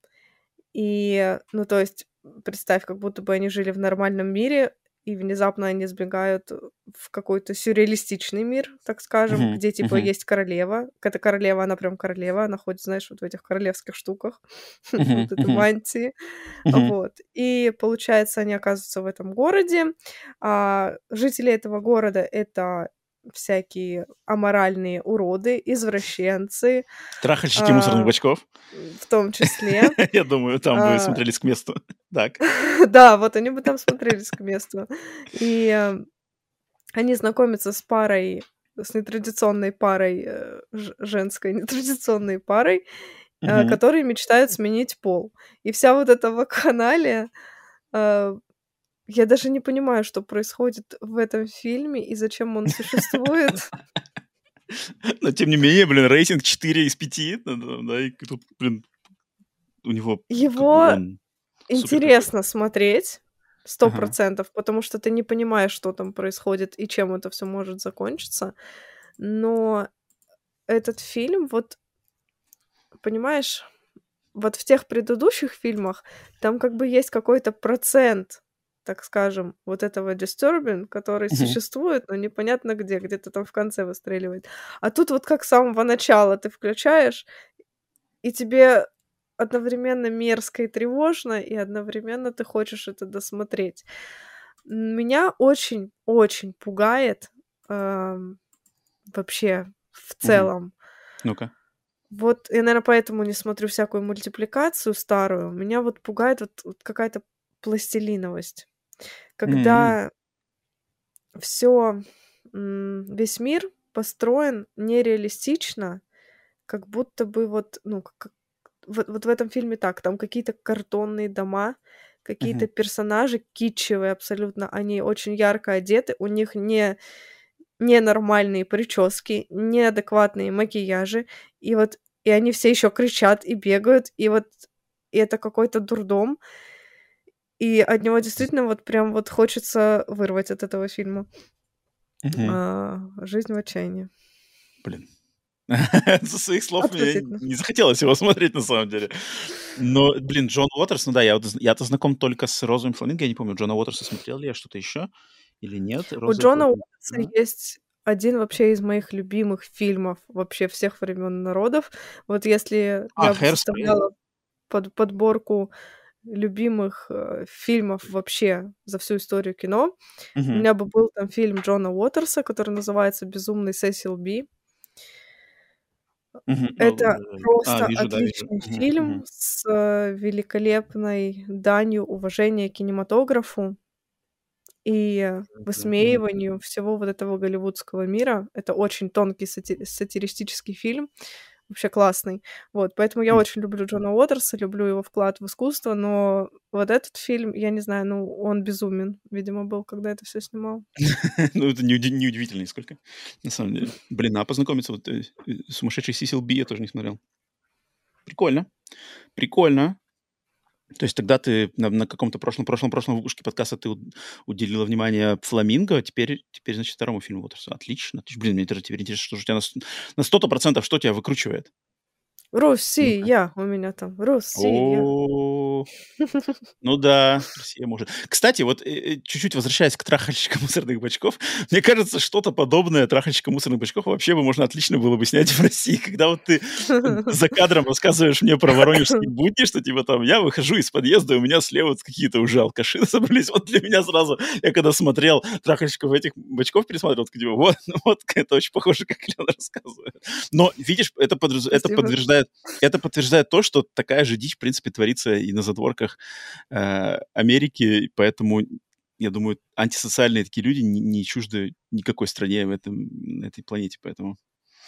И, ну, то есть, представь, как будто бы они жили в нормальном мире, и внезапно они сбегают в какой-то сюрреалистичный мир, так скажем, Мгм. где, типа, Мгм. есть королева. Эта королева, она прям королева, она ходит, знаешь, вот в этих королевских штуках, Мгм. вот это Мгм. мантии. Мгм. Вот. И, получается, они оказываются в этом городе. Жители этого города — это всякие аморальные уроды, извращенцы, Трахальщики мусорных а, бачков. в том числе. Я думаю, там бы А, смотрелись к месту. Так. Да, вот они бы там смотрелись к месту. И, они знакомятся с парой, с нетрадиционной парой, женской нетрадиционной парой, Мгм. которые мечтают сменить пол. И вся вот эта вакханалия, э, я даже не понимаю, что происходит в этом фильме и зачем он существует. Но тем не менее, блин, рейтинг 4 из 5. Да, и тут, блин, у него как бы Его он супер какой-то. интересно смотреть Ага. 100%, потому что ты не понимаешь, что там происходит и чем это все может закончиться. Но этот фильм, вот, понимаешь, вот в тех предыдущих фильмах там как бы есть какой-то процент, так скажем, вот этого disturbing, который Мгм. существует, но непонятно где, где-то там в конце выстреливает. А тут вот как с самого начала ты включаешь, и тебе одновременно мерзко и тревожно, и одновременно ты хочешь это досмотреть. Меня очень-очень пугает, вообще в Мгм. целом. Ну-ка. Вот я, наверно, поэтому не смотрю всякую мультипликацию старую. Меня вот пугает вот какая-то пластилиновость. М. Когда всё, весь мир построен нереалистично, как будто бы вот, ну, как вот в этом фильме так, там какие-то картонные дома, какие-то Мгм. персонажи китчевые абсолютно, они очень ярко одеты, у них ненормальные прически, неадекватные макияжи, и вот и они все еще кричат и бегают, и вот и это какой-то дурдом, и от него действительно вот прям вот хочется вырвать от этого фильма. Мгм. "Жизнь в отчаянии". Блин. Со своих слов мне Отвратительно. не захотелось его смотреть на самом деле. Но, блин, Джон Уотерс, ну да, я-то знаком только с "Розовым фламинго". Я не помню, Джона Уотерса смотрел ли я что-то еще или нет? У "Розовый Джона фламинго", Уотерса да. есть один вообще из моих любимых фильмов вообще всех времен народов. Вот если я бы "Hairspray"? составляла подборку любимых, фильмов вообще за всю историю кино, у Мгм. меня бы был там фильм Джона Уотерса, который называется "Безумный Сесил Би". Мгм. Это просто Вижу, да, вижу. отличный Мгм, фильм мгм. с, великолепной данью уважения к кинематографу и Мгм. высмеиванию всего вот этого голливудского мира. Это очень тонкий сатиристический фильм, вообще классный. Вот, поэтому я М. очень люблю Джона Уотерса, люблю его вклад в искусство, но вот этот фильм, я не знаю, ну, он безумен, видимо, был, когда это все снимал. Ну, это неудивительно нисколько, на самом деле. Блин, а познакомиться вот, "Сумасшедший Сисил Би" я тоже не смотрел. Прикольно, прикольно. То есть тогда ты на каком-то прошлом выпуске подкаста ты уделила внимание "Фламинго", а теперь, значит, второму фильму Уотерса. Отлично. Блин, мне даже теперь интересно, что же у тебя на 100% что тебя выкручивает? Ну-ка. "Россия" у меня там, "Россия". О. Ну да, Россия может. Кстати, вот, чуть-чуть возвращаясь к трахальщикам мусорных бачков, мне кажется, что-то подобное трахальщикам мусорных бачков вообще бы можно отлично было бы снять в России. Когда вот ты за кадром рассказываешь мне про воронежские будни, что типа там я выхожу из подъезда, и у меня слева вот какие-то уже алкаши собрались. Вот для меня сразу, я когда смотрел трахальщиков этих бачков, пересматривал, такой, типа, вот, ну вот, это очень похоже, как Лена рассказывает. Но видишь, Спасибо. это подтверждает то, что такая же дичь, в принципе, творится и на задворках Америки, и поэтому, я думаю, антисоциальные такие люди не чужды никакой стране на этой планете, поэтому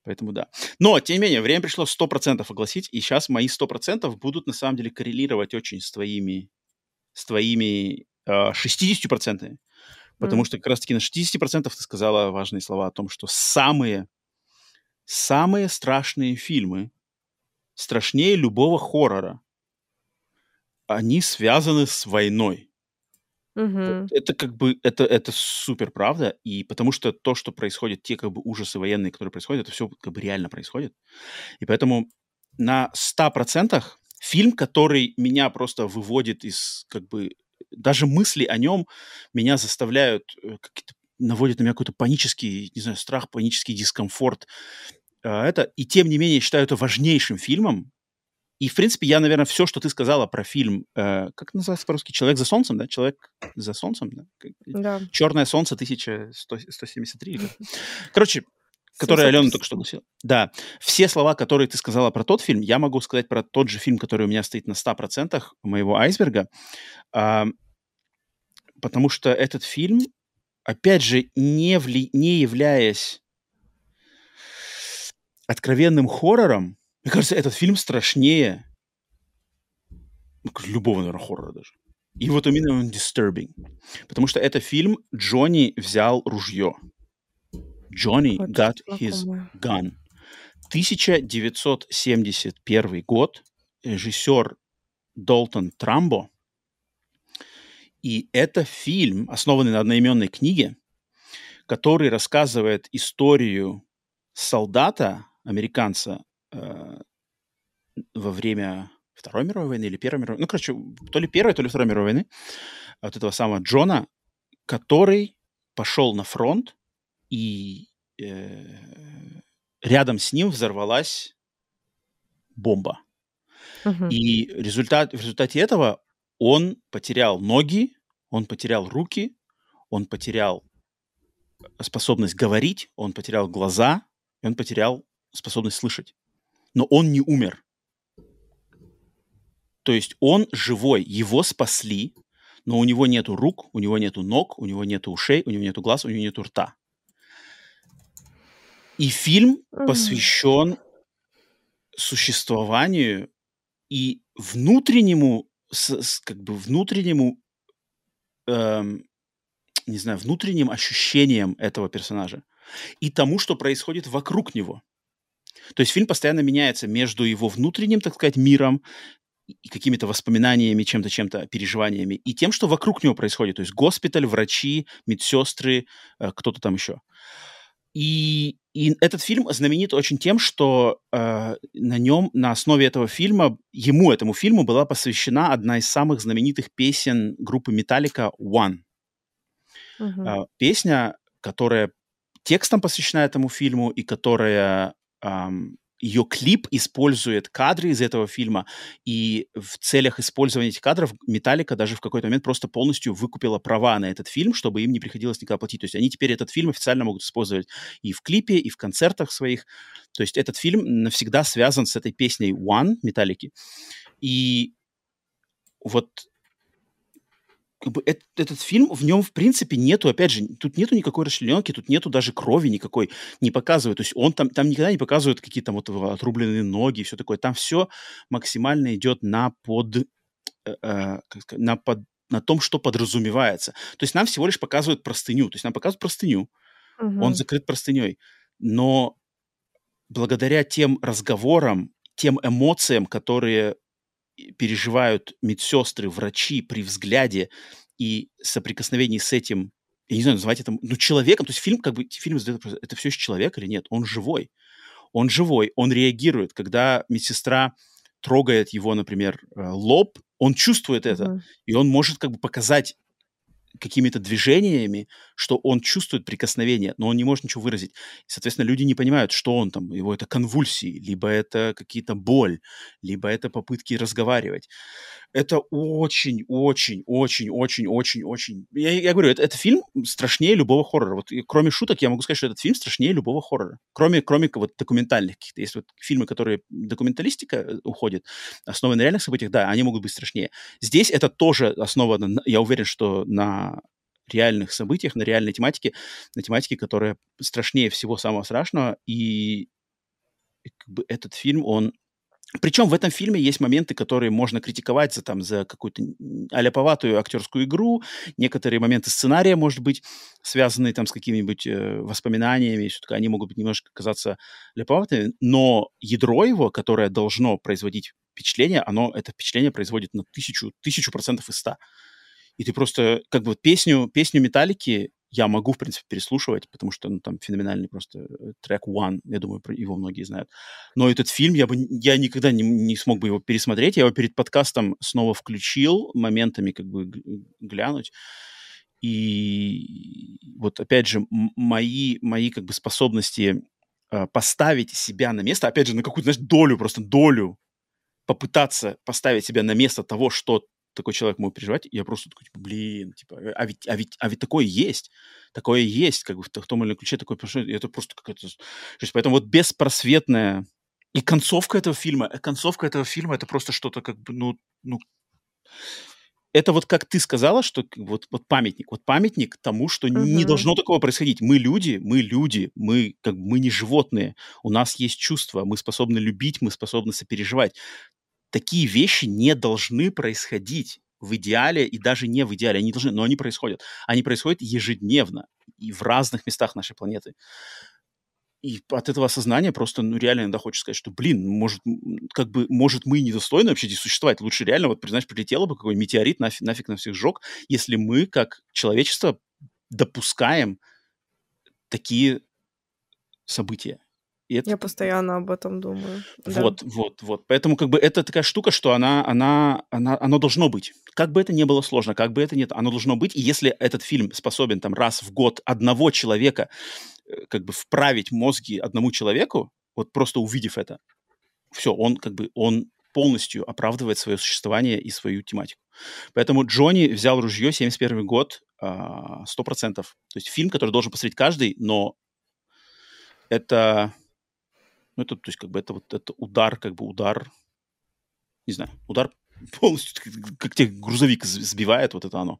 Поэтому да. Но, тем не менее, время пришло 100% огласить, и сейчас мои 100% будут, на самом деле, коррелировать очень с твоими 60%. Потому что как раз-таки на 60% ты сказала важные слова о том, что самые страшные фильмы, страшнее любого хоррора, они связаны с войной. Вот Мгм. это как бы, это супер правда, и потому что то, что происходит, те как бы ужасы военные, которые происходят, это все как бы реально происходит. И поэтому на 100% фильм, который меня просто выводит из как бы даже мысли о нем меня заставляют, как-то наводят на меня какой-то панический, не знаю, страх, панический дискомфорт. И тем не менее, я считаю это важнейшим фильмом. И, в принципе, я, наверное, все, что ты сказала про фильм, как называется по-русски? «Человек за солнцем», да? «Человек за солнцем», да? Да. «Черное солнце» 1173 или как? Короче, который Алена только что 737. гласила. Да, все слова, которые ты сказала про тот фильм, я могу сказать про тот же фильм, который у меня стоит на 100% моего айсберга, а, потому что этот фильм, опять же, не являясь откровенным хоррором, мне кажется, этот фильм страшнее любого, наверное, хоррора даже. И вот именно он disturbing. Потому что это фильм «Джонни взял ружье». Johnny Очень got his знакомая. gun. 1971 год. Режиссер Долтон Трамбо. И это фильм, основанный на одноименной книге, который рассказывает историю солдата, американца, во время Второй мировой войны или Первой мировой, ну, короче, то ли Первой, то ли Второй мировой войны, вот этого самого Джона, который пошел на фронт, и э, рядом с ним взорвалась бомба. Мгм. И в результате этого он потерял ноги, он потерял руки, он потерял способность говорить, он потерял глаза, и он потерял способность слышать. Но он не умер. То есть он живой, его спасли, но у него нету рук, у него нету ног, у него нету ушей, у него нету глаз, у него нету рта. И фильм М. посвящен существованию и внутреннему, как бы внутреннему, эм, не знаю, внутренним ощущениям этого персонажа и тому, что происходит вокруг него. То есть фильм постоянно меняется между его внутренним, так сказать, миром и какими-то воспоминаниями, чем-то, переживаниями, и тем, что вокруг него происходит. То есть госпиталь, врачи, медсестры, кто-то там еще. И этот фильм знаменит очень тем, что на основе этого фильма, этому фильму была посвящена одна из самых знаменитых песен группы Metallica «One». Мгм. Песня, которая текстом посвящена этому фильму и которая ее клип использует кадры из этого фильма, и в целях использования этих кадров Металлика даже в какой-то момент просто полностью выкупила права на этот фильм, чтобы им не приходилось никогда платить. То есть они теперь этот фильм официально могут использовать и в клипе, и в концертах своих. То есть этот фильм навсегда связан с этой песней One Металлики. И вот как бы этот фильм, в нем, в принципе, нету, опять же, тут нету никакой расчлененки, тут нету даже крови никакой, не показывают. То есть он там никогда не показывают какие-то вот отрубленные ноги и все такое. Там все максимально идет как сказать, на том, что подразумевается. То есть нам всего лишь показывают простыню. То есть нам показывают простыню, он Мгм. закрыт простыней. Но благодаря тем разговорам, тем эмоциям, которые переживают медсестры, врачи при взгляде и соприкосновении с этим, я не знаю, называть это, ну, человеком. То есть фильм, как бы, фильм задает вопрос, это все еще человек или нет? Он живой. Он живой, он реагирует. Когда медсестра трогает его, например, лоб, он чувствует это, Мгм. и он может как бы показать какими-то движениями, что он чувствует прикосновение, но он не может ничего выразить. И, соответственно, люди не понимают, что он там, его это конвульсии, либо это какие-то боль, либо это попытки разговаривать. Это очень, очень, очень, очень, очень, очень. Я говорю, это фильм страшнее любого хоррора. Вот кроме шуток, я могу сказать, что этот фильм страшнее любого хоррора. Кроме вот документальных каких-то. Есть вот фильмы, которые документалистика уходит, основаны на реальных событиях, да, они могут быть страшнее. Здесь это тоже основано, я уверен, что на реальных событиях, на реальной тематике, на тематике, которая страшнее всего самого страшного. И как бы этот фильм, он... Причем в этом фильме есть моменты, которые можно критиковать за какую-то аляповатую актерскую игру, некоторые моменты сценария, может быть, связанные там с какими-нибудь воспоминаниями, все-таки они могут быть немножко казаться аляповатыми, но ядро его, которое должно производить впечатление, оно это впечатление производит на тысячу процентов из 100. И ты просто, как бы, песню Металлики я могу, в принципе, переслушивать, потому что, ну, там феноменальный просто трек One, я думаю, его многие знают. Но этот фильм, я никогда не смог бы его пересмотреть. Я его перед подкастом снова включил, моментами как бы глянуть. И вот, опять же, мои как бы способности поставить себя на место, опять же, на какую-то, знаешь, долю попытаться поставить себя на место того, что такой человек мог переживать, я просто такой, типа, блин, типа, а ведь такое есть, как бы в том или ином ключе такое происходит, и это просто какая-то жесть. Поэтому вот беспросветная и концовка этого фильма, это просто что-то как бы, ну, это вот как ты сказала, что вот памятник тому, что не Мгм. должно такого происходить. Мы люди, мы не животные, у нас есть чувства, мы способны любить, мы способны сопереживать. Такие вещи не должны происходить в идеале и даже не в идеале. Они должны, но они происходят. Они происходят ежедневно и в разных местах нашей планеты. И от этого осознания просто, ну, реально иногда хочется сказать, что, блин, может, мы недостойны вообще здесь существовать. Лучше реально, вот, знаешь, прилетело бы какой-нибудь метеорит, нафиг нам всех сжег, если мы, как человечество, допускаем такие события. И это Я постоянно об этом думаю. Да. вот. Поэтому как бы это такая штука, что оно должно быть. Как бы это ни было сложно, как бы это ни... Оно должно быть. И если этот фильм способен там раз в год одного человека как бы вправить мозги одному человеку, вот просто увидев это, все, он полностью оправдывает свое существование и свою тематику. Поэтому Джонни взял ружье, 71 год, 100%. То есть фильм, который должен посмотреть каждый, но это... Ну, это, то есть, как бы, это удар, не знаю, удар полностью, как тебе грузовик сбивает, вот это оно.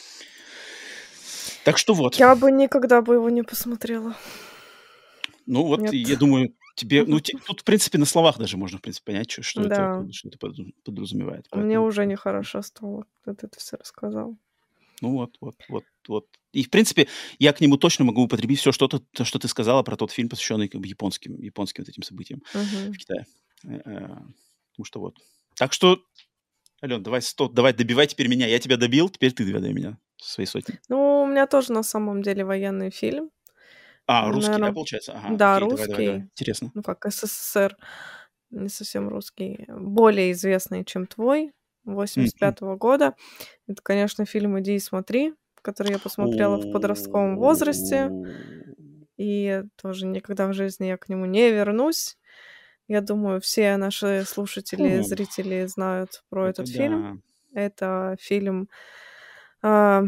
Так что вот. Я бы никогда бы его не посмотрела. Ну, вот, Нет. я думаю, тебе, ну, тут, в принципе, на словах даже можно, в принципе, понять, что это, Да. что это подразумевает. Мне Поэтому, уже нехорошо стало, когда ты все рассказал. ну, вот. И, в принципе, я к нему точно могу употребить все, что ты сказала про тот фильм, посвященный как бы японским вот этим событиям в Мгм. Китае. Потому что вот. Так что, Ален, давай добивай теперь меня. Я тебя добил, теперь ты добивай меня своей сотни. Ну, у меня тоже на самом деле военный фильм. Русский, да, Наверно, получается? Ага, да, окей, давай. русский, Интересно. ну, как СССР, не совсем русский, более известный, чем твой, Мгм. 85-го года. Это, конечно, фильм «Иди и смотри», который я посмотрела в подростковом возрасте, и тоже никогда в жизни я к нему не вернусь. Я думаю, все наши слушатели, Фу, зрители знают про это этот фильм. да. Это фильм, а,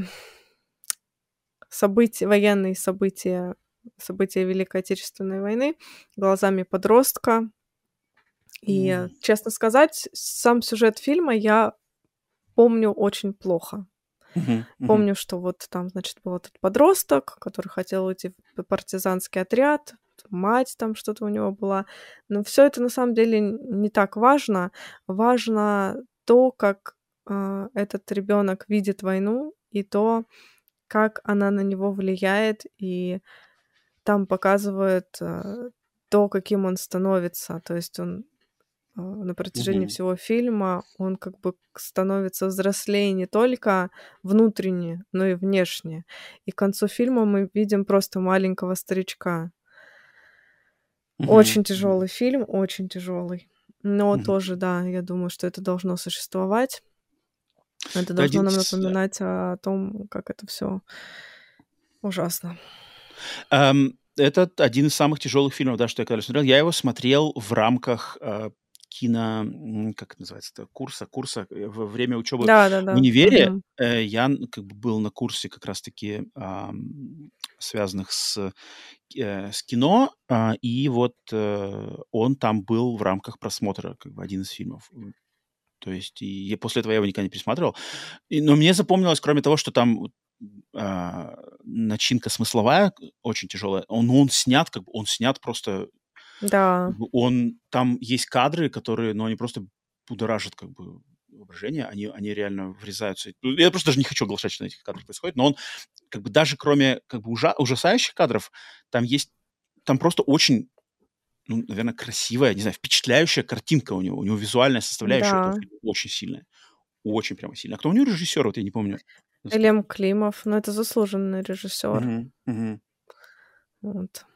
военные события Великой Отечественной войны глазами подростка. И, М, честно сказать, сам сюжет фильма я помню очень плохо. мгм. Помню, что вот там, значит, был этот подросток, который хотел уйти в партизанский отряд, мать там что-то у него была. Но все это на самом деле не так важно. Важно то, как, этот ребенок видит войну, и то, как она на него влияет. И там показывают, то, каким он становится. То есть он, на протяжении Мгм. всего фильма он как бы становится взрослее не только внутренне, но и внешне. И к концу фильма мы видим просто маленького старичка. Мгм. Очень тяжелый фильм, очень тяжелый. Но Мгм. тоже, да, я думаю, что это должно существовать. Это Это должно один нам из, напоминать о том, как это все ужасно. это один из самых тяжелых фильмов, да, что я когда смотрел. Я его смотрел в рамках как это называется, курса во время учебы в Да-да-да. универе. Мгм. Я как бы был на курсе как раз-таки связанных с кино, и вот он там был в рамках просмотра, как бы один из фильмов. То есть после этого я его никогда не пересматривал. Но мне запомнилось, кроме того, что там начинка смысловая очень тяжелая. Он снят, он снят просто Да. Там есть кадры, которые, ну, они просто будоражат как бы воображение, они реально врезаются. Я просто даже не хочу оглашать, что на этих кадрах происходит, но он как бы даже кроме как бы ужасающих кадров, там просто очень, ну, наверное, красивая, не знаю, впечатляющая картинка у него. У него визуальная составляющая этого Да. фильма очень сильная. Очень прямо сильная. А кто у него режиссер? Вот я не помню. Элем Климов, ну, это заслуженный режиссер. Вот.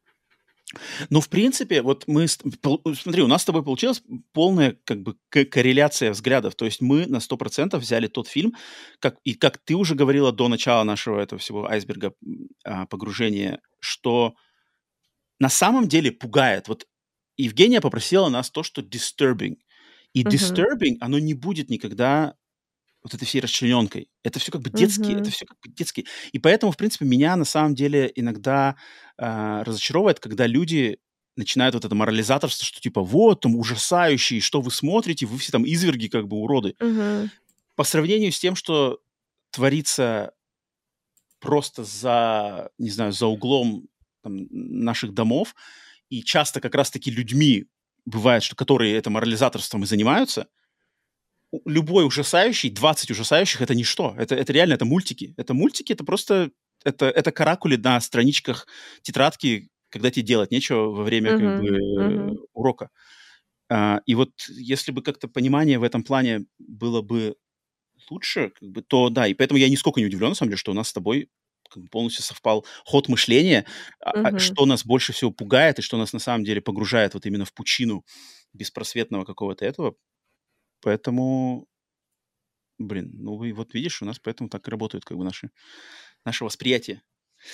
Ну, в принципе, вот смотри, у нас с тобой получилась полная как бы корреляция взглядов. То есть мы на 100% взяли тот фильм, как ты уже говорила до начала нашего этого всего айсберга погружения, что на самом деле пугает. Вот Евгения попросила нас то, что disturbing. И Мгм. disturbing, оно не будет никогда вот этой всей расчлененкой. Это все как бы детские, это Мгм. все как бы детские. И поэтому, в принципе, меня на самом деле иногда разочаровывает, когда люди начинают вот это морализаторство, что типа вот, там, ужасающий, что вы смотрите, вы все там изверги, как бы уроды. Мгм. По сравнению с тем, что творится просто не знаю, за углом там, наших домов, и часто как раз-таки людьми бывает, что которые это морализаторством и занимаются, любой ужасающий, 20 ужасающих — это ничто. Это реально, это мультики. Это мультики, это просто, это каракули на страничках тетрадки, когда тебе делать нечего во время как бы Мгм. Мгм. урока. И вот если бы как-то понимание в этом плане было бы лучше, как бы, то да. И поэтому я нисколько не удивлен, на самом деле, что у нас с тобой как бы полностью совпал ход мышления, Мгм. что нас больше всего пугает и что нас на самом деле погружает вот именно в пучину беспросветного какого-то этого. Поэтому блин, ну и вот видишь, у нас поэтому так и работают как бы наше восприятие.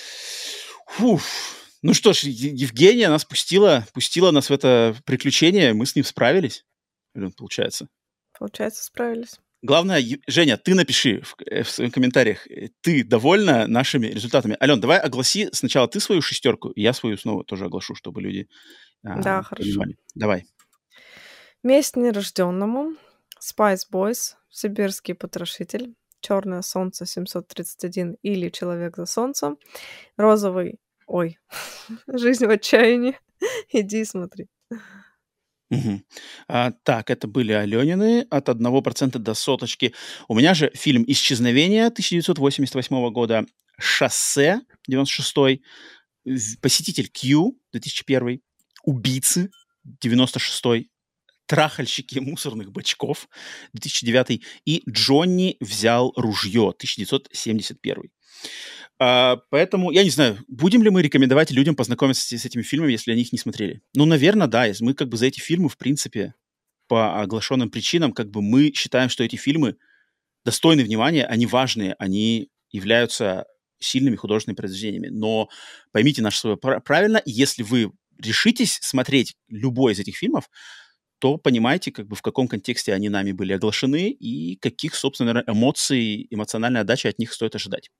Фух. Ну что ж, Евгения нас пустила нас в это приключение, мы с ним справились, получается. Получается, справились. Главное, Женя, ты напиши в своих комментариях, ты довольна нашими результатами. Ален, давай огласи сначала ты свою шестерку, и я свою снова тоже оглашу, чтобы люди Да, хорошо. понимали. Давай. «Месть нерожденному», «Spice Boys», «Сибирский потрошитель», «Черное солнце 731» или «Человек за солнцем», «Розовый», ой, «Жизнь в отчаянии». Иди и смотри. Мгм. Так, это были Аленины от 1% до соточки. У меня же фильм «Исчезновение» 1988 года, «Шоссе» 96-й, «Посетитель Q» 2001, «Убийцы» 96-й, «Трахальщики мусорных бачков» 2009 и «Джонни взял ружье» 1971. Поэтому, я не знаю, будем ли мы рекомендовать людям познакомиться с этими фильмами, если они их не смотрели? Ну, наверное, да. Если мы как бы за эти фильмы, в принципе, по оглашенным причинам, как бы мы считаем, что эти фильмы достойны внимания, они важные, они являются сильными художественными произведениями. Но поймите наше слово правильно, если вы решитесь смотреть любой из этих фильмов, то понимаете, как бы в каком контексте они нами были оглашены и каких, собственно, наверное, эмоций, эмоциональной отдачи от них стоит ожидать.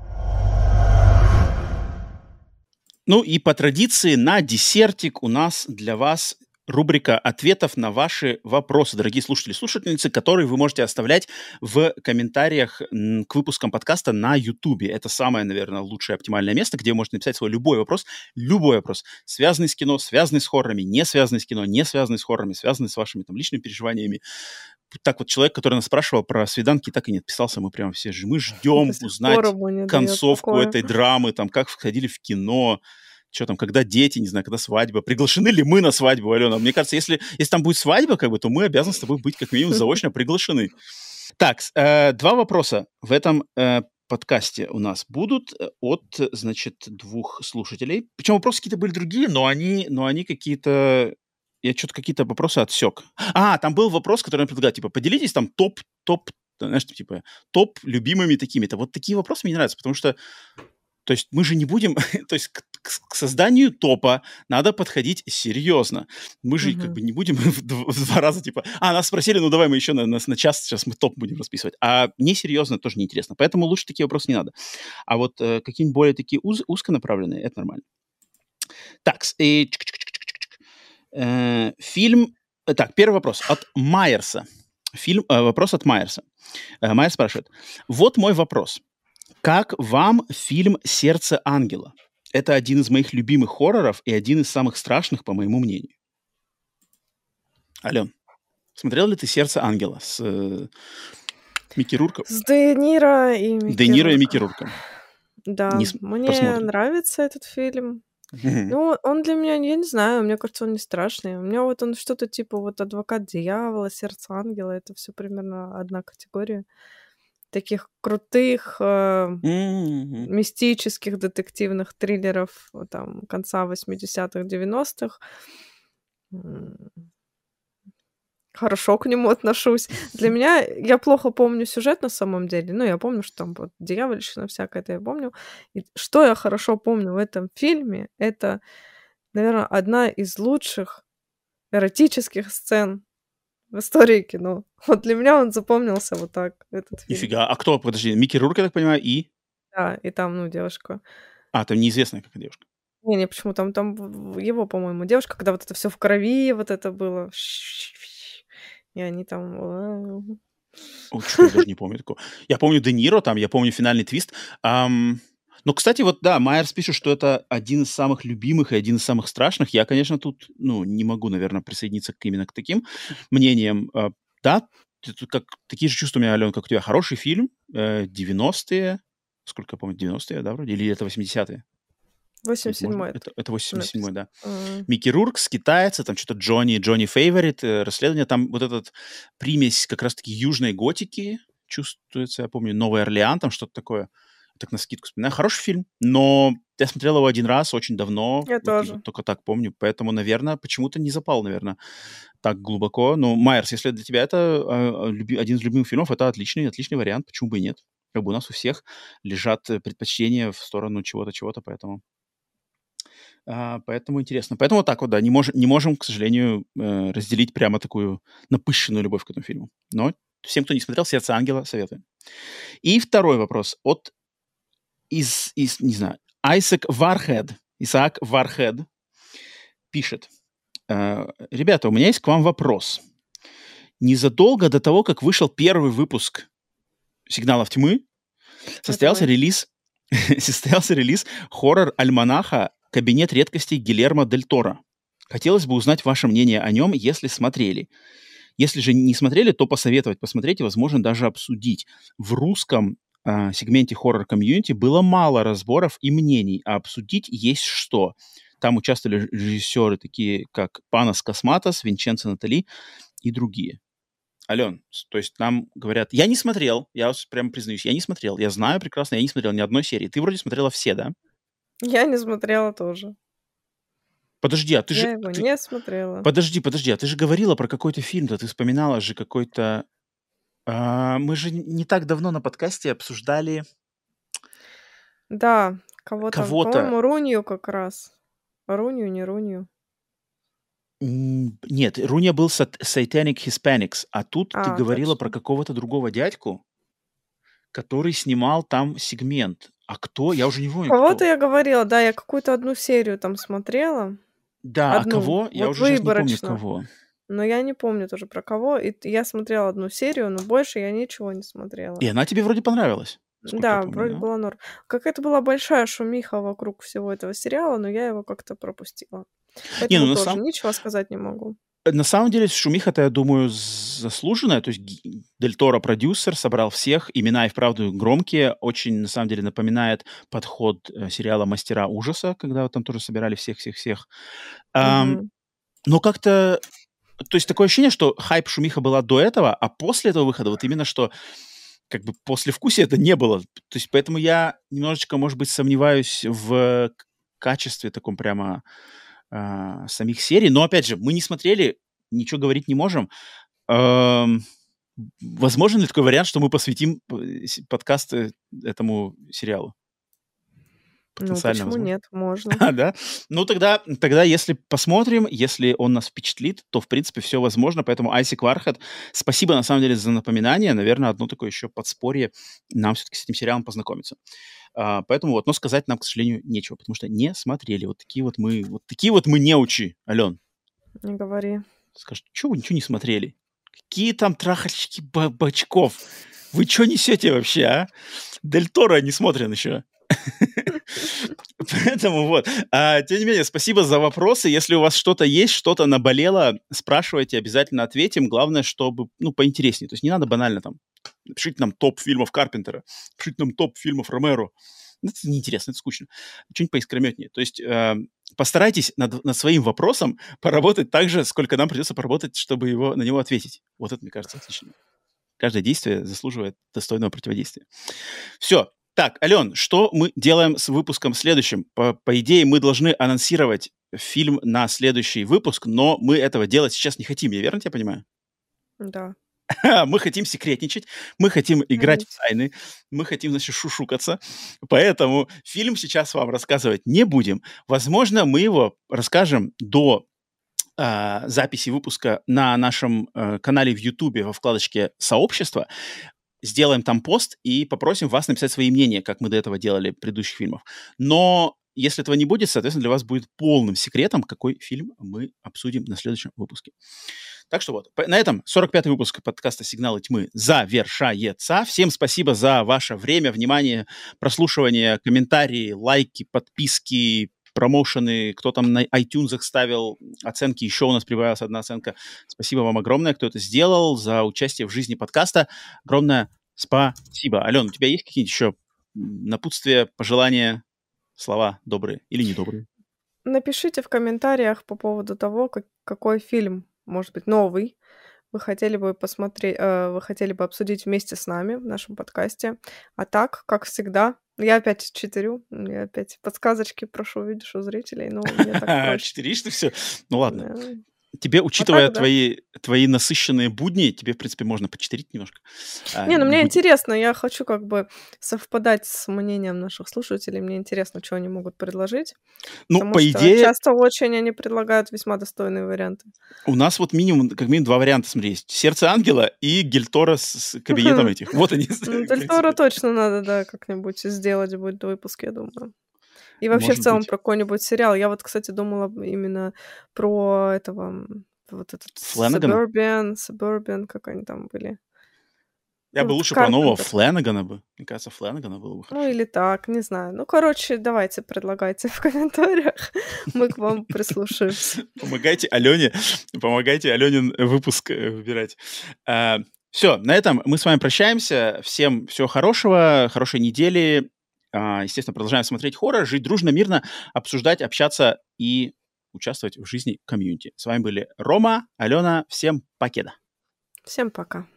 Ну и по традиции на десертик у нас для вас рубрика ответов на ваши вопросы, дорогие слушатели и слушательницы, которые вы можете оставлять в комментариях к выпускам подкаста на YouTube. Это самое, наверное, лучшее оптимальное место, где вы можете написать свой любой вопрос, связанный с кино, связанный с хоррорами, не связанный с кино, не связанный с хоррорами, связанный с вашими там личными переживаниями. Так вот, человек, который нас спрашивал про свиданки, так и не отписался. Мы прямо все же. Мы До ждем сих пор узнать ему не дает концовку покоя. этой драмы, там, как входили в кино, что там, когда дети, не знаю, когда свадьба. Приглашены ли мы на свадьбу, Алена? Мне кажется, если там будет свадьба, как бы, то мы обязаны с тобой быть как минимум заочно приглашены. Так, два вопроса в этом подкасте у нас будут от, значит, двух слушателей. Причем вопросы какие-то были другие, но они какие-то... Я что-то какие-то вопросы отсек. Там был вопрос, который он предлагал, типа, поделитесь там топ, знаешь, типа, топ любимыми такими-то. Вот такие вопросы мне не нравятся, потому что, то есть мы же не будем, то есть к созданию топа надо подходить серьезно. Мы же как Мгм. бы не будем в два раза, типа, нас спросили, ну давай мы еще на час, сейчас мы топ будем расписывать. А несерьезно тоже неинтересно. Поэтому лучше такие вопросы не надо. А вот какие-нибудь более такие узконаправленные, это нормально. Так, и фильм... Так, первый вопрос от Майерса. Вопрос от Майерса. Майерс спрашивает. Вот мой вопрос. Как вам фильм «Сердце ангела»? это один из моих любимых хорроров и один из самых страшных, по моему мнению. Ален, смотрел ли ты «Сердце ангела» с Микки Рурком? С Де Ниро и Де Ниро и Микки Рурком. Да, мне посмотрим. нравится этот фильм. Ну, он для меня, я не знаю, мне кажется, он не страшный. У меня вот он что-то типа вот «Адвокат дьявола», «Сердце ангела», это все примерно одна категория. Таких крутых, мистических детективных триллеров там конца 80-х, 90-х. Хорошо к нему отношусь. Для меня, я плохо помню сюжет на самом деле, но я помню, что там вот дьявольщина всякая, это я помню. И что я хорошо помню в этом фильме, это, наверное, одна из лучших эротических сцен в истории кино. Вот для меня он запомнился вот так, этот фильм. Нифига. А кто? Подожди, Микки Рурк, я так понимаю, и? Да, и там, ну, девушка. А, там неизвестная какая девушка. Не, почему? Там его, по-моему, девушка, когда вот это все в крови, вот это было. И они там... О, что я даже не помню такого. Я помню Де Ниро там, я помню финальный твист. Но, кстати, вот да, Майерс пишет, что это один из самых любимых и один из самых страшных. Я, конечно, тут, не могу, наверное, присоединиться именно к таким мнениям. Да, такие же чувства у меня, Ален, как у тебя. Хороший фильм, 90-е, сколько я помню, 90-е, да, вроде, или это 80-е? 87-й. Это 87-й, да. А. Микки Рурк скитается, там что-то Джонни Фейворит, расследование, там вот этот примесь как раз-таки южной готики чувствуется, я помню, Новый Орлеан, там что-то такое. Так на скидку вспоминаю. Хороший фильм, но я смотрел его один раз очень давно. Я тоже. Только так помню, поэтому, наверное, почему-то не запал, наверное, так глубоко. Но, Майерс, если для тебя это один из любимых фильмов, это отличный вариант, почему бы и нет. Как бы у нас у всех лежат предпочтения в сторону чего-то, поэтому... Поэтому интересно. Поэтому вот так вот, да, не можем, к сожалению, разделить прямо такую напыщенную любовь к этому фильму. Но всем, кто не смотрел «Сердце ангела», советуем. И второй вопрос от не знаю, Исаак Вархед пишет. Ребята, у меня есть к вам вопрос. Незадолго до того, как вышел первый выпуск «Сигналов тьмы», состоялся релиз хоррор-альманаха «Кабинет редкостей» Гильермо Дель Торо. Хотелось бы узнать ваше мнение о нем, если смотрели. Если же не смотрели, то посоветовать посмотреть и, возможно, даже обсудить. В русском сегменте хоррор-комьюнити было мало разборов и мнений, а обсудить есть что. Там участвовали режиссеры такие, как Панос Косматос, Винченцо Натали и другие. Ален, то есть нам говорят... Я не смотрел, я прямо признаюсь, я не смотрел. Я знаю прекрасно, я не смотрел ни одной серии. Ты вроде смотрела все, да? Я не смотрела тоже. Подожди, а ты же... Я его не смотрела. Подожди, а ты же говорила про какой-то фильм-то, ты вспоминала же какой-то... мы же не так давно на подкасте обсуждали... Да, кого-то. По-моему, Рунью как раз. Рунью, не Рунью. Нет, Руня был Satanic Hispanics, а тут ты говорила про какого-то другого дядьку, который снимал там сегмент. А кто? Я уже не помню, Кого-то я говорила, да, я какую-то одну серию там смотрела. Да, одну. А кого? Я вот уже сейчас не помню, кого. Но я не помню тоже про кого. И я смотрела одну серию, но больше я ничего не смотрела. И она тебе вроде понравилась? Да, вроде была норм. Какая-то была большая шумиха вокруг всего этого сериала, но я его как-то пропустила. Поэтому тоже ничего сказать не могу. На самом деле шумиха-то, я думаю, заслуженная. То есть Дель Торо продюсер, собрал всех. Имена и вправду громкие. Очень, на самом деле, напоминает подход сериала «Мастера ужаса», когда там тоже собирали всех-всех-всех. Но как-то... То есть такое ощущение, что хайп-шумиха была до этого, а после этого выхода вот именно что как бы послевкусия это не было. То есть поэтому я немножечко, может быть, сомневаюсь в качестве таком прямо самих серий. Но, опять же, мы не смотрели, ничего говорить не можем. Возможен ли такой вариант, что мы посвятим подкаст этому сериалу? Потенциально почему нет? Можно. Да? Ну, тогда, если посмотрим, если он нас впечатлит, то, в принципе, все возможно. Поэтому, Айсик Вархед, спасибо, на самом деле, за напоминание. Наверное, одно такое еще подспорье нам все-таки с этим сериалом познакомиться. Поэтому вот, но сказать нам, к сожалению, нечего, потому что не смотрели. Вот такие вот мы неучи, Ален. Не говори. Скажешь, что вы ничего не смотрели? Какие там трахальщики бачков? Вы что несете вообще, а? Дель Торо не смотрен еще. Поэтому вот. Тем не менее, спасибо за вопросы. Если у вас что-то есть, что-то наболело, спрашивайте, обязательно ответим. Главное, чтобы, поинтереснее. То есть не надо банально там. Пишите нам топ фильмов Карпентера, пишите нам топ фильмов Ромеро. Это неинтересно, это скучно. Что-нибудь поискрометнее. То есть постарайтесь над своим вопросом поработать так же, сколько нам придется поработать, чтобы на него ответить. Вот это, мне кажется, отлично. Каждое действие заслуживает достойного противодействия. Все. Так, Ален, что мы делаем с выпуском следующим? По идее, мы должны анонсировать фильм на следующий выпуск, но мы этого делать сейчас не хотим. Я верно тебя понимаю? Да. Мы хотим секретничать, мы хотим играть в тайны, мы хотим, значит, шушукаться. Поэтому фильм сейчас вам рассказывать не будем. Возможно, мы его расскажем до записи выпуска на нашем канале в Ютубе во вкладочке «Сообщество». Сделаем там пост и попросим вас написать свои мнения, как мы до этого делали в предыдущих фильмах. Но если этого не будет, соответственно, для вас будет полным секретом, какой фильм мы обсудим на следующем выпуске. Так что вот, на этом 45-й выпуск подкаста «Сигналы тьмы» завершается. Всем спасибо за ваше время, внимание, прослушивание, комментарии, лайки, подписки, промоушены, кто там на iTunes ставил оценки, еще у нас прибавилась одна оценка. Спасибо вам огромное, кто это сделал, за участие в жизни подкаста. Огромное спасибо. Ален, у тебя есть какие-нибудь еще напутствия, пожелания, слова добрые или недобрые? Напишите в комментариях по поводу того, какой фильм, может быть, новый, вы хотели бы посмотреть, вы хотели бы обсудить вместе с нами в нашем подкасте. А так, как всегда, я опять читерю, я опять подсказочки прошу, видишь, у зрителей, но мне так проще. Читеришь ты все? Ну ладно. Тебе, учитывая твои насыщенные будни, тебе, в принципе, можно почитерить немножко. Не, ну мне интересно, я хочу как бы совпадать с мнением наших слушателей, мне интересно, что они могут предложить. Ну, потому по что идее... часто очень они предлагают весьма достойные варианты. У нас вот как минимум два варианта, смотри, есть. «Сердце ангела» и «Гельтора» с кабинетом этих. Вот они. Ну, Гельтора точно надо, да, как-нибудь сделать будет выпуск, я думаю. И вообще Может в целом быть. про какой-нибудь сериал. Я вот, кстати, думала именно про этого, вот этот Suburban, как они там были. Я бы лучше про нового Флэнагана бы. Мне кажется, Флэнагана было бы хорошо. Ну, или так, не знаю. Ну, короче, давайте, предлагайте в комментариях. Мы к вам прислушаемся. Помогайте Алене выпуск выбирать. Все, на этом мы с вами прощаемся. Всем всего хорошего, хорошей недели. Естественно, продолжаем смотреть хоррор, жить дружно, мирно, обсуждать, общаться и участвовать в жизни комьюнити. С вами были Рома, Алена. Всем покеда. Всем пока.